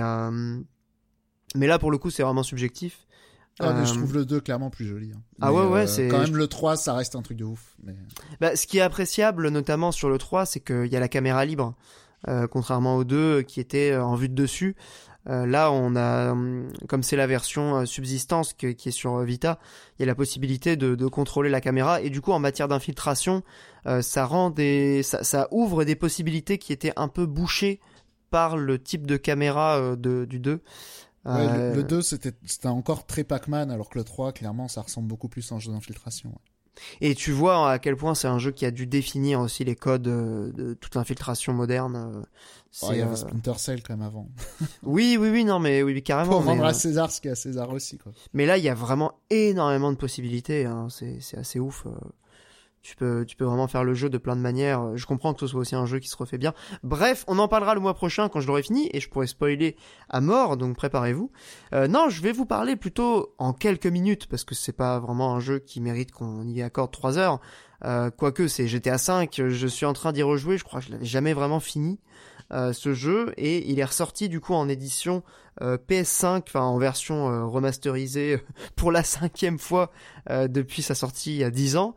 là, pour le coup, c'est vraiment subjectif.
Mais je trouve le 2 clairement plus joli. Hein.
Ah
Mais,
ouais, c'est...
Quand même, le 3, ça reste un truc de ouf. Mais...
Bah, ce qui est appréciable, notamment sur le 3, c'est qu'il y a la caméra libre. Contrairement aux 2 qui étaient en vue de dessus. Là, on a, comme c'est la version subsistance qui est sur Vita, il y a la possibilité de contrôler la caméra. Et du coup, en matière d'infiltration, ça ouvre des possibilités qui étaient un peu bouchées par le type de caméra du 2.
Ouais, le 2, c'était encore très Pac-Man, alors que le 3, clairement, ça ressemble beaucoup plus à un jeu d'infiltration. Ouais.
Et tu vois à quel point c'est un jeu qui a dû définir aussi les codes de toute l'infiltration moderne.
Il y avait Splinter Cell quand même avant.
Oui, non, mais oui, carrément.
Pour rendre à César ce qu'il y a à César aussi, quoi.
Mais là, il y a vraiment énormément de possibilités. Hein. C'est assez ouf. Tu peux vraiment faire le jeu de plein de manières. Je comprends que ce soit aussi un jeu qui se refait bien. Bref, on en parlera le mois prochain quand je l'aurai fini et je pourrai spoiler à mort, donc préparez-vous. Non, je vais vous parler plutôt en quelques minutes parce que c'est pas vraiment un jeu qui mérite qu'on y accorde 3 heures. Quoique c'est GTA V, je suis en train d'y rejouer, je crois que je l'avais jamais vraiment fini ce jeu et il est ressorti du coup en édition PS5, enfin en version remasterisée pour la 5e fois depuis sa sortie il y a 10 ans.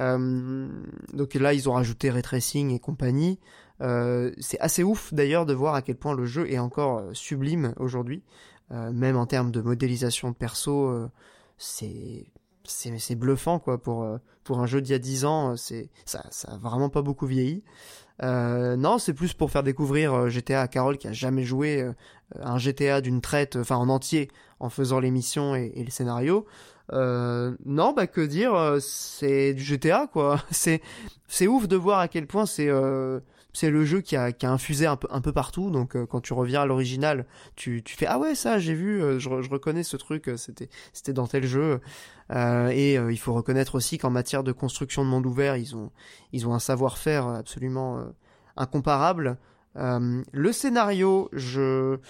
Donc là ils ont rajouté ray tracing et compagnie. C'est assez ouf d'ailleurs de voir à quel point le jeu est encore sublime aujourd'hui, même en termes de modélisation de perso. C'est bluffant quoi pour un jeu d'il y a 10 ans. Ça a vraiment pas beaucoup vieilli. Non, c'est plus pour faire découvrir GTA à Carole qui a jamais joué un GTA d'une traite, enfin en entier, en faisant les missions et le scénario. Non, bah que dire, c'est du GTA quoi. C'est ouf de voir à quel point c'est le jeu qui a infusé un peu partout. Donc quand tu reviens à l'original, tu fais ah ouais ça j'ai vu, je reconnais ce truc, c'était dans tel jeu. Et il faut reconnaître aussi qu'en matière de construction de monde ouvert, ils ont un savoir-faire absolument incomparable. Le scénario, je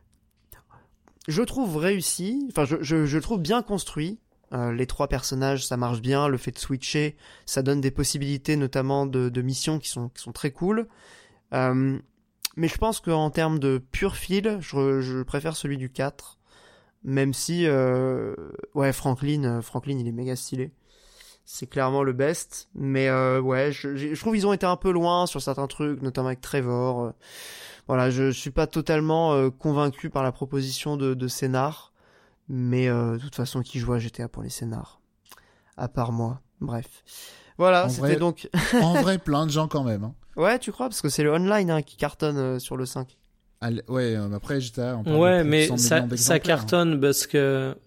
trouve réussi, enfin je le trouve bien construit. Les 3 personnages, ça marche bien. Le fait de switcher, ça donne des possibilités, notamment de missions qui sont très cool. Mais je pense qu'en termes de pur fil, je préfère celui du 4. Même si, ouais, Franklin, il est méga stylé. C'est clairement le best. Mais ouais, je trouve qu'ils ont été un peu loin sur certains trucs, notamment avec Trevor. Voilà, je suis pas totalement convaincu par la proposition de scénar. Mais de toute façon, qui joue à GTA pour les scénars? À part moi. Bref. Voilà, c'était donc...
En vrai, plein de gens quand même. Hein.
Ouais, tu crois? Parce que c'est le online hein, qui cartonne sur le 5.
Ouais, après GTA...
Ouais, mais ça cartonne hein. Parce que...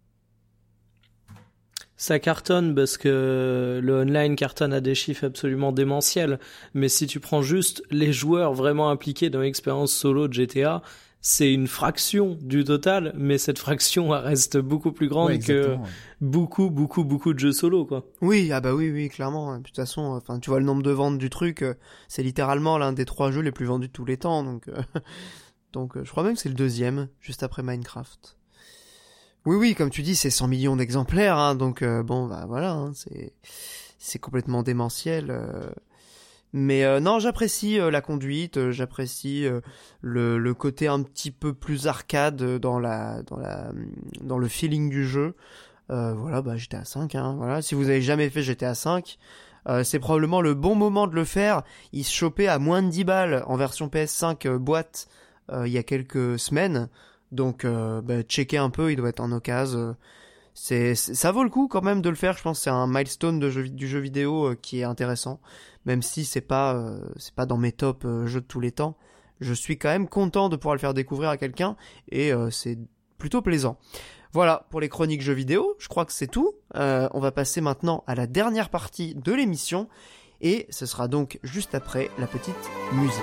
Ça cartonne parce que le online cartonne à des chiffres absolument démentiels. Mais si tu prends juste les joueurs vraiment impliqués dans l'expérience solo de GTA... C'est une fraction du total, mais cette fraction reste beaucoup plus grande que beaucoup de jeux solo, quoi.
Oui, ah bah oui, clairement. De toute façon, enfin, tu vois le nombre de ventes du truc, c'est littéralement l'un des 3 jeux les plus vendus de tous les temps, donc je crois même que c'est le 2e, juste après Minecraft. Oui, comme tu dis, c'est 100 millions d'exemplaires, hein, donc bon, bah voilà, hein, c'est complètement démentiel. Mais non, j'apprécie la conduite, j'apprécie le côté un petit peu plus arcade dans le feeling du jeu. Voilà, GTA 5, hein, voilà. Si vous avez jamais fait GTA 5, c'est probablement le bon moment de le faire. Il se chopait à moins de 10 balles en version PS5 boîte il y a quelques semaines. Donc, checker un peu, il doit être en occasion. Ça vaut le coup quand même de le faire. Je pense que c'est un milestone du jeu vidéo qui est intéressant. Même si c'est pas dans mes top jeux de tous les temps. Je suis quand même content de pouvoir le faire découvrir à quelqu'un. Et c'est plutôt plaisant. Voilà pour les chroniques jeux vidéo. Je crois que c'est tout. On va passer maintenant à la dernière partie de l'émission. Et ce sera donc juste après la petite musique.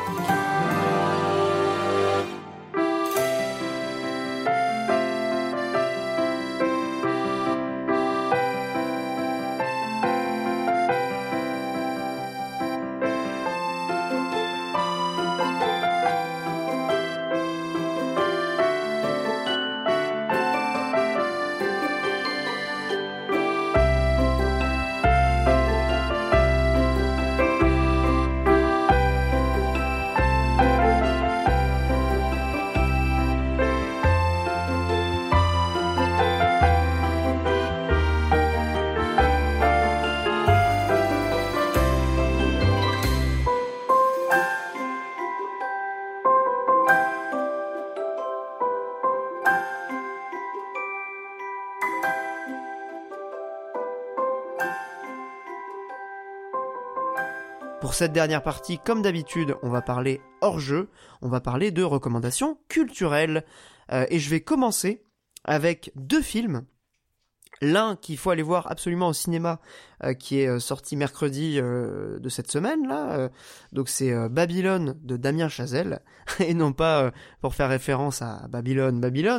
Pour cette dernière partie, comme d'habitude, on va parler hors-jeu, on va parler de recommandations culturelles. Et je vais commencer avec 2 films. L'un qu'il faut aller voir absolument au cinéma, qui est sorti mercredi de cette semaine là. Donc c'est Babylone de Damien Chazelle, et non pas pour faire référence à Babylone,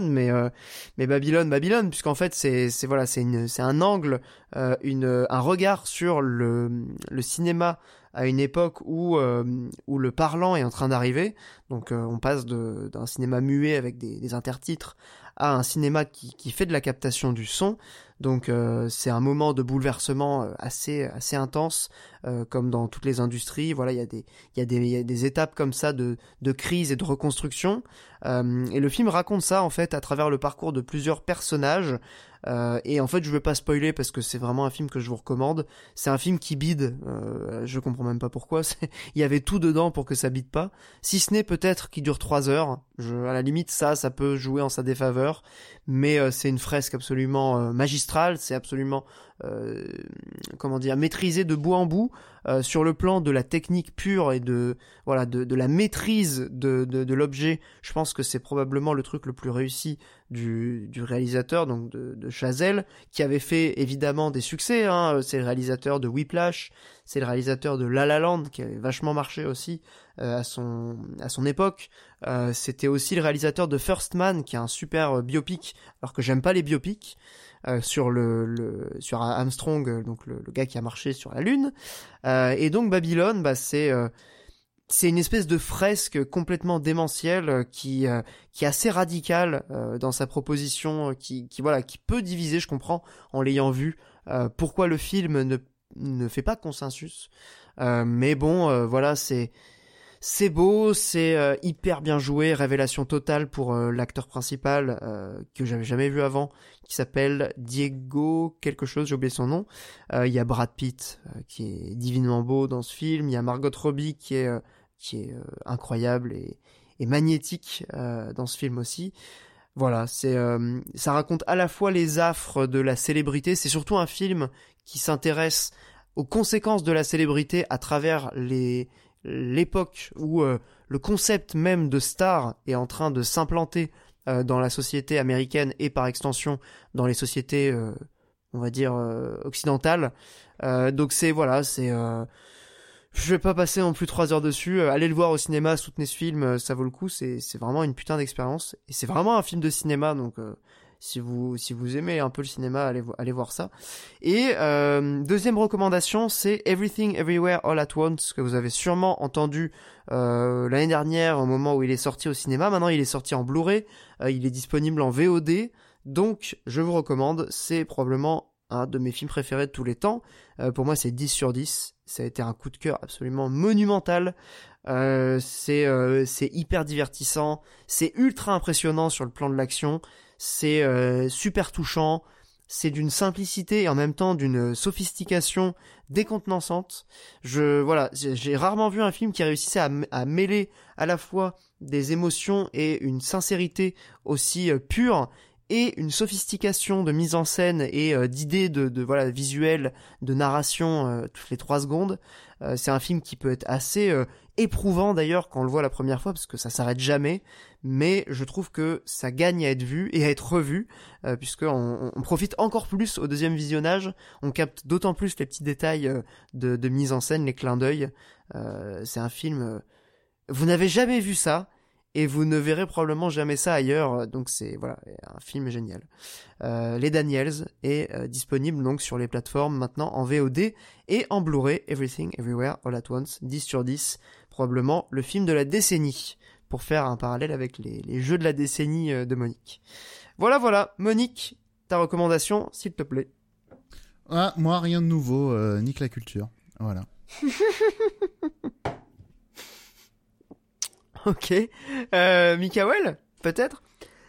mais Babylone, puisqu'en fait c'est un angle, un regard sur le cinéma à une époque où le parlant est en train d'arriver. Donc on passe d'un cinéma muet avec des intertitres à un cinéma qui fait de la captation du son. Donc c'est un moment de bouleversement assez intense, comme dans toutes les industries. Voilà, il y a des étapes comme ça de crise et de reconstruction. Et le film raconte ça en fait à travers le parcours de plusieurs personnages. Et en fait je vais pas spoiler parce que c'est vraiment un film que je vous recommande. C'est un film qui bide, je comprends même pas pourquoi. Il y avait tout dedans pour que ça bide pas, si ce n'est peut-être qu'il dure 3 heures. À la limite ça peut jouer en sa défaveur, mais c'est une fresque absolument magistrale. C'est absolument maîtrisé de bout en bout, sur le plan de la technique pure et de la maîtrise de l'objet. Je pense que c'est probablement le truc le plus réussi du réalisateur, donc de Chazelle, qui avait fait évidemment des succès, hein. C'est le réalisateur de Whiplash, c'est le réalisateur de La La Land, qui avait vachement marché aussi à son époque. C'était aussi le réalisateur de First Man, qui est un super biopic, alors que j'aime pas les biopics, sur Armstrong, donc le gars qui a marché sur la Lune. Et donc Babylone, c'est une espèce de fresque complètement démentielle qui est assez radicale dans sa proposition, qui peut diviser, je comprends, en l'ayant vu, pourquoi le film ne fait pas consensus. Mais bon, c'est beau, c'est hyper bien joué, révélation totale pour l'acteur principal que j'avais jamais vu avant, qui s'appelle Diego quelque chose, j'ai oublié son nom. Il y a Brad Pitt qui est divinement beau dans ce film, il y a Margot Robbie qui est incroyable et magnétique dans ce film aussi. Voilà, ça raconte à la fois les affres de la célébrité, c'est surtout un film qui s'intéresse aux conséquences de la célébrité à travers l'époque où le concept même de star est en train de s'implanter dans la société américaine et par extension dans les sociétés on va dire occidentales. Donc je vais pas passer non plus 3 heures dessus. Allez le voir au cinéma, soutenez ce film, ça vaut le coup. C'est vraiment une putain d'expérience et c'est vraiment un film de cinéma. Donc si vous aimez un peu le cinéma, allez voir ça. Et deuxième recommandation, c'est Everything Everywhere All at Once, que vous avez sûrement entendu l'année dernière au moment où il est sorti au cinéma. Maintenant il est sorti en Blu-ray, il est disponible en VOD. Donc je vous recommande, c'est probablement un de mes films préférés de tous les temps. Pour moi c'est 10 sur 10. Ça a été un coup de cœur absolument monumental. C'est hyper divertissant, c'est ultra impressionnant sur le plan de l'action, c'est super touchant, c'est d'une simplicité et en même temps d'une sophistication décontenançante. J'ai rarement vu un film qui réussissait à mêler à la fois des émotions et une sincérité aussi pure, et une sophistication de mise en scène et d'idées de visuelles, de narration toutes les 3 secondes. C'est un film qui peut être assez éprouvant d'ailleurs quand on le voit la première fois, parce que ça s'arrête jamais, mais je trouve que ça gagne à être vu et à être revu, puisqu'on profite encore plus au deuxième visionnage, on capte d'autant plus les petits détails de mise en scène, les clins d'œil. C'est un film... vous n'avez jamais vu ça, et vous ne verrez probablement jamais ça ailleurs, donc c'est un film génial. Les Daniels est disponible donc sur les plateformes maintenant en VOD et en Blu-ray, Everything Everywhere All at Once, 10 sur 10, probablement le film de la décennie, pour faire un parallèle avec les jeux de la décennie de Monique. Voilà, Monique, ta recommandation, s'il te plaît.
Ah, moi, rien de nouveau, nique la culture, voilà.
Ok. Mikael, peut-être?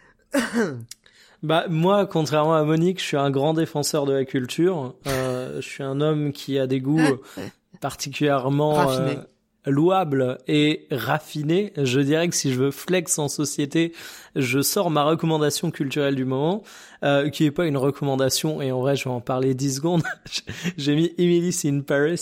Bah, moi, contrairement à Monique, je suis un grand défenseur de la culture. Je suis un homme qui a des goûts particulièrement louables et raffinés. Je dirais que si je veux flex en société, je sors ma recommandation culturelle du moment, qui est pas une recommandation, et en vrai, je vais en parler 10 secondes. J'ai mis Emily in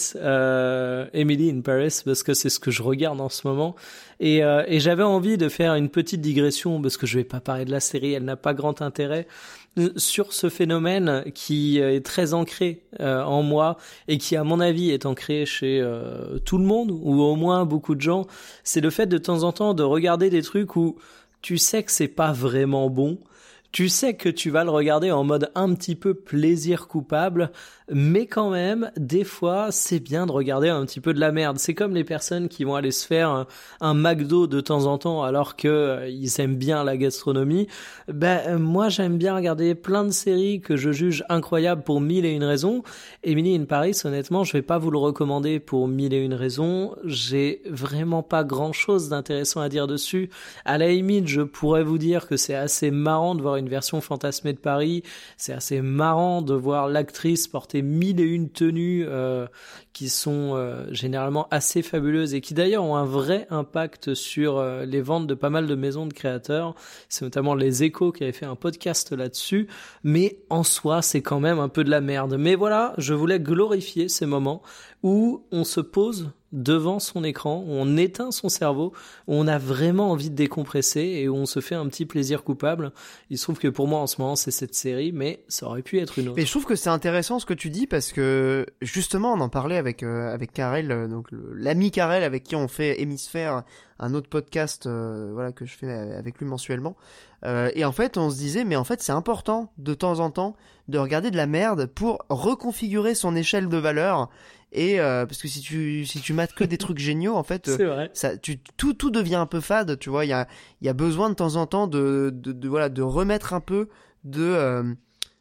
Paris, parce que c'est ce que je regarde en ce moment. Et j'avais envie de faire une petite digression, parce que je vais pas parler de la série, elle n'a pas grand intérêt, sur ce phénomène qui est très ancré en moi, et qui à mon avis est ancré chez tout le monde, ou au moins beaucoup de gens. C'est le fait de temps en temps de regarder des trucs où tu sais que c'est pas vraiment bon, tu sais que tu vas le regarder en mode un petit peu plaisir coupable, mais quand même, des fois, c'est bien de regarder un petit peu de la merde. C'est comme les personnes qui vont aller se faire un McDo de temps en temps alors que ils aiment bien la gastronomie. Moi, j'aime bien regarder plein de séries que je juge incroyables pour 1001 raisons. Emily in Paris, honnêtement, je vais pas vous le recommander pour 1001 raisons. J'ai vraiment pas grand chose d'intéressant à dire dessus. À la limite, je pourrais vous dire que c'est assez marrant de voir une version fantasmée de Paris. C'est assez marrant de voir l'actrice porter 1001 tenues qui sont généralement assez fabuleuses, et qui d'ailleurs ont un vrai impact sur les ventes de pas mal de maisons de créateurs. C'est notamment Les Échos qui avait fait un podcast là-dessus, mais en soi c'est quand même un peu de la merde. Mais voilà, je voulais glorifier ces moments où on se pose devant son écran, où on éteint son cerveau, où on a vraiment envie de décompresser et où on se fait un petit plaisir coupable. Il se trouve que pour moi en ce moment c'est cette série, mais ça aurait pu être une autre.
Et je trouve que c'est intéressant ce que tu dis, parce que justement on en parlait avec Karel, donc l'ami Karel avec qui on fait Hémisphère, un autre podcast que je fais avec lui mensuellement. Et en fait on se disait, mais en fait c'est important de temps en temps de regarder de la merde pour reconfigurer son échelle de valeur. Et parce que si tu mates que des trucs géniaux, en fait,
c'est vrai.
Tout devient un peu fade, tu vois. Il y a besoin de temps en temps de remettre un peu de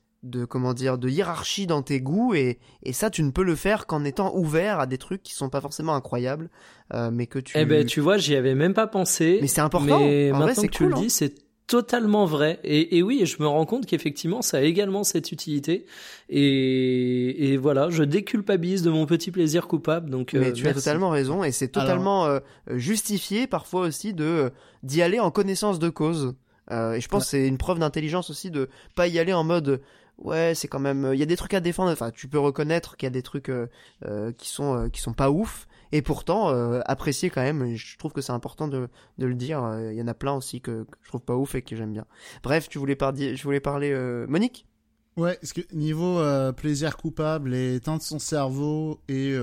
hiérarchie dans tes goûts, et ça tu ne peux le faire qu'en étant ouvert à des trucs qui sont pas forcément incroyables, mais que tu.
Tu vois, j'y avais même pas pensé.
Mais c'est important.
Mais
en
maintenant
vrai, c'est
que tu
cool,
le dis, c'est totalement vrai, et oui, je me rends compte qu'effectivement ça a également cette utilité, et voilà, je déculpabilise de mon petit plaisir coupable, donc
mais tu as
merci.
totalement raison, et c'est totalement justifié parfois aussi d'y aller en connaissance de cause, et je pense que c'est une preuve d'intelligence aussi de pas y aller en mode ouais, c'est quand même, il y a des trucs à défendre, enfin tu peux reconnaître qu'il y a des trucs qui sont pas ouf, et pourtant apprécier quand même. Je trouve que c'est important de le dire. Il y en a plein aussi que je trouve pas ouf et que j'aime bien. Bref, je voulais parler Monique.
Ouais, parce que niveau plaisir coupable et éteindre son cerveau et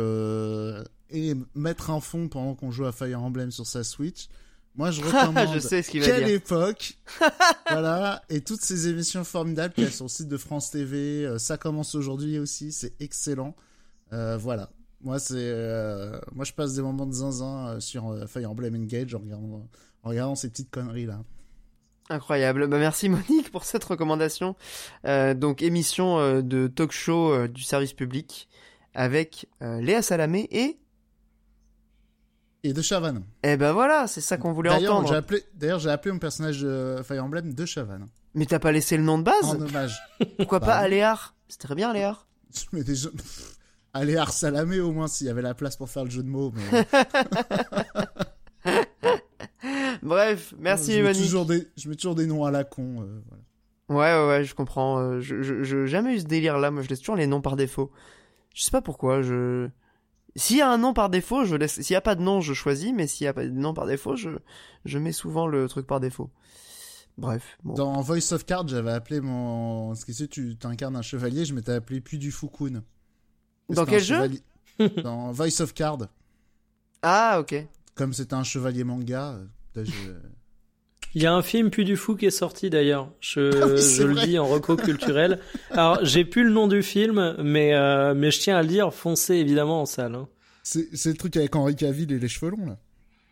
mettre un fond pendant qu'on joue à Fire Emblem sur sa Switch, moi je recommande
je sais ce qu'il va
Quelle
dire.
époque. Voilà, et toutes ces émissions formidables qu'il y a sur le site de France TV, ça commence aujourd'hui aussi, c'est excellent. Voilà. Moi je passe des moments de zinzin sur Fire Emblem Engage en regardant ces petites conneries là.
Incroyable. Merci Monique pour cette recommandation. Donc émission de talk show du service public avec Léa Salamé
et de Chavannes.
Et ben voilà, c'est ça qu'on voulait entendre.
D'ailleurs, j'ai appelé mon personnage de Fire Emblem de Chavannes.
Mais t'as pas laissé le nom de base?
En hommage.
Pourquoi pas Aléar? C'est très bien, Aléar.
Mais déjà... Aléar Salamé, au moins, s'il y avait la place pour faire le jeu de mots. Mais...
Bref, merci Monique.
Je mets toujours des noms à la con. Voilà.
Ouais, je comprends. Je jamais eu ce délire-là. Moi, je laisse toujours les noms par défaut. Je sais pas pourquoi. S'il y a un nom par défaut, je laisse. S'il y a pas de nom, je choisis. Mais s'il y a pas de nom par défaut, je mets souvent le truc par défaut. Bref. Bon.
Dans Voice of Cards, j'avais appelé mon. Parce que tu t'incarnes un chevalier, je m'étais appelé Puy du Fukun.
Dans quel jeu?
Dans Voice of Cards.
Ah, ok.
Comme c'était un chevalier manga.
Il y a un film Puy du Fou qui est sorti d'ailleurs. Je le dis en reco culturel. Alors j'ai plus le nom du film, mais je tiens à le dire. Foncez évidemment en salle. Hein.
C'est le truc avec Henri Cavill et les cheveux longs là.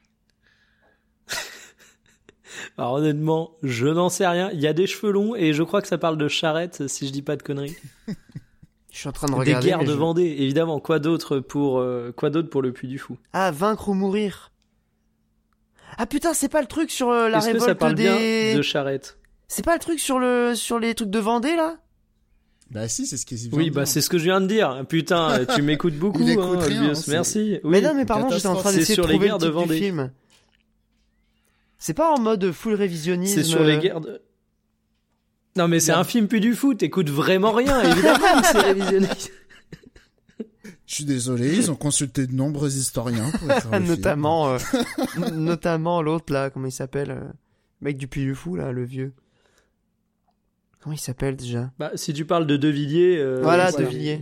Alors honnêtement, je n'en sais rien. Il y a des cheveux longs et je crois que ça parle de charrette, si je dis pas de conneries.
Je suis en train de regarder.
Des guerres de Vendée, évidemment. Quoi d'autre pour le Puy du Fou?
Ah, vaincre ou mourir. Ah putain, c'est pas le truc sur la
Est-ce
révolte
que ça parle
des...
bien de charrette?
C'est pas le truc sur les trucs de Vendée là?
Bah si, c'est ce qui est.
Oui, bah c'est ce que je viens de dire. Putain, tu m'écoutes beaucoup,
Il
hein,
rien,
Albius, merci. Oui.
Mais non, mais pardon, j'étais en train d'essayer de trouver le titre du film. C'est pas en mode full révisionnisme.
C'est sur les guerres de... Non mais c'est un film Puy du Fou, t'écoutes vraiment rien, évidemment que c'est révisionniste.
Je suis désolé, ils ont consulté de nombreux historiens pour écrire le
notamment, notamment l'autre là, comment il s'appelle, le mec du Puy du Fou là, le vieux. Comment il s'appelle déjà?
Bah si tu parles de De Villiers.
Voilà, De Villiers.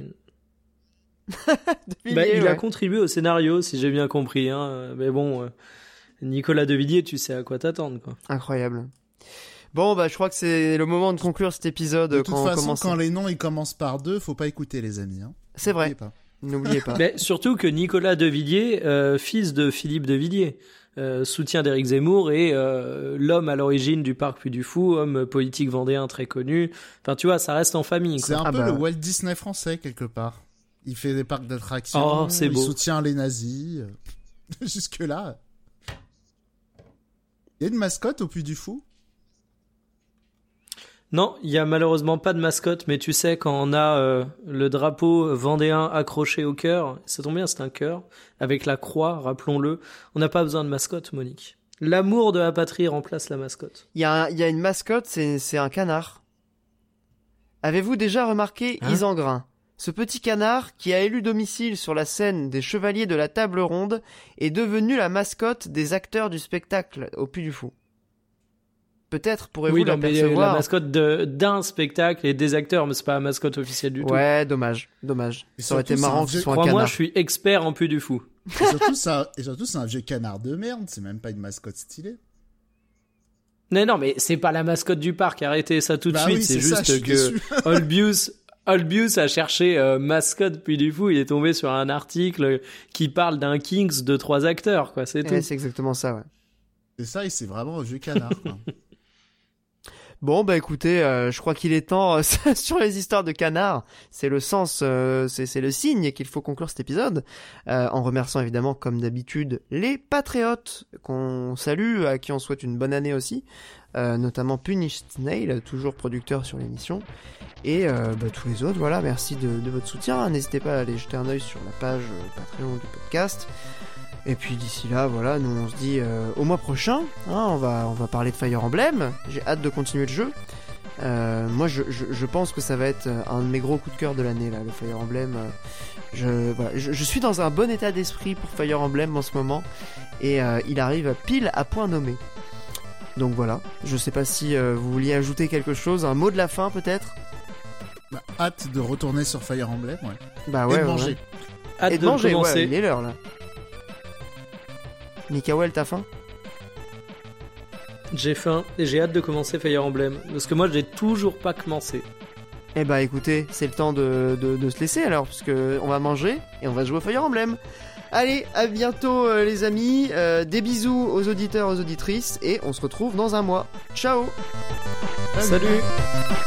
Il a contribué au scénario, si j'ai bien compris. Hein. Mais bon, Nicolas De Villiers, tu sais à quoi t'attendre, quoi.
Incroyable. Bon, bah je crois que c'est le moment de conclure cet épisode.
De toute façon, quand les noms ils commencent par 2, faut pas écouter les amis. Hein.
C'est vrai. N'oubliez pas.
Mais surtout que Nicolas De Villiers, fils de Philippe De Villiers, soutien d'Éric Zemmour et l'homme à l'origine du parc Puy du Fou, homme politique vendéen très connu. Enfin, tu vois, ça reste en famille. Quoi.
C'est un peu le Walt Disney français quelque part. Il fait des parcs d'attractions,
c'est beau.
Il soutient les nazis. Jusque là. Il y a une mascotte au Puy du Fou?
Non, il y a malheureusement pas de mascotte, mais tu sais, quand on a le drapeau vendéen accroché au cœur, ça tombe bien, c'est un cœur, avec la croix, rappelons-le, on n'a pas besoin de mascotte, Monique. L'amour de la patrie remplace la mascotte.
Il y a une mascotte, c'est un canard. Avez-vous déjà remarqué Isengrin? Ce petit canard, qui a élu domicile sur la scène des Chevaliers de la Table Ronde, est devenu la mascotte des acteurs du spectacle au Puy du Fou. Peut-être pourrez-vous l'apercevoir.
La mascotte d'un spectacle et des acteurs, mais c'est pas la mascotte officielle du tout.
Ouais, dommage.
Et
ça aurait été marrant que ce soit un canard.
Crois-moi, je suis expert en Puy du Fou.
Et surtout, c'est un vieux canard de merde, c'est même pas une mascotte stylée.
Non, mais c'est pas la mascotte du parc, arrêtez ça tout de suite,
oui,
c'est juste que Olbius a cherché mascotte Puy du Fou, il est tombé sur un article qui parle d'un Kings de 3 acteurs, quoi, c'est tout.
C'est exactement ça, ouais.
C'est ça, et c'est vraiment un vieux canard, quoi.
Bon, bah écoutez, je crois qu'il est temps, sur les histoires de canards, c'est le sens, c'est le signe qu'il faut conclure cet épisode, en remerciant évidemment, comme d'habitude, les patriotes qu'on salue, à qui on souhaite une bonne année aussi, notamment Punished Snail, toujours producteur sur l'émission, et tous les autres, voilà, merci de votre soutien, n'hésitez pas à aller jeter un œil sur la page Patreon du podcast. Et puis d'ici là, voilà, nous on se dit au mois prochain, hein, on va parler de Fire Emblem, j'ai hâte de continuer le jeu. Moi je pense que ça va être un de mes gros coups de cœur de l'année, là, le Fire Emblem. Je suis dans un bon état d'esprit pour Fire Emblem en ce moment, et il arrive pile à point nommé. Donc voilà, je sais pas si vous vouliez ajouter quelque chose, un mot de la fin peut-être.
Hâte de retourner sur Fire Emblem, ouais.
Bah ouais,
et de manger.
Hâte
et de manger,
commencer.
Ouais, il est l'heure là. Mikael, t'as faim?
J'ai faim et j'ai hâte de commencer Fire Emblem, parce que moi j'ai toujours pas commencé.
Eh bah écoutez, c'est le temps de se laisser alors, parce que on va manger et on va jouer au Fire Emblem. Allez, à bientôt les amis, des bisous aux auditeurs, aux auditrices, et on se retrouve dans un mois. Ciao.
Salut.